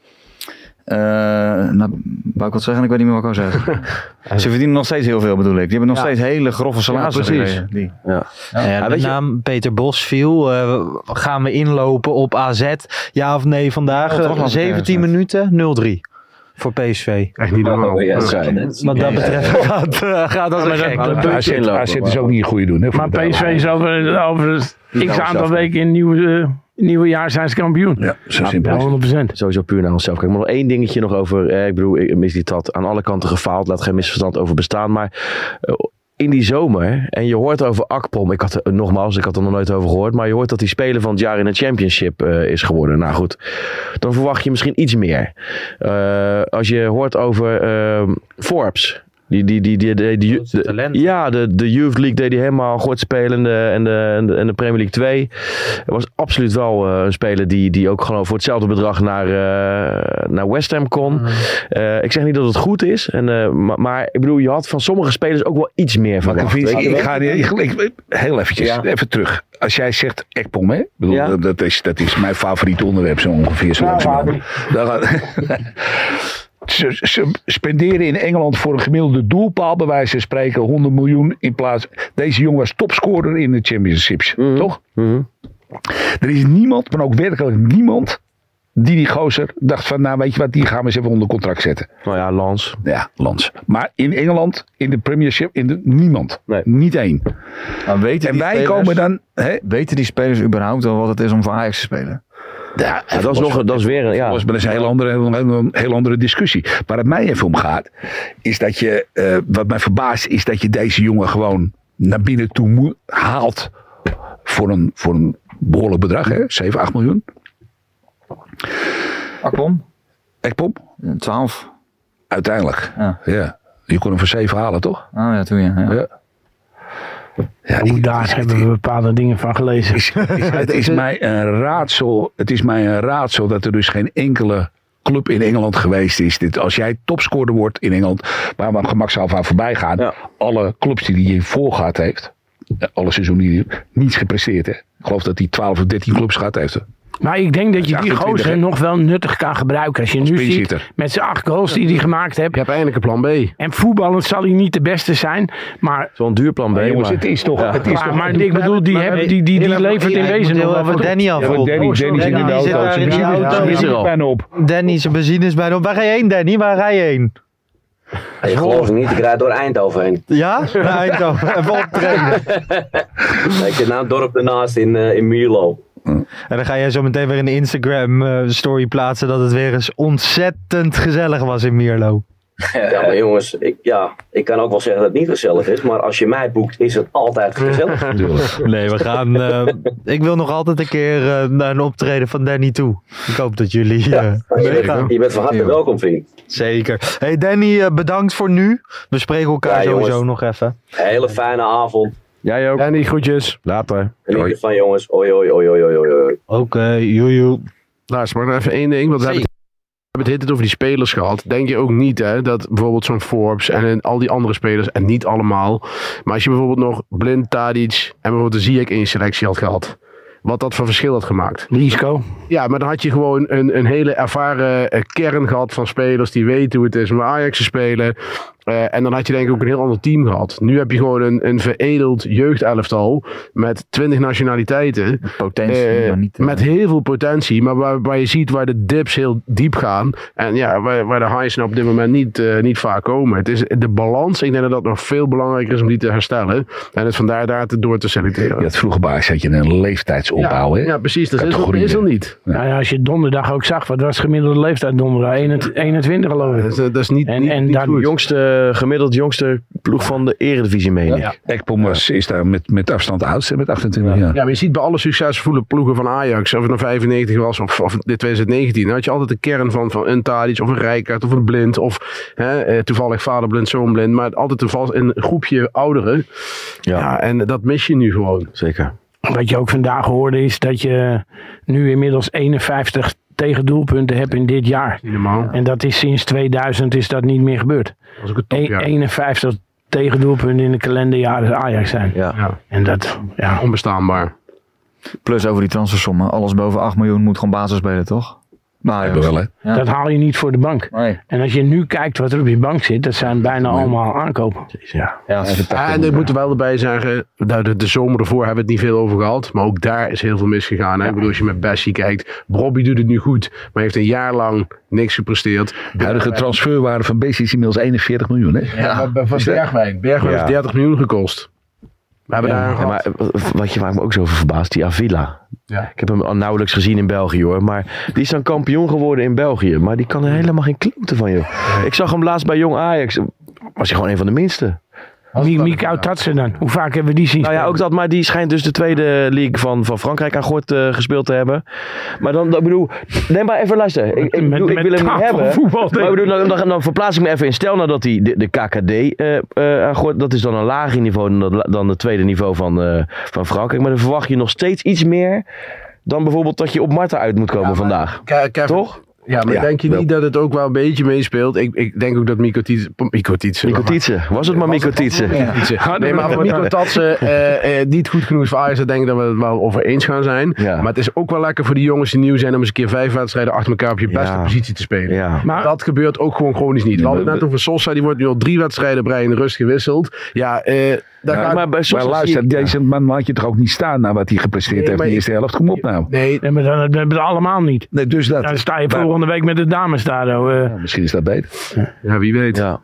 uh, nou, wou ik wat zeggen? Ik weet niet meer wat ik wou zeggen. Ze verdienen nog steeds heel veel, bedoel ik. Die hebben nog ja. steeds hele grove salarissen. Ja, precies. Die. Ja. Ja. Ja, ja, de naam Peter Bos viel. Uh, gaan we inlopen op A Z? Ja of nee vandaag? Ja, zeventien minuten, nul drie. Voor P S V. Echt niet normaal. Oh, ja, wat dat betreft gaat, uh, gaat dat een gek. A Z is ook niet een goede doen. Hè, maar P S V is over, over x aantal weken in nieuwe... Uh, nieuwe jaar zijn ze kampioen. Ja, zo simpel. Ja, honderd procent. Sowieso puur naar onszelf. Kijk, maar nog één dingetje nog over. Eh, ik bedoel, ik mis die dat aan alle kanten gefaald. Laat geen misverstand over bestaan. Maar uh, in die zomer, en je hoort over Akpom. Ik had er, nogmaals, ik had er nog nooit over gehoord. Maar je hoort dat hij speler van het jaar in de Championship uh, is geworden. Nou goed, dan verwacht je misschien iets meer. Uh, als je hoort over uh, Forbes. Die, die, die, die, die, die, die de, ja, de, de Youth League deed hij helemaal goed spelen. En de, en, de, en, de, en de Premier League twee. Er was absoluut wel uh, een speler die, die ook gewoon voor hetzelfde bedrag naar, uh, naar West Ham kon. Mm. Uh, ik zeg niet dat het goed is. En, uh, maar, maar ik bedoel, je had van sommige spelers ook wel iets meer verwacht. Ik, ik ga ik, ik, heel eventjes, ja. even terug. Als jij zegt Ekpom, hè? Bedoel, ja. dat, is, dat is mijn favoriete onderwerp zo ongeveer. Zo ja, Ze, ze spenderen in Engeland voor een gemiddelde doelpaal, bij wijze van spreken, honderd miljoen in plaats. Deze jongen was topscorer in de Championships, mm-hmm. toch? Mm-hmm. Er is niemand, maar ook werkelijk niemand, die die gozer dacht van, nou weet je wat, die gaan we eens even onder contract zetten. Nou ja, Lans. Ja, Lans. Maar in Engeland, in de Premiership, in de, niemand. Nee. Niet één. En weten en wij spelers, komen dan... Hè? Weten die spelers überhaupt wel wat het is om voor Ajax te spelen? Ja, ja, dat is nog, dat is weer een, ja. Dat is een heel andere, een heel andere discussie. Waar het mij even om gaat, is dat je, uh, wat mij verbaast, is dat je deze jongen gewoon naar binnen toe mo- haalt voor een, voor een behoorlijk bedrag, hè? zeven, acht miljoen. Akpom? Ekpom? twaalf. Uiteindelijk. Ja. ja. Je kon hem voor zeven halen, toch? Oh ja, toen ja. ja. ja. Ja, Ook daar het, hebben we bepaalde dingen van gelezen. Is, is, het is mij een raadsel. Het is mij een raadsel dat er dus geen enkele club in Engeland geweest is. Dit, als jij topscorer wordt in Engeland, waar we gemakshalve aan voorbij gaan. Ja. Alle clubs die hij hiervoor gehad heeft, alle seizoenen die niets gepresteerd. Hè. Ik geloof dat hij twaalf of dertien clubs gehad heeft. Hè. Maar ik denk dat je die gozer nog wel nuttig kan gebruiken. Als je als nu ziet, met zijn acht goals die hij gemaakt heeft. Je hebt eindelijk een plan B. En voetballend zal hij niet de beste zijn. Maar zo'n duur plan B. Maar jongens, het is toch... Ja. Het is maar toch maar ik bedoel, die, heb, die, die, die, die levert in wezen nog wel wat Danny al voor. Danny, Danny zit in de auto. Danny zit er bijna op. Danny, zijn benzine is bijna op. Waar ga je heen, Danny? Waar ga je heen? Ja, je gelooft het niet, ik rijd door Eindhoven heen. Ja? Naar Eindhoven. Even optreden. Ik zit nou een dorp ernaast in, uh, in Mierlo. En dan ga jij zo meteen weer in de Instagram uh, story plaatsen dat het weer eens ontzettend gezellig was in Mierlo. Ja, maar jongens, ik, ja, ik kan ook wel zeggen dat het niet gezellig is, maar als je mij boekt is het altijd gezellig. Nee, we gaan... Uh, ik wil nog altijd een keer uh, naar een optreden van Danny toe. Ik hoop dat jullie uh, ja, meegaan. Je bent van harte welkom, vriend. Zeker. Hey Danny, uh, bedankt voor nu. We spreken elkaar ja, sowieso jongens, nog even. Een hele fijne avond. Jij ook. Danny, groetjes. Later. Geniet van jongens. Oi, oi, oi, oi, oi, oi. Oké, okay, joejoe. Luister, maar nog even één ding. Want we hebben het hele tijd over die spelers gehad. Denk je ook niet hè, dat bijvoorbeeld zo'n Forbes en al die andere spelers, en niet allemaal, maar als je bijvoorbeeld nog Blind, Tadic en bijvoorbeeld de Ziyech in je selectie had gehad, wat dat voor verschil had gemaakt. Risico. Ja, maar dan had je gewoon een, een hele ervaren uh, kern gehad van spelers die weten hoe het is om Ajax te spelen. Uh, en dan had je denk ik ook een heel ander team gehad. Nu heb je gewoon een, een veredeld jeugdelftal met twintig nationaliteiten. Potentie. Uh, niet, met heel veel potentie, maar waar, waar je ziet waar de dips heel diep gaan. En ja, waar, waar de highs op dit moment niet, uh, niet vaak komen. Het is de balans, ik denk dat dat nog veel belangrijker is om die te herstellen. En het vandaar daar te door te selecteren. Ja, het vroege baas had je een leeftijdsopbouw. Ja, hè? ja precies. Dat is, is er niet. Ja. Nou ja, als je donderdag ook zag, wat was gemiddelde leeftijd donderdag? eenentwintig geloof ik. Dat is, dat is niet, en, niet, en niet daar goed. De jongste, gemiddeld jongste ploeg van de Eredivisie, meen ik. Ja. Ekpom was, is daar met, met afstand de oudste, met achtentwintig ja. jaar. Ja, maar je ziet bij alle succesvolle ploegen van Ajax, of het nou vijfennegentig was of, of dit twintig negentien, dan had je altijd de kern van, van een Tadic of een Rijkaard of een Blind of hè, toevallig vader blind, zoon blind, maar altijd een, een groepje ouderen. Ja. ja, en dat mis je nu gewoon. Zeker. Wat je ook vandaag hoorde is dat je nu inmiddels eenenvijftig tegendoelpunten hebt in dit jaar. Normaal. En dat is sinds tweeduizend is dat niet meer gebeurd. Dat was ook een topjaar. E- eenenvijftig tegendoelpunten in de kalenderjaren Ajax zijn. Ja. Ja. En dat, ja. Onbestaanbaar. Plus over die transfersommen. Alles boven acht miljoen moet gewoon basis spelen, toch? Nou, ja, wel, hè? Ja. Dat haal je niet voor de bank. Nee. En als je nu kijkt wat er op je bank zit, dat zijn bijna nee. allemaal aankopen. Ja. Ja, ja, en ik moet er wel erbij zeggen, de, de zomer ervoor hebben we het niet veel over gehad. Maar ook daar is heel veel misgegaan. Hè? Ja. Ik bedoel, als je met Bessie kijkt, Bobby doet het nu goed, maar heeft een jaar lang niks gepresteerd. De huidige transferwaarde van Bessie is inmiddels eenenveertig miljoen. Hè? Ja, ja, maar van Bergwijn. Bergwijn ja. heeft dertig miljoen gekost. We hebben ja, daar ja, maar wat je waar me ook zo over verbaast, die Avila. Ja. Ik heb hem al nauwelijks gezien in België hoor. Maar die is dan kampioen geworden in België. Maar die kan er helemaal geen kloten van joh. Nee. Ik zag hem laatst bij Jong Ajax. Was hij gewoon een van de minste. Mikau Tatsen dan. Hoe vaak hebben we die zien Nou ja, ook dat, maar die schijnt dus de tweede league van, van Frankrijk aan gort uh, gespeeld te hebben. Maar dan, dan bedoel, neem maar even luisteren. Ik, ik, bedoel, ik wil hem niet hebben. Voetbal, maar bedoel, dan, dan, dan verplaats ik me even in. Stel nou dat hij de, de K K D uh, uh, aan gort, dat is dan een lager niveau dan, dan het tweede niveau van, uh, van Frankrijk. Maar dan verwacht je nog steeds iets meer dan bijvoorbeeld dat je op Marta uit moet komen ja, vandaag. Kevin, toch? Ja, maar ja, denk je wel. Niet dat het ook wel een beetje meespeelt? Ik, ik denk ook dat Mico Tietze... Mico Tietze. Mico Tietze. Was het maar Mico Tietze? Ja. Nee, maar voor Mico Tatsen uh, uh, niet goed genoeg is voor Ajax. Dan denk ik dat we het wel over eens gaan zijn. Ja. Maar het is ook wel lekker voor die jongens die nieuw zijn om eens een keer vijf wedstrijden achter elkaar op je beste ja. positie te spelen. Ja. Maar dat gebeurt ook gewoon chronisch niet. We hadden het net over Sosa. Die wordt nu al drie wedstrijden bij in de rust gewisseld. Ja, uh, Ja, maar, maar, bij maar luister, je, deze ja. man laat je toch ook niet staan naar wat hij gepresteerd nee, heeft in de eerste helft. Kom op nou. Nee, nee maar dan hebben we allemaal niet. Nee, dus dat. Dan sta je maar, volgende week met de dames daar. Uh. Ja, misschien is dat beter. Ja, wie weet. Ja.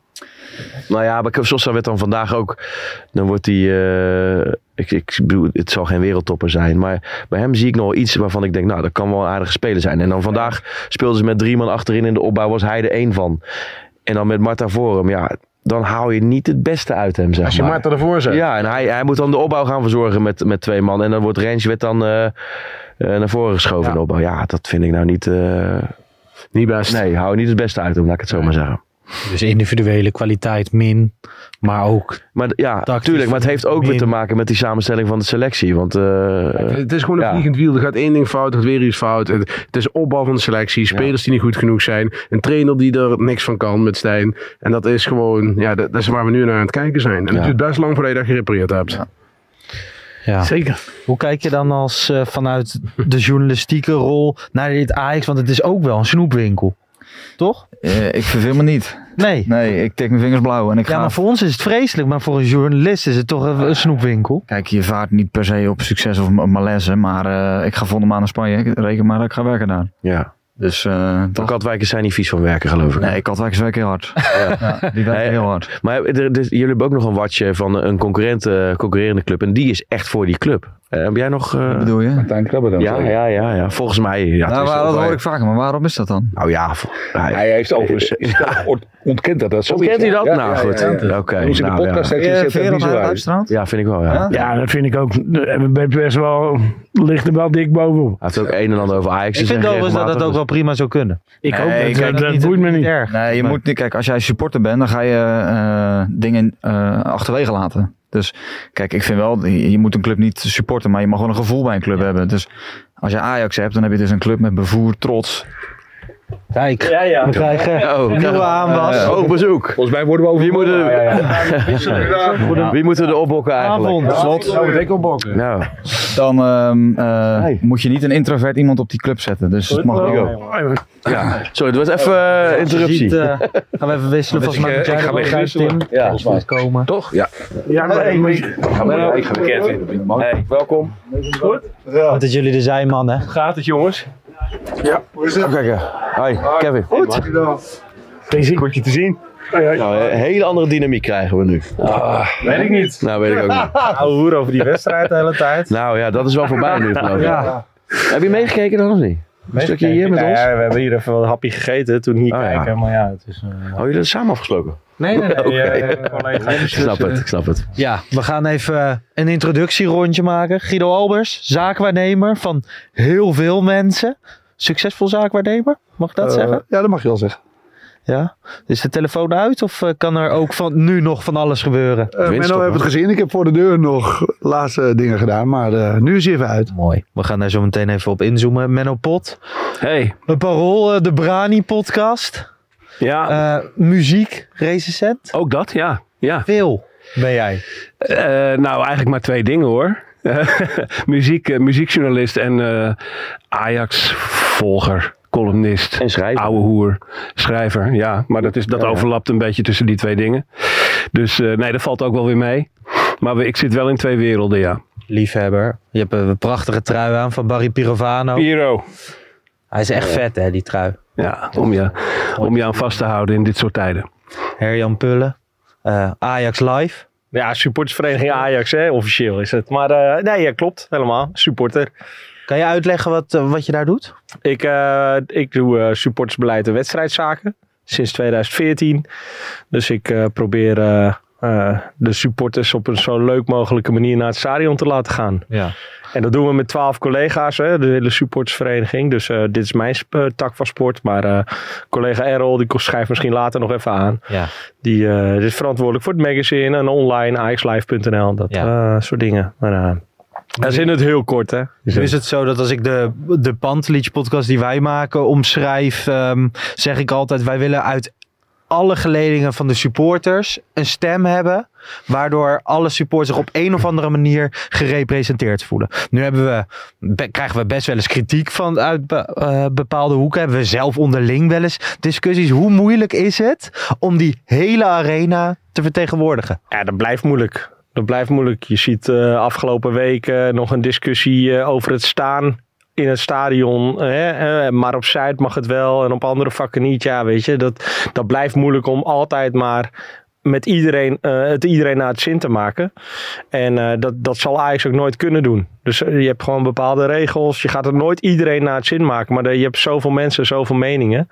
Nou ja, bij Sosa werd dan vandaag ook... Dan wordt hij... Uh, ik, ik bedoel, het zal geen wereldtopper zijn. Maar bij hem zie ik nog iets waarvan ik denk... Nou, dat kan wel een aardige speler zijn. En dan vandaag speelden ze met drie man achterin in de opbouw. Was hij er één van. En dan met Marta voor hem. Ja... Dan haal je niet het beste uit hem, zeg Als je maar. Marta ervoor zet. Ja, en hij, hij moet dan de opbouw gaan verzorgen met, met twee man. En dan wordt Renswet dan uh, uh, naar voren geschoven ja. in de opbouw. Ja, dat vind ik nou niet... Uh, niet best. Nee, hou niet het beste uit hem, laat ik het zo nee. maar zeggen. Dus individuele kwaliteit min, maar ook... Maar ja, tuurlijk, maar het heeft ook min. weer te maken met die samenstelling van de selectie. Want, uh, ja, het is gewoon een ja. vliegend wiel. Er gaat één ding fout, er gaat weer iets fout. Het, het is opbouw van de selectie, spelers ja. die niet goed genoeg zijn. Een trainer die er niks van kan met Stijn. En dat is gewoon, ja, dat, dat is waar we nu naar aan het kijken zijn. En ja. het duurt best lang voordat je dat gerepareerd hebt. Ja. Ja. Zeker. Hoe kijk je dan als uh, vanuit de journalistieke rol naar dit Ajax? Want het is ook wel een snoepwinkel. Toch? Uh, ik verveel me niet. Nee. Nee, ik tik mijn vingers blauw. En ik ja, ga... maar voor ons is het vreselijk. Maar voor een journalist is het toch een, een snoepwinkel. Kijk, je vaart niet per se op succes of malaise. Maar uh, ik ga volgende maand naar Spanje. Ik reken maar dat ik ga werken daar. Ja. Dus, uh, toch? Katwijkers zijn niet vies van werken, geloof ik. Nee, Katwijkers werken heel hard. Ja. Ja, die werken heel hard. Maar er, er, jullie hebben ook nog een watje van een concurrent, uh, concurrerende club. En die is echt voor die club. Uh, heb jij nog... Uh... Wat bedoel je? Martijn Krabbe dan? Ja, ja, ja, ja, volgens mij... Ja, nou, waar, dat hoor ik vaker, maar waarom is dat dan? Nou ja... Hij, hij heeft overigens... Ja. Ontkent dat? dat Ontkent hij dat? Ja, nou ja, goed. Ja, ja, ja. Oké. Okay, nou, de podcast ja. heeft ja, vind je dat niet zo uit. Ja, vind ik wel, ja. Ja, ja dat vind ik ook... Best wel... Ligt er wel dik bovenop. Hij heeft ook een en ander over Ajax. Ik vind overigens dat dat ook wel prima zou kunnen. Ik nee, ook. Dat, dat, dat boeit me niet. Erg. Nee, je nee. moet niet... Kijk, als jij supporter bent, dan ga je uh, dingen uh, achterwege laten. Dus kijk, ik vind wel, je moet een club niet supporten, maar je mag wel een gevoel bij een club ja. hebben. Dus als je Ajax hebt, dan heb je dus een club met bevoer, trots. Kijk, ja, ja. we krijgen oh, nieuwe aanwas. Uh, hoog bezoek. Volgens mij worden we over... Wie moeten ja, ja, ja. Wie moeten er opbokken eigenlijk? Avond. Slot. Zou ik opbokken. Nou. Dan um, uh, hey. moet je niet een introvert iemand op die club zetten. Dus het mag wel. Ja. Sorry, het was even uh, interruptie. Ziet, uh, gaan we even wisselen. Volgens mij moet jij er ook uit, Tim. Ja, moet komen. Toch? Ja. Ja, maar één week. Ik ga met Kevin. Hey, welkom. Goed? Wat dat jullie er zijn, man, hè? Gaat het, jongens? Ja. Kijk, hi, Kevin. Goed. Deze kortje te zien. Nou, een hele andere dynamiek krijgen we nu. Ah, weet ik niet. Nou, weet ik ook niet. Oude hoer over die wedstrijd de hele tijd. Nou ja, dat is wel voorbij nu, geloof ik. Ja. Heb je meegekeken dan of niet? Een stukje hier met ja, ons? Ja, we hebben hier even wat happy gegeten toen hier oh, kijken. Ja. Maar ja, het is... Uh... Oh, jullie hebben samen afgesproken? Nee, nee, nee. Okay. Uh, collega. Ik snap het, ik snap het. Ja, we gaan even een introductierondje maken. Guido Albers, zaakwaarnemer van heel veel mensen. Succesvol zaakwaarnemer, mag ik dat uh, zeggen? Ja, dat mag je wel zeggen. Ja? Is de telefoon uit of uh, kan er ook van, nu nog van alles gebeuren? Uh, Menno heeft het gezien. Ik heb voor de deur nog laatste dingen gedaan, maar uh, nu is hij even uit. Mooi. We gaan daar zo meteen even op inzoomen. Menno Pot. Hey. Een Parool, uh, de Brani podcast. Ja. Uh, muziek, recensent. Ook dat, ja. ja. Veel ben jij? Uh, nou, eigenlijk maar twee dingen hoor. Muziek, uh, muziekjournalist en uh, Ajax-volger. Columnist, en schrijver. Oude hoer, schrijver, ja. Maar dat, is, dat ja, ja. overlapt een beetje tussen die twee dingen. Dus uh, nee, dat valt ook wel weer mee. Maar we, ik zit wel in twee werelden, ja. Liefhebber. Je hebt een prachtige trui aan van Barry Pirovano. Piro. Hij is echt ja. vet, hè, die trui. Ja, om je, om je aan vast te houden in dit soort tijden. Herjan Pullen, uh, Ajax Live. Ja, supportersvereniging Ajax, hè, officieel is het. Maar uh, nee, ja, klopt, helemaal. Supporter. Kan je uitleggen wat, uh, wat je daar doet? Ik, uh, ik doe uh, supportersbeleid en wedstrijdzaken sinds tweeduizend veertien. Dus ik uh, probeer uh, uh, de supporters op een zo leuk mogelijke manier naar het stadion te laten gaan. Ja. En dat doen we met twaalf collega's, hè, de hele supportersvereniging. Dus uh, dit is mijn uh, tak van sport. Maar uh, collega Errol, die schrijft misschien later nog even aan. Ja. Die uh, is verantwoordelijk voor het magazine en online, ajaxlive punt n l. Dat ja. uh, soort dingen. Maar uh, dat is in het heel kort, hè. Dus is het zo dat als ik de, de Pantelic podcast die wij maken omschrijf, um, zeg ik altijd, wij willen uit alle geledingen van de supporters een stem hebben, waardoor alle supporters zich op een of andere manier gerepresenteerd voelen. Nu hebben we, be, krijgen we best wel eens kritiek van uit be, uh, bepaalde hoeken. Hebben we zelf onderling wel eens discussies. Hoe moeilijk is het om die hele arena te vertegenwoordigen? Ja, dat blijft moeilijk. Dat blijft moeilijk. Je ziet uh, afgelopen weken nog een discussie uh, over het staan in het stadion. Hè? Uh, maar op Zuid mag het wel en op andere vakken niet. Ja, weet je, dat, dat blijft moeilijk om altijd maar met iedereen, uh, het iedereen naar het zin te maken. En uh, dat, dat zal Ajax ook nooit kunnen doen. Dus uh, je hebt gewoon bepaalde regels. Je gaat er nooit iedereen naar het zin maken. Maar de, je hebt zoveel mensen, zoveel meningen.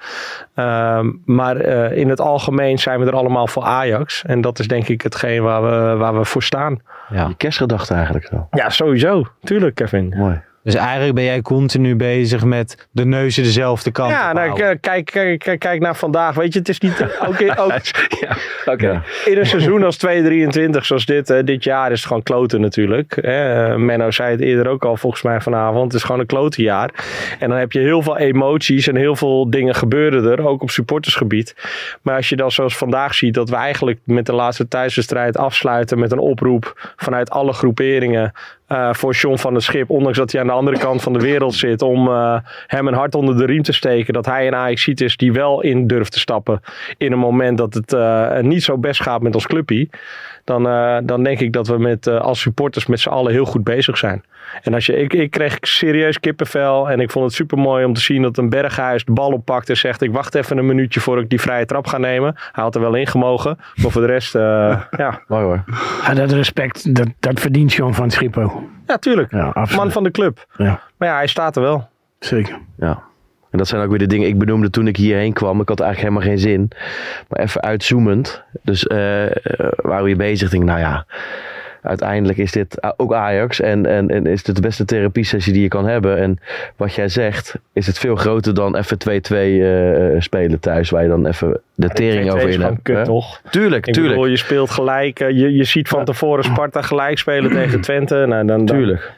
Uh, maar uh, in het algemeen zijn we er allemaal voor Ajax. En dat is denk ik hetgeen waar we, waar we voor staan. Ja. Die kerstgedachte eigenlijk zo. Ja, sowieso. Tuurlijk, Kevin. Mooi. Dus eigenlijk ben jij continu bezig met de neuzen dezelfde kant ja, nou, kijk, kijk, kijk, kijk naar vandaag. Weet je, het is niet... Ook in, ook, ja, okay. ja. in een seizoen als tweeduizend drieëntwintig zoals dit, uh, dit jaar is het gewoon kloten natuurlijk. Uh, Menno zei het eerder ook al volgens mij vanavond. Het is gewoon een klotenjaar. En dan heb je heel veel emoties en heel veel dingen gebeuren er, ook op supportersgebied. Maar als je dan zoals vandaag ziet dat we eigenlijk met de laatste thuiswedstrijd afsluiten met een oproep vanuit alle groeperingen Uh, voor John van der Schip, ondanks dat hij aan de andere kant van de wereld zit, om uh, hem een hart onder de riem te steken. Dat hij een Ajaxiet is die wel in durft te stappen in een moment dat het uh, niet zo best gaat met ons clubpie. Dan, uh, dan denk ik dat we met, uh, als supporters met z'n allen heel goed bezig zijn. En als je, ik, ik kreeg serieus kippenvel en ik vond het super mooi om te zien dat een Berghuis de bal oppakt en zegt: ik wacht even een minuutje voor ik die vrije trap ga nemen. Hij had er wel in gemogen, maar voor de rest, uh, ja. Mooi hoor. Ja, dat respect, dat, dat verdient John van Schippo. Ja, tuurlijk. Ja, man van de club. Ja. Maar ja, hij staat er wel. Zeker. Ja. En dat zijn ook weer de dingen ik benoemde toen ik hierheen kwam. Ik had eigenlijk helemaal geen zin. Maar even uitzoomend. Dus uh, waren we hier bezig. Denk nou ja, uiteindelijk is dit ook Ajax. En, en, en is dit de beste therapiesessie die je kan hebben. En wat jij zegt, is het veel groter dan even twee-twee uh, spelen thuis. Waar je dan even de tering ja, over in hebt. Kut, toch? Tuurlijk, ik tuurlijk. Bedoel, je speelt gelijk. Je, je ziet van tevoren Sparta gelijk spelen tegen Twente. Nou, dan, dan, tuurlijk.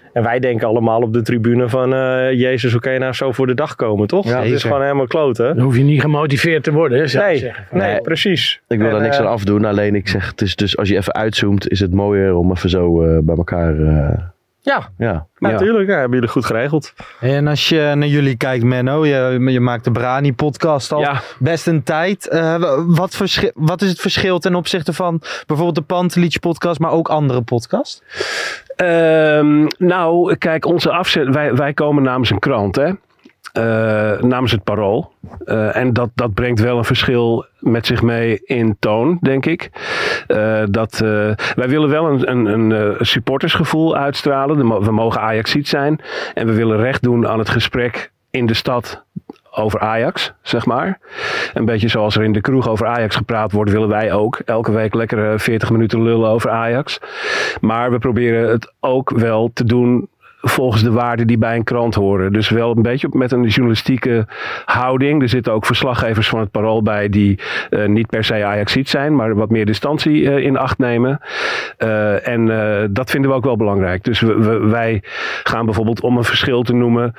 En wij denken allemaal op de tribune van... Uh, Jezus, hoe kan je nou zo voor de dag komen, toch? Ja, het is gewoon helemaal kloten. Dan hoef je niet gemotiveerd te worden, hè, zou nee, ik zeggen. Nee, nee, precies. Ik wil en, daar niks uh, aan afdoen. Alleen ik zeg, het is dus als je even uitzoomt... is het mooier om even zo uh, bij elkaar... Uh, Ja, ja. natuurlijk. Ja, hebben jullie goed geregeld. En als je naar jullie kijkt, Menno, je, je maakt de Brani-podcast al ja. best een tijd. Uh, wat, verschil, wat is het verschil ten opzichte van bijvoorbeeld de Pantelic-podcast, maar ook andere podcasts? Um, nou, kijk, onze afzet, wij, wij komen namens een krant, hè. Uh, namens het Parool. Uh, en dat, dat brengt wel een verschil met zich mee in toon, denk ik. Uh, dat, uh, wij willen wel een, een, een supportersgevoel uitstralen. We mogen Ajaxiet zijn. En we willen recht doen aan het gesprek in de stad over Ajax, zeg maar. Een beetje zoals er in de kroeg over Ajax gepraat wordt, willen wij ook elke week lekker veertig minuten lullen over Ajax. Maar we proberen het ook wel te doen volgens de waarden die bij een krant horen. Dus wel een beetje met een journalistieke houding. Er zitten ook verslaggevers van het Parool bij die uh, niet per se Ajaxiet zijn, maar wat meer distantie uh, in acht nemen. Uh, en uh, dat vinden we ook wel belangrijk. Dus we, we, wij gaan bijvoorbeeld, om een verschil te noemen,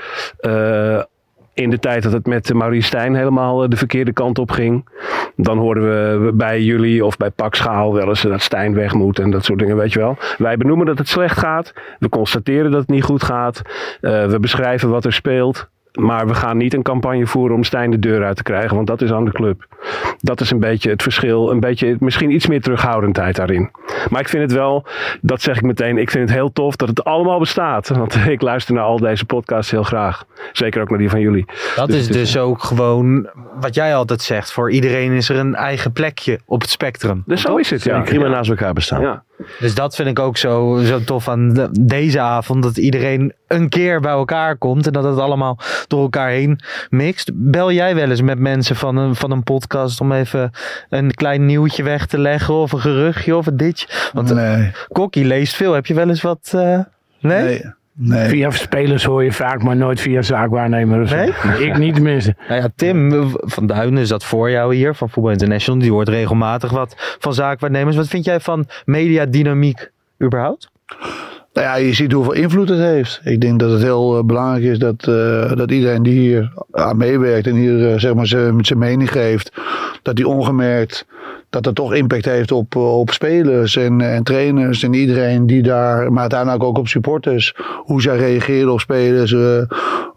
uh, in de tijd dat het met Maurice Stijn helemaal de verkeerde kant op ging. Dan hoorden we bij jullie of bij Pak Schaal wel eens dat Stijn weg moet en dat soort dingen, weet je wel. Wij benoemen dat het slecht gaat. We constateren dat het niet goed gaat. Uh, we beschrijven wat er speelt. Maar we gaan niet een campagne voeren om Stijn de deur uit te krijgen, want dat is aan de club. Dat is een beetje het verschil. Een beetje, misschien iets meer terughoudendheid daarin. Maar ik vind het wel, dat zeg ik meteen, ik vind het heel tof dat het allemaal bestaat. Want ik luister naar al deze podcasts heel graag. Zeker ook naar die van jullie. Dat dus is dus is, ook gewoon wat jij altijd zegt. Voor iedereen is er een eigen plekje op het spectrum. Dus zo is het, ja. Die prima naast elkaar bestaan. Ja. Dus dat vind ik ook zo, zo tof aan de, deze avond. Dat iedereen een keer bij elkaar komt. En dat het allemaal door elkaar heen mixt. Bel jij wel eens met mensen van een, van een podcast om even een klein nieuwtje weg te leggen? Of een geruchtje of een ditje? Want nee. Kokkie leest veel. Heb je wel eens wat... Uh, nee? nee. Nee. Via spelers hoor je vaak, maar nooit via zaakwaarnemers. Nee? Ik niet tenminste. Nou ja, Tim van Duinen zat voor jou hier van Voetbal International. Die hoort regelmatig wat van zaakwaarnemers. Wat vind jij van mediadynamiek überhaupt? Nou ja, je ziet hoeveel invloed het heeft. Ik denk dat het heel uh, belangrijk is dat, uh, dat iedereen die hier aan meewerkt en hier uh, zeg maar zijn mening geeft, dat die ongemerkt dat dat toch impact heeft op, op spelers en, en trainers en iedereen die daar, maar uiteindelijk ook op supporters, hoe zij reageren op spelers. Uh, uh,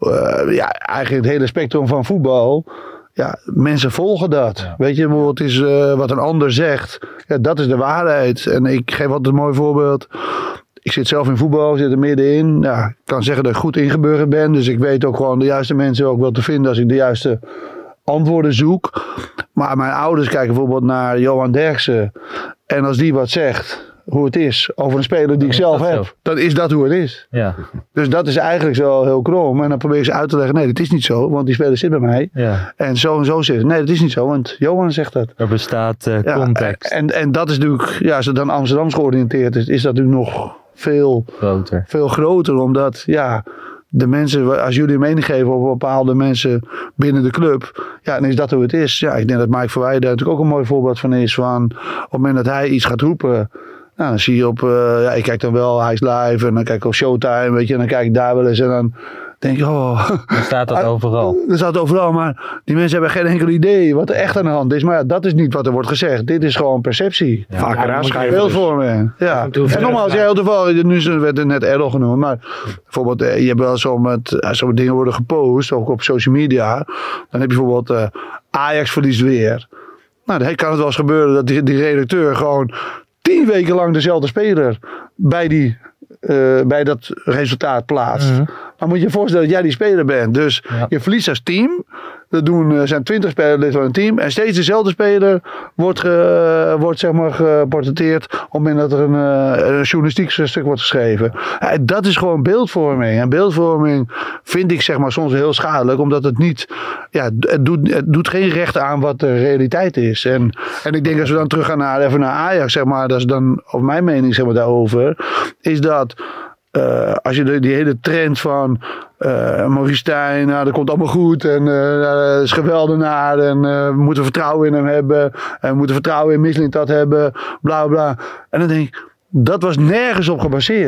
ja, eigenlijk het hele spectrum van voetbal. Ja, mensen volgen dat. Ja. Weet je, bijvoorbeeld is uh, wat een ander zegt. Ja, dat is de waarheid. En ik geef altijd een mooi voorbeeld. Ik zit zelf in voetbal, zit er middenin. Ja, ik kan zeggen dat ik goed ingeburgerd ben. Dus ik weet ook gewoon de juiste mensen ook wel te vinden als ik de juiste antwoorden zoek. Maar mijn ouders kijken bijvoorbeeld naar Johan Derksen. En als die wat zegt, hoe het is, over een speler die ik zelf heb, zo. Dan is dat hoe het is. Ja. Dus dat is eigenlijk zo heel krom. En dan probeer ik ze uit te leggen, nee, dat is niet zo, want die speler zit bij mij. Ja. En zo en zo zit het. Nee, dat is niet zo, want Johan zegt dat. Er bestaat uh, ja, context. En, en dat is natuurlijk, ja, als het dan Amsterdams georiënteerd is, is dat natuurlijk nog veel groter. Veel groter, omdat, ja, de mensen, als jullie mening geven over bepaalde mensen binnen de club, ja, dan is dat hoe het is. Ja, ik denk dat Mike Verwij daar natuurlijk ook een mooi voorbeeld van is, van op het moment dat hij iets gaat roepen, nou, dan zie je op, uh, ja, ik kijk dan wel, hij is live en dan kijk ik op Showtime, weet je, en dan kijk ik daar wel eens en dan denk je, oh. Dan staat dat overal. Dan staat het overal, maar die mensen hebben geen enkel idee wat er echt aan de hand is. Maar ja, dat is niet wat er wordt gezegd. Dit is gewoon perceptie. Ja, vaker ja, aanschrijven. Beeldvorming. Ja. En nogmaals, jij heel toevallig, nu werd er net Errol genoemd, maar bijvoorbeeld, je hebt wel zo met, zo met dingen worden gepost, ook op social media. Dan heb je bijvoorbeeld uh, Ajax verliest weer. Nou, dan kan het wel eens gebeuren dat die, die redacteur gewoon tien weken lang dezelfde speler bij die Uh, bij dat resultaat plaatst. Uh-huh. Maar moet je je voorstellen dat jij die speler bent. Dus ja. Je verliest als team. Er doen, uh, zijn twintig spelers lid van een team. En steeds dezelfde speler wordt, ge, uh, wordt zeg maar geportretteerd. Op het moment dat er een, uh, een journalistiek stuk wordt geschreven. Uh, dat is gewoon beeldvorming. En beeldvorming vind ik zeg maar soms heel schadelijk. Omdat het niet, ja, het doet, het doet geen recht aan wat de realiteit is. En, en ik denk als we dan terug gaan naar, even naar Ajax, zeg maar. Dat is dan, of mijn mening zeg maar daarover. Is dat Uh, als je de, die hele trend van uh, Maurice Stijn, nou, dat komt allemaal goed en uh, is geweldenaar en uh, we moeten vertrouwen in hem hebben en we moeten vertrouwen in Mislintat hebben, bla bla. En dan denk ik, dat was nergens op gebaseerd.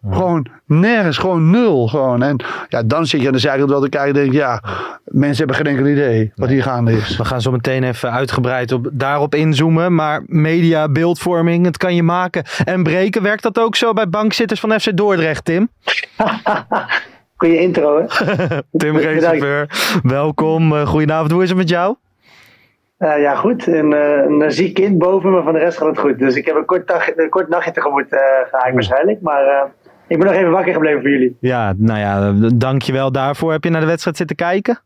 Gewoon nergens, gewoon nul. Gewoon. En ja, dan zit je aan de zijkant wel te kijken en denk ja, mensen hebben geen enkel idee wat hier gaande is. We gaan zo meteen even uitgebreid op, daarop inzoomen. Maar media, beeldvorming, het kan je maken en breken. Werkt dat ook zo bij bankzitters van F C Dordrecht, Tim? Goeie intro, hè? Tim Reeserveur, welkom. Uh, goedenavond, hoe is het met jou? Uh, ja, goed. Een, uh, een ziek kind boven, maar van de rest gaat het goed. Dus ik heb een kort, dag, een kort nachtje tegemoet uh, gehaald waarschijnlijk. Maar uh, ik ben nog even wakker gebleven voor jullie. Ja, nou ja, dankjewel daarvoor. Heb je naar de wedstrijd zitten kijken?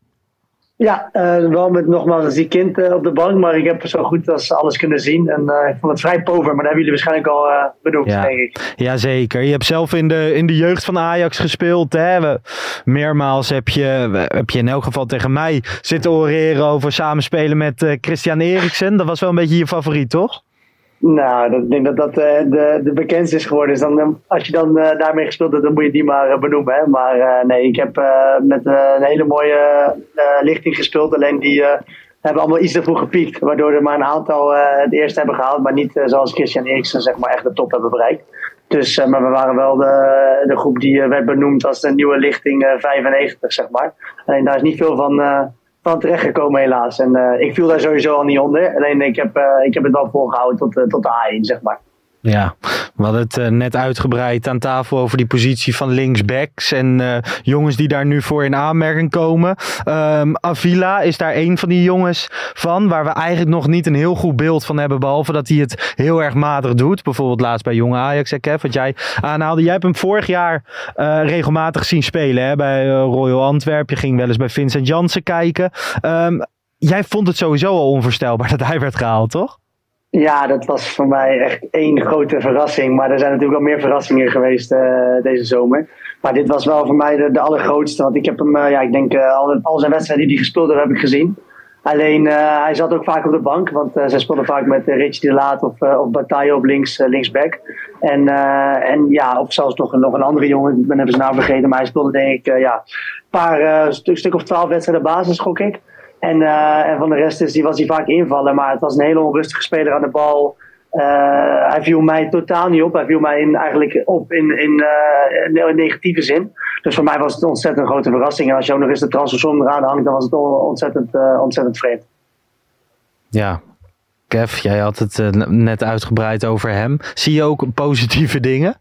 Ja, uh, wel met nogmaals een ziek kind uh, op de bank. Maar ik heb zo goed als alles kunnen zien. En uh, ik vond het vrij pover, maar dat hebben jullie waarschijnlijk al uh, bedoeld, ja. denk ik. Jazeker. Je hebt zelf in de, in de jeugd van Ajax gespeeld. Hè? We, meermaals heb je, heb je in elk geval tegen mij zitten oreren over samenspelen met uh, Christian Eriksen. Dat was wel een beetje je favoriet, toch? Nou, dat, ik denk dat dat uh, de, de bekendste is geworden. Dus dan, als je dan uh, daarmee gespeeld hebt, dan moet je die maar uh, benoemen. Hè? Maar uh, nee, ik heb uh, met uh, een hele mooie uh, lichting gespeeld. Alleen die uh, hebben allemaal iets te vroeg gepiekt. Waardoor er maar een aantal uh, het eerst hebben gehaald. Maar niet uh, zoals Christian Eriksen zeg maar echt de top hebben bereikt. Dus, uh, maar we waren wel de, de groep die uh, werd benoemd als de nieuwe lichting uh, vijfennegentig, zeg maar. Alleen daar is niet veel van... Uh, van terechtgekomen helaas. En uh, ik viel daar sowieso al niet onder. Alleen ik heb, uh, ik heb het wel volgehouden tot, uh, tot de A één, zeg maar. Ja, we hadden het uh, net uitgebreid aan tafel over die positie van linksbacks en uh, jongens die daar nu voor in aanmerking komen. Um, Avila is daar een van die jongens van, waar we eigenlijk nog niet een heel goed beeld van hebben, behalve dat hij het heel erg matig doet. Bijvoorbeeld laatst bij Jonge Ajax, Kev, wat jij aanhaalde. Jij hebt hem vorig jaar uh, regelmatig zien spelen hè, bij uh, Royal Antwerp. Je ging wel eens bij Vincent Janssen kijken. Um, jij vond het sowieso al onvoorstelbaar dat hij werd gehaald, toch? Ja, dat was voor mij echt één grote verrassing. Maar er zijn natuurlijk wel meer verrassingen geweest uh, deze zomer. Maar dit was wel voor mij de, de allergrootste. Want ik heb hem, uh, ja, ik denk uh, al, al zijn wedstrijden die hij gespeeld heeft, heb ik gezien. Alleen uh, hij zat ook vaak op de bank. Want uh, zij speelden vaak met uh, Richie de Laat of, uh, of Bataille op links, uh, linksback. En, uh, en ja, of zelfs nog, nog een andere jongen. Ik ben even zijn naam vergeten. Maar hij speelde denk ik uh, ja, een paar uh, stuk, stuk of twaalf wedstrijden basis, gok ik. En, uh, en van de rest is, die was hij vaak invallen. Maar het was een hele onrustige speler aan de bal. Uh, hij viel mij totaal niet op. Hij viel mij in, eigenlijk op in, in, uh, in negatieve zin. Dus voor mij was het een ontzettend grote verrassing. En als je ook nog eens de transfersom eraan hangt, dan was het ontzettend, uh, ontzettend vreemd. Ja, Kev, jij had het uh, net uitgebreid over hem. Zie je ook positieve dingen?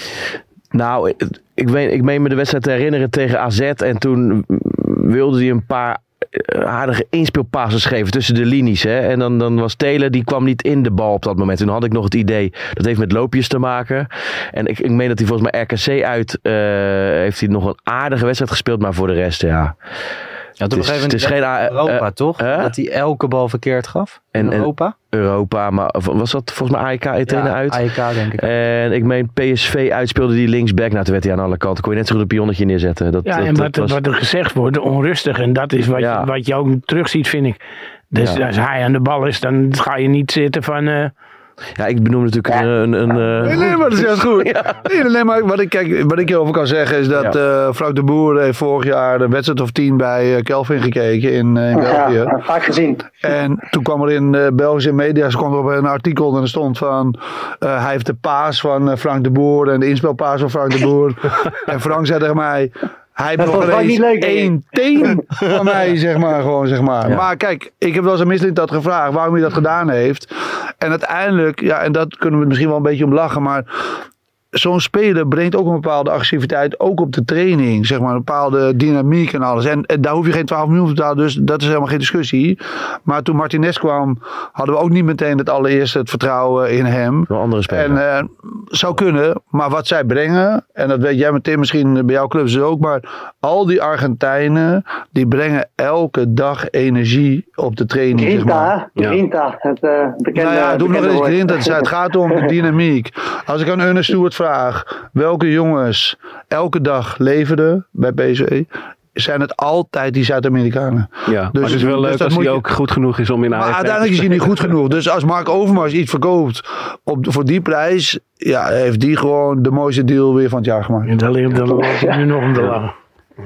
Nou, ik, ik, weet, ik meen me de wedstrijd te herinneren tegen A Z. En toen wilde hij een paar aardige inspeelpasses geven tussen de linies. Hè? En dan, dan was Taylor, die kwam niet in de bal op dat moment. Toen had ik nog het idee, dat heeft met loopjes te maken. En ik, ik meen dat hij volgens mij R K C uit, uh, heeft hij nog een aardige wedstrijd gespeeld. Maar voor de rest, ja... Ja, het is, het is geen Europa, uh, toch? Uh, dat hij elke bal verkeerd gaf in en, Europa. En Europa, maar was dat volgens mij A E K Athene ja, uit? A E K denk ik. En ik meen P S V uitspeelde die linksback. Nou, toen werd hij aan alle kanten. Kon je net zo goed een pionnetje neerzetten. Dat, ja, dat, en wat, dat was... wat er gezegd wordt, onrustig. En dat is wat, ja. je, wat je ook terugziet, vind ik. Dus ja. als hij aan de bal is, dan ga je niet zitten van... Uh, Ja, ik benoem natuurlijk een... een, een uh... nee, nee, maar dat is juist goed. Ja. Nee, nee, maar wat ik, kijk, wat ik hierover kan zeggen is dat ja. uh, Frank de Boer heeft vorig jaar een wedstrijd of tien bij uh, Kelvin gekeken in, uh, in België. Ja, vaak gezien. En toen kwam er in uh, Belgische media kwam er op een artikel en er stond van uh, hij heeft de paas van uh, Frank de Boer en de inspelpaas van Frank de Boer. En Frank zei tegen mij... Hij heeft nog eens één teen van mij, zeg maar, gewoon, zeg maar. Ja. Maar kijk, ik heb wel eens aan Misselink dat gevraagd, waarom hij dat gedaan heeft. En uiteindelijk, ja, en dat kunnen we misschien wel een beetje om lachen, maar zo'n speler brengt ook een bepaalde agressiviteit, ook op de training, zeg maar, een bepaalde dynamiek en alles. En, en daar hoef je geen twaalf miljoen te betalen, dus dat is helemaal geen discussie. Maar toen Martinez kwam, hadden we ook niet meteen het allereerste het vertrouwen in hem. Een andere speler. En uh, zou kunnen, maar wat zij brengen, en dat weet jij meteen misschien bij jouw clubs ook, maar al die Argentijnen, die brengen elke dag energie op de training. Grinta, zeg maar. Grinta, het uh, bekende Nou ja, doe nog eens Grinta. woord. Het gaat om de dynamiek. Als ik aan Ernest Stewart vraag, welke jongens elke dag leverden bij P S V, zijn het altijd die Zuid-Amerikanen. Ja, dus, maar het is wel dus leuk als hij ook goed genoeg is om in Ajax. Maar uiteindelijk is hij niet goed genoeg. Dus als Mark Overmars iets verkoopt op, voor die prijs, ja, heeft die gewoon de mooiste deal weer van het jaar gemaakt. En daar ligt er nu nog om te lachen.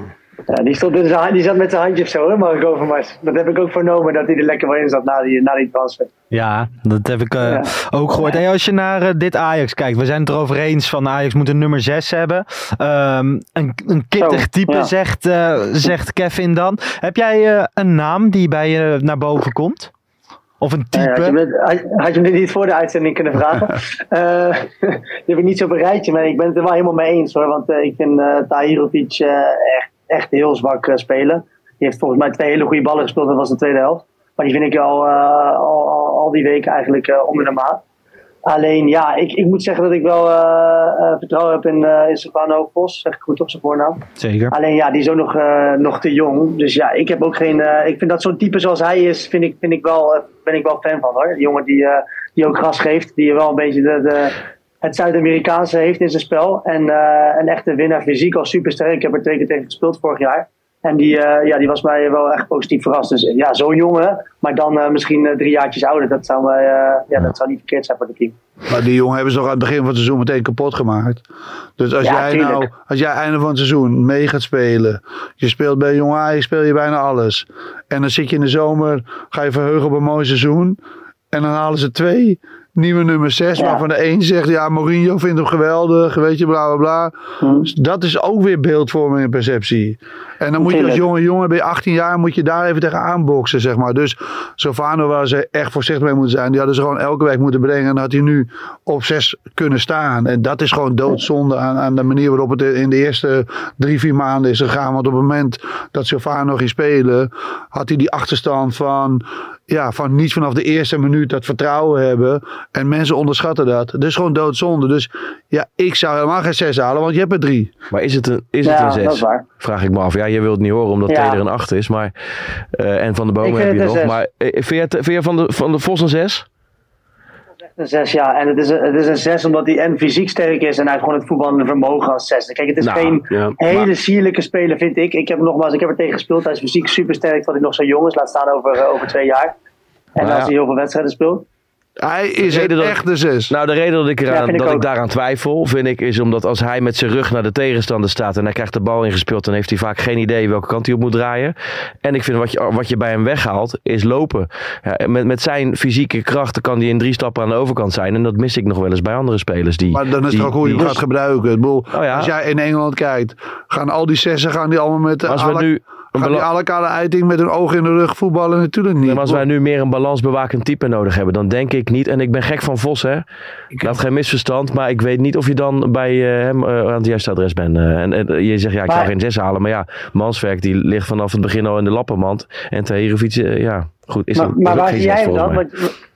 Ja, die, stond in zijn, die zat met zijn handje of zo, hè, Mark Overmars. Dat heb ik ook vernomen, dat hij er lekker wel in zat na die, na die transfer. Ja, dat heb ik uh, ja. ook gehoord. Ja. Hey, als je naar uh, dit Ajax kijkt, we zijn het erover eens van Ajax moet een nummer zes hebben. Um, een, een kittig type, ja. zegt, uh, zegt Kevin dan. Heb jij uh, een naam die bij je naar boven komt? Of een type? Ja, had, je me, had, had je me niet voor de uitzending kunnen vragen? uh, die heb ik niet zo op een rijtje, maar ik ben het er wel helemaal mee eens hoor. Want uh, ik vind uh, Tahirovic uh, echt, echt heel zwak uh, spelen. Die heeft volgens mij twee hele goede ballen gespeeld, dat was de tweede helft. Maar die vind ik al, uh, al, al, al die weken eigenlijk uh, onder de maat. Alleen ja, ik, ik moet zeggen dat ik wel uh, uh, vertrouwen heb in, uh, in Stefano Vos. Zeg ik goed op zijn voornaam. Zeker. Alleen ja, die is ook nog, uh, nog te jong. Dus ja, ik heb ook geen. Uh, ik vind dat zo'n type zoals hij is, vind ik, vind ik wel, uh, ben ik wel fan van hoor. Die jongen die, uh, die ook gas geeft, die wel een beetje de, de, het Zuid-Amerikaanse heeft in zijn spel. En uh, een echte winnaar fysiek al supersterk. Ik heb er twee keer tegen gespeeld vorig jaar. En die, uh, ja, die was mij wel echt positief verrast. Dus ja, zo'n jongen, maar dan uh, misschien uh, drie jaartjes ouder. Dat zou, mij, uh, ja, dat zou niet verkeerd zijn voor het team. Maar die jongen hebben ze toch aan het begin van het seizoen meteen kapot gemaakt. Dus als, ja, jij tuurlijk. nou, als jij einde van het seizoen mee gaat spelen. Je speelt bij Jong Ajax, speel je bijna alles. En dan zit je in de zomer, ga je verheugen op een mooi seizoen. En dan halen ze twee nieuwe nummer zes, ja. waarvan de een zegt, ja, Mourinho vindt hem geweldig, weet je, bla bla bla. Hmm. Dus dat is ook weer beeldvorming en perceptie. En dan moet je als jonge jongen, bij achttien jaar, moet je daar even tegen aanboksen, zeg maar. Dus Sofano, waar ze echt voorzichtig mee moeten zijn, die hadden ze gewoon elke week moeten brengen. En dan had hij nu op zes kunnen staan. En dat is gewoon doodzonde aan, aan de manier waarop het in de eerste drie, vier maanden is gegaan. Want op het moment dat Sofano ging spelen, had hij die achterstand van, ja, van niet vanaf de eerste minuut dat vertrouwen hebben. En mensen onderschatten dat. Dat is gewoon doodzonde. Dus ja, ik zou helemaal geen zes halen, want je hebt er drie. Maar is het een, is ja, het een zes? Dat is waar. Vraag ik me af. Ja, je wilt het niet horen omdat ja. Taylor een acht is. Maar, uh, en Van de Bomen heb je nog. Zes. Maar uh, vind, je het, vind je van de, van de Vos een zes? Een zes, ja. En het is een, het is een zes omdat hij en fysiek sterk is en hij heeft gewoon het voetballende vermogen als zes. Kijk, het is nou, geen ja, hele maar... sierlijke speler, vind ik. Ik heb nogmaals, ik heb er tegen gespeeld. Hij is fysiek super sterk, terwijl hij nog zo jong is. Laat staan over, uh, over twee jaar. En nou, als hij heel veel wedstrijden speelt. Hij is een echte zes. Nou, de reden dat ik, eraan, ja, ik dat ook. ik daaraan twijfel, vind ik, is omdat als hij met zijn rug naar de tegenstander staat en hij krijgt de bal ingespeeld, dan heeft hij vaak geen idee welke kant hij op moet draaien. En ik vind wat je, wat je bij hem weghaalt, is lopen. Ja, met, met zijn fysieke krachten kan hij in drie stappen aan de overkant zijn. En dat mis ik nog wel eens bij andere spelers. Die, maar dan is die, het ook hoe je hem gaat gebruiken. Ik bedoel, oh ja. Als jij in Engeland kijkt, gaan al die zessen gaan die allemaal met... Als we alle... nu... Gaan die alle kale uiting met een oog in de rug voetballen? Natuurlijk niet. Maar als wij nu meer een balansbewakend type nodig hebben, dan denk ik niet. En ik ben gek van Vos, hè. Ik laat geen misverstand, maar ik weet niet of je dan bij uh, hem uh, aan het juiste adres bent. Uh, en uh, je zegt, ja, ik maar, zou geen zes halen. Maar ja, Manswerk die ligt vanaf het begin al in de lappenmand. En Tahirovic, uh, ja, goed. Is maar dat, maar is waar zie jij hem dan? Huh?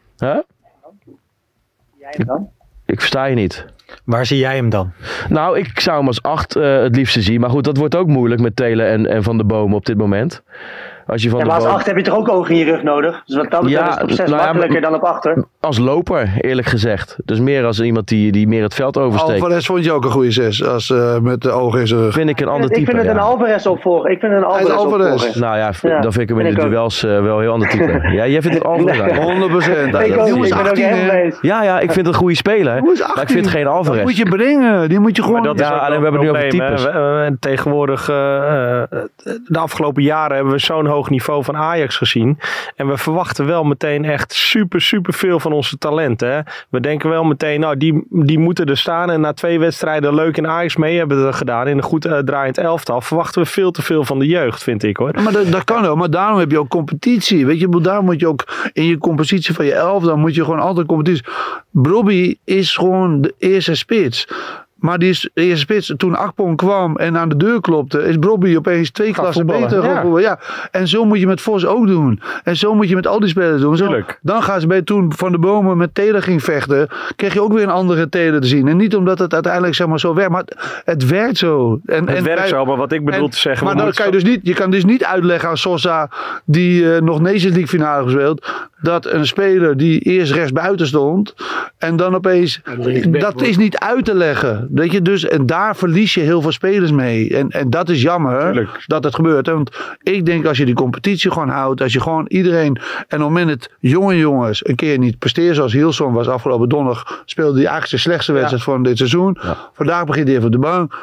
Jij hem dan? Ik versta je niet. Waar zie jij hem dan? Nou, ik zou hem als acht uh, het liefste zien. Maar goed, dat wordt ook moeilijk met Telen en, en Van de Bomen op dit moment. Als je van ja, de maar als boom... acht heb je toch ook ogen in je rug nodig? Dus wat dat betreft ja, is het op zes nou makkelijker ja, dan op acht, hoor. Als loper, eerlijk gezegd. Dus meer als iemand die, die meer het veld oversteekt. Alvarez vond je ook een goede zes, als, uh, met de ogen in zijn rug. Vind ik een ander ik type, vind het ja. een Alvarez opvolger. Ik vind het een Alvarez, Alvarez. opvolger. Nou ja, ja, dan vind ik hem in de duels uh, wel een heel ander type. Ja, jij vindt het Alvarez. Nee. honderd procent. Ik, ook, ik ben ook helemaal mee. Ja, ja, ik vind het een goede speler. Maar ik vind geen Alvarez. Dat moet je brengen. Die moet je gewoon... Dat ja, alleen we hebben het nu over types. We, we, tegenwoordig, uh, de afgelopen jaren hebben we zo'n hoog niveau van Ajax gezien. En we verwachten wel meteen echt super, super veel van onze talenten. Hè? We denken wel meteen, nou, die, die moeten er staan. En na twee wedstrijden leuk in Ajax mee hebben we gedaan. In een goed uh, draaiend elftal. Verwachten we veel te veel van de jeugd, vind ik, hoor. Ja, maar dat, dat kan wel. Maar daarom heb je ook competitie. Weet je, daar moet je ook in je compositie van je elf, dan moet je gewoon altijd competitie. Brobbey is gewoon de eerste spits. Maar die is de eerste spits, toen Akpom kwam en aan de deur klopte, is Brobbey opeens twee klassen beter. Ja. ja. En zo moet je met Vos ook doen. En zo moet je met al die spelers doen. Zo, dan gaan ze bij toen Van de Bomen met Taylor ging vechten, kreeg je ook weer een andere Taylor te zien. En niet omdat het uiteindelijk zeg maar zo werkt, maar het, het werkt zo. En, het en werkt bij, zo, maar wat ik bedoel en, te zeggen... Maar dan kan je, dus niet, je kan dus niet uitleggen aan Sosa, die uh, nog Nations League finale gespeeld, dat een speler die eerst rechts buiten stond en dan opeens, dat is niet uit te leggen. Weet je, dus, en daar verlies je heel veel spelers mee. En, en dat is jammer Tuurlijk. dat het gebeurt. Want ik denk als je die competitie gewoon houdt, als je gewoon iedereen, en op het moment dat jonge jongens een keer niet presteren zoals Hilson was afgelopen donderdag, speelde hij eigenlijk zijn slechtste wedstrijd ja. van dit seizoen. Ja. Vandaag begint hij even op de bank.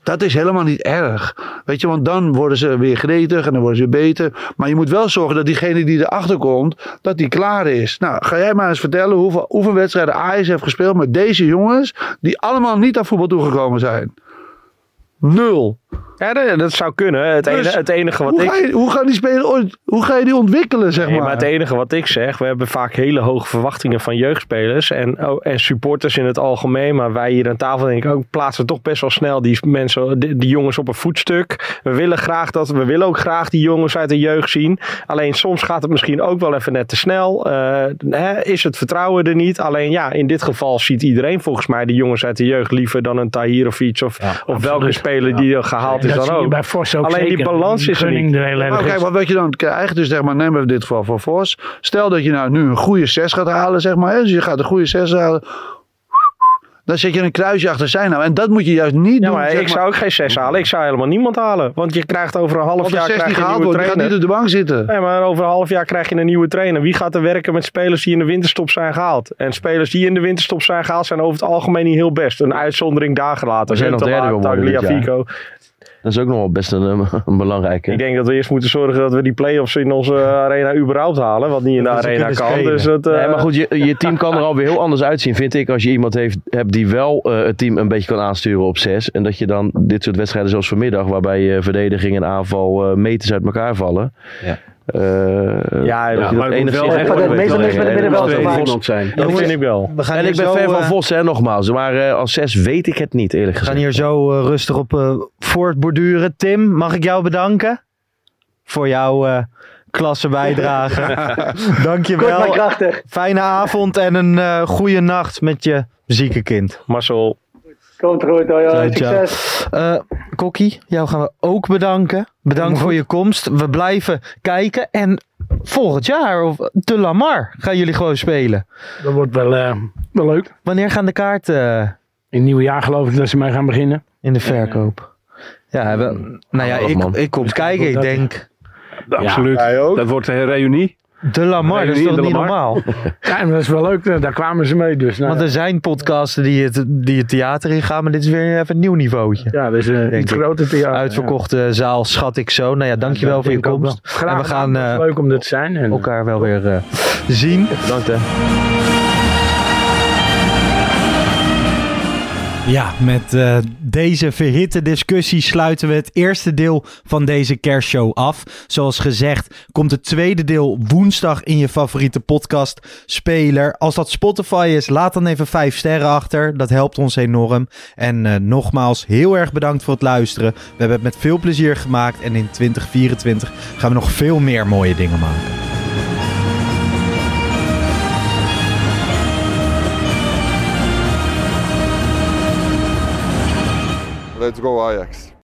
Dat is helemaal niet erg. Weet je, want dan worden ze weer gretig en dan worden ze weer beter. Maar je moet wel zorgen dat diegene die erachter komt, dat die klaar is. Nou, ga jij maar eens vertellen hoeveel, hoeveel wedstrijden Ajax heeft gespeeld met deze jongens, die allemaal niet aan voetbal toegekomen zijn. Nul. Ja, dat, dat zou kunnen. Het, Dus, ene, het enige wat hoe ik... Ga je, hoe gaan die spelen ooit, hoe ga je die ontwikkelen, zeg Nee, maar? maar het enige wat ik zeg, we hebben vaak hele hoge verwachtingen van jeugdspelers en, oh, en supporters in het algemeen. Maar wij hier aan tafel denk ik ook plaatsen toch best wel snel die mensen, die, die jongens op een voetstuk. We willen graag dat, we willen ook graag die jongens uit de jeugd zien. Alleen soms gaat het misschien ook wel even net te snel. Uh, hè, is het vertrouwen er niet? Alleen ja, in dit geval ziet iedereen volgens mij de jongens uit de jeugd liever dan een Tahirovic of, ja, of welke speler die er gehaald is dat dan zie je ook. bij Vos ook Alleen zeker. die balans is er niet. Nou, kijk, wat, wat je dan krijgt, dus zeg maar, nemen we in dit geval voor Vos. Stel dat je nou nu een goede zes gaat halen, zeg maar. Hè, dus je gaat een goede zes halen. Dan zet je een kruisje achter zijn naam. En dat moet je juist niet ja, doen. Maar zeg ik maar. zou ook geen zes halen. Ik zou helemaal niemand halen. Want je krijgt over een half Want de jaar zes krijg die je een gehaald nieuwe wordt, die trainer. gaat niet op de bank zitten. Nee, maar over een half jaar krijg je een nieuwe trainer. Wie gaat er werken met spelers die in de winterstop zijn gehaald? En spelers die in de winterstop zijn gehaald zijn over het algemeen niet heel best. Een uitzondering daar gelaten. We zijn nog derde geworden dit jaar. Tagliafico. Dat is ook nog wel best een, een belangrijke. Ik denk dat we eerst moeten zorgen dat we die play-offs in onze arena überhaupt halen. Wat niet in de Dat ze arena kunnen kan. spelen. Dus het, uh... nee, maar goed, je, je team kan er alweer heel anders uitzien, vind ik. Als je iemand heeft, hebt die wel uh, het team een beetje kan aansturen op zes. En dat je dan dit soort wedstrijden zoals vanmiddag, waarbij uh, verdediging en aanval uh, meters uit elkaar vallen. Ja. Uh, ja, ja, maar het moet wel echt worden. meestal is met de middenveld zijn. Dat vind ik wel. We gaan en hier ik ben zo, fan van uh, Vos, hè, nogmaals. Maar uh, als zes weet ik het niet, eerlijk We gezegd. gaan hier zo uh, rustig op uh, voortborduren. Tim, mag ik jou bedanken voor jouw uh, klasse bijdrage. Dankjewel. Kort maar krachtig. Fijne avond en een uh, goede nacht met je zieke kind. Marcel. Komt goed, hoi, hoi. Ciao, Succes. Uh, Kokkie, jou gaan we ook bedanken. Bedankt voor je komst. We blijven kijken. En volgend jaar, of De Lamar, gaan jullie gewoon spelen. Dat wordt wel, uh, wel leuk. Wanneer gaan de kaarten? Uh, In het nieuwe jaar geloof ik dat ze mij gaan beginnen. In de verkoop. Ja, we, nou ja, ik, ik kom kijken. Ik denk... Ja, absoluut. Dat wordt een reunie. De Lamar, dat is toch niet normaal? Ja, maar dat is wel leuk. Daar kwamen ze mee. Dus, nou, Want er zijn podcasten die het, die het theater ingaan, maar dit is weer even een nieuw niveautje. Ja, dus uh, het grote theater. Uitverkochte ja. zaal, schat ik zo. Nou ja, dankjewel ja, voor je komst. Graag en we gaan uh, leuk om dit te zijn. En elkaar wel weer uh, zien. Dank hè. Ja, met uh, deze verhitte discussie sluiten we het eerste deel van deze kerstshow af. Zoals gezegd komt het tweede deel woensdag in je favoriete podcastspeler. Als dat Spotify is, laat dan even vijf sterren achter. Dat helpt ons enorm. En uh, nogmaals, heel erg bedankt voor het luisteren. We hebben het met veel plezier gemaakt. En in twintig vierentwintig gaan we nog veel meer mooie dingen maken. Let's go Ajax.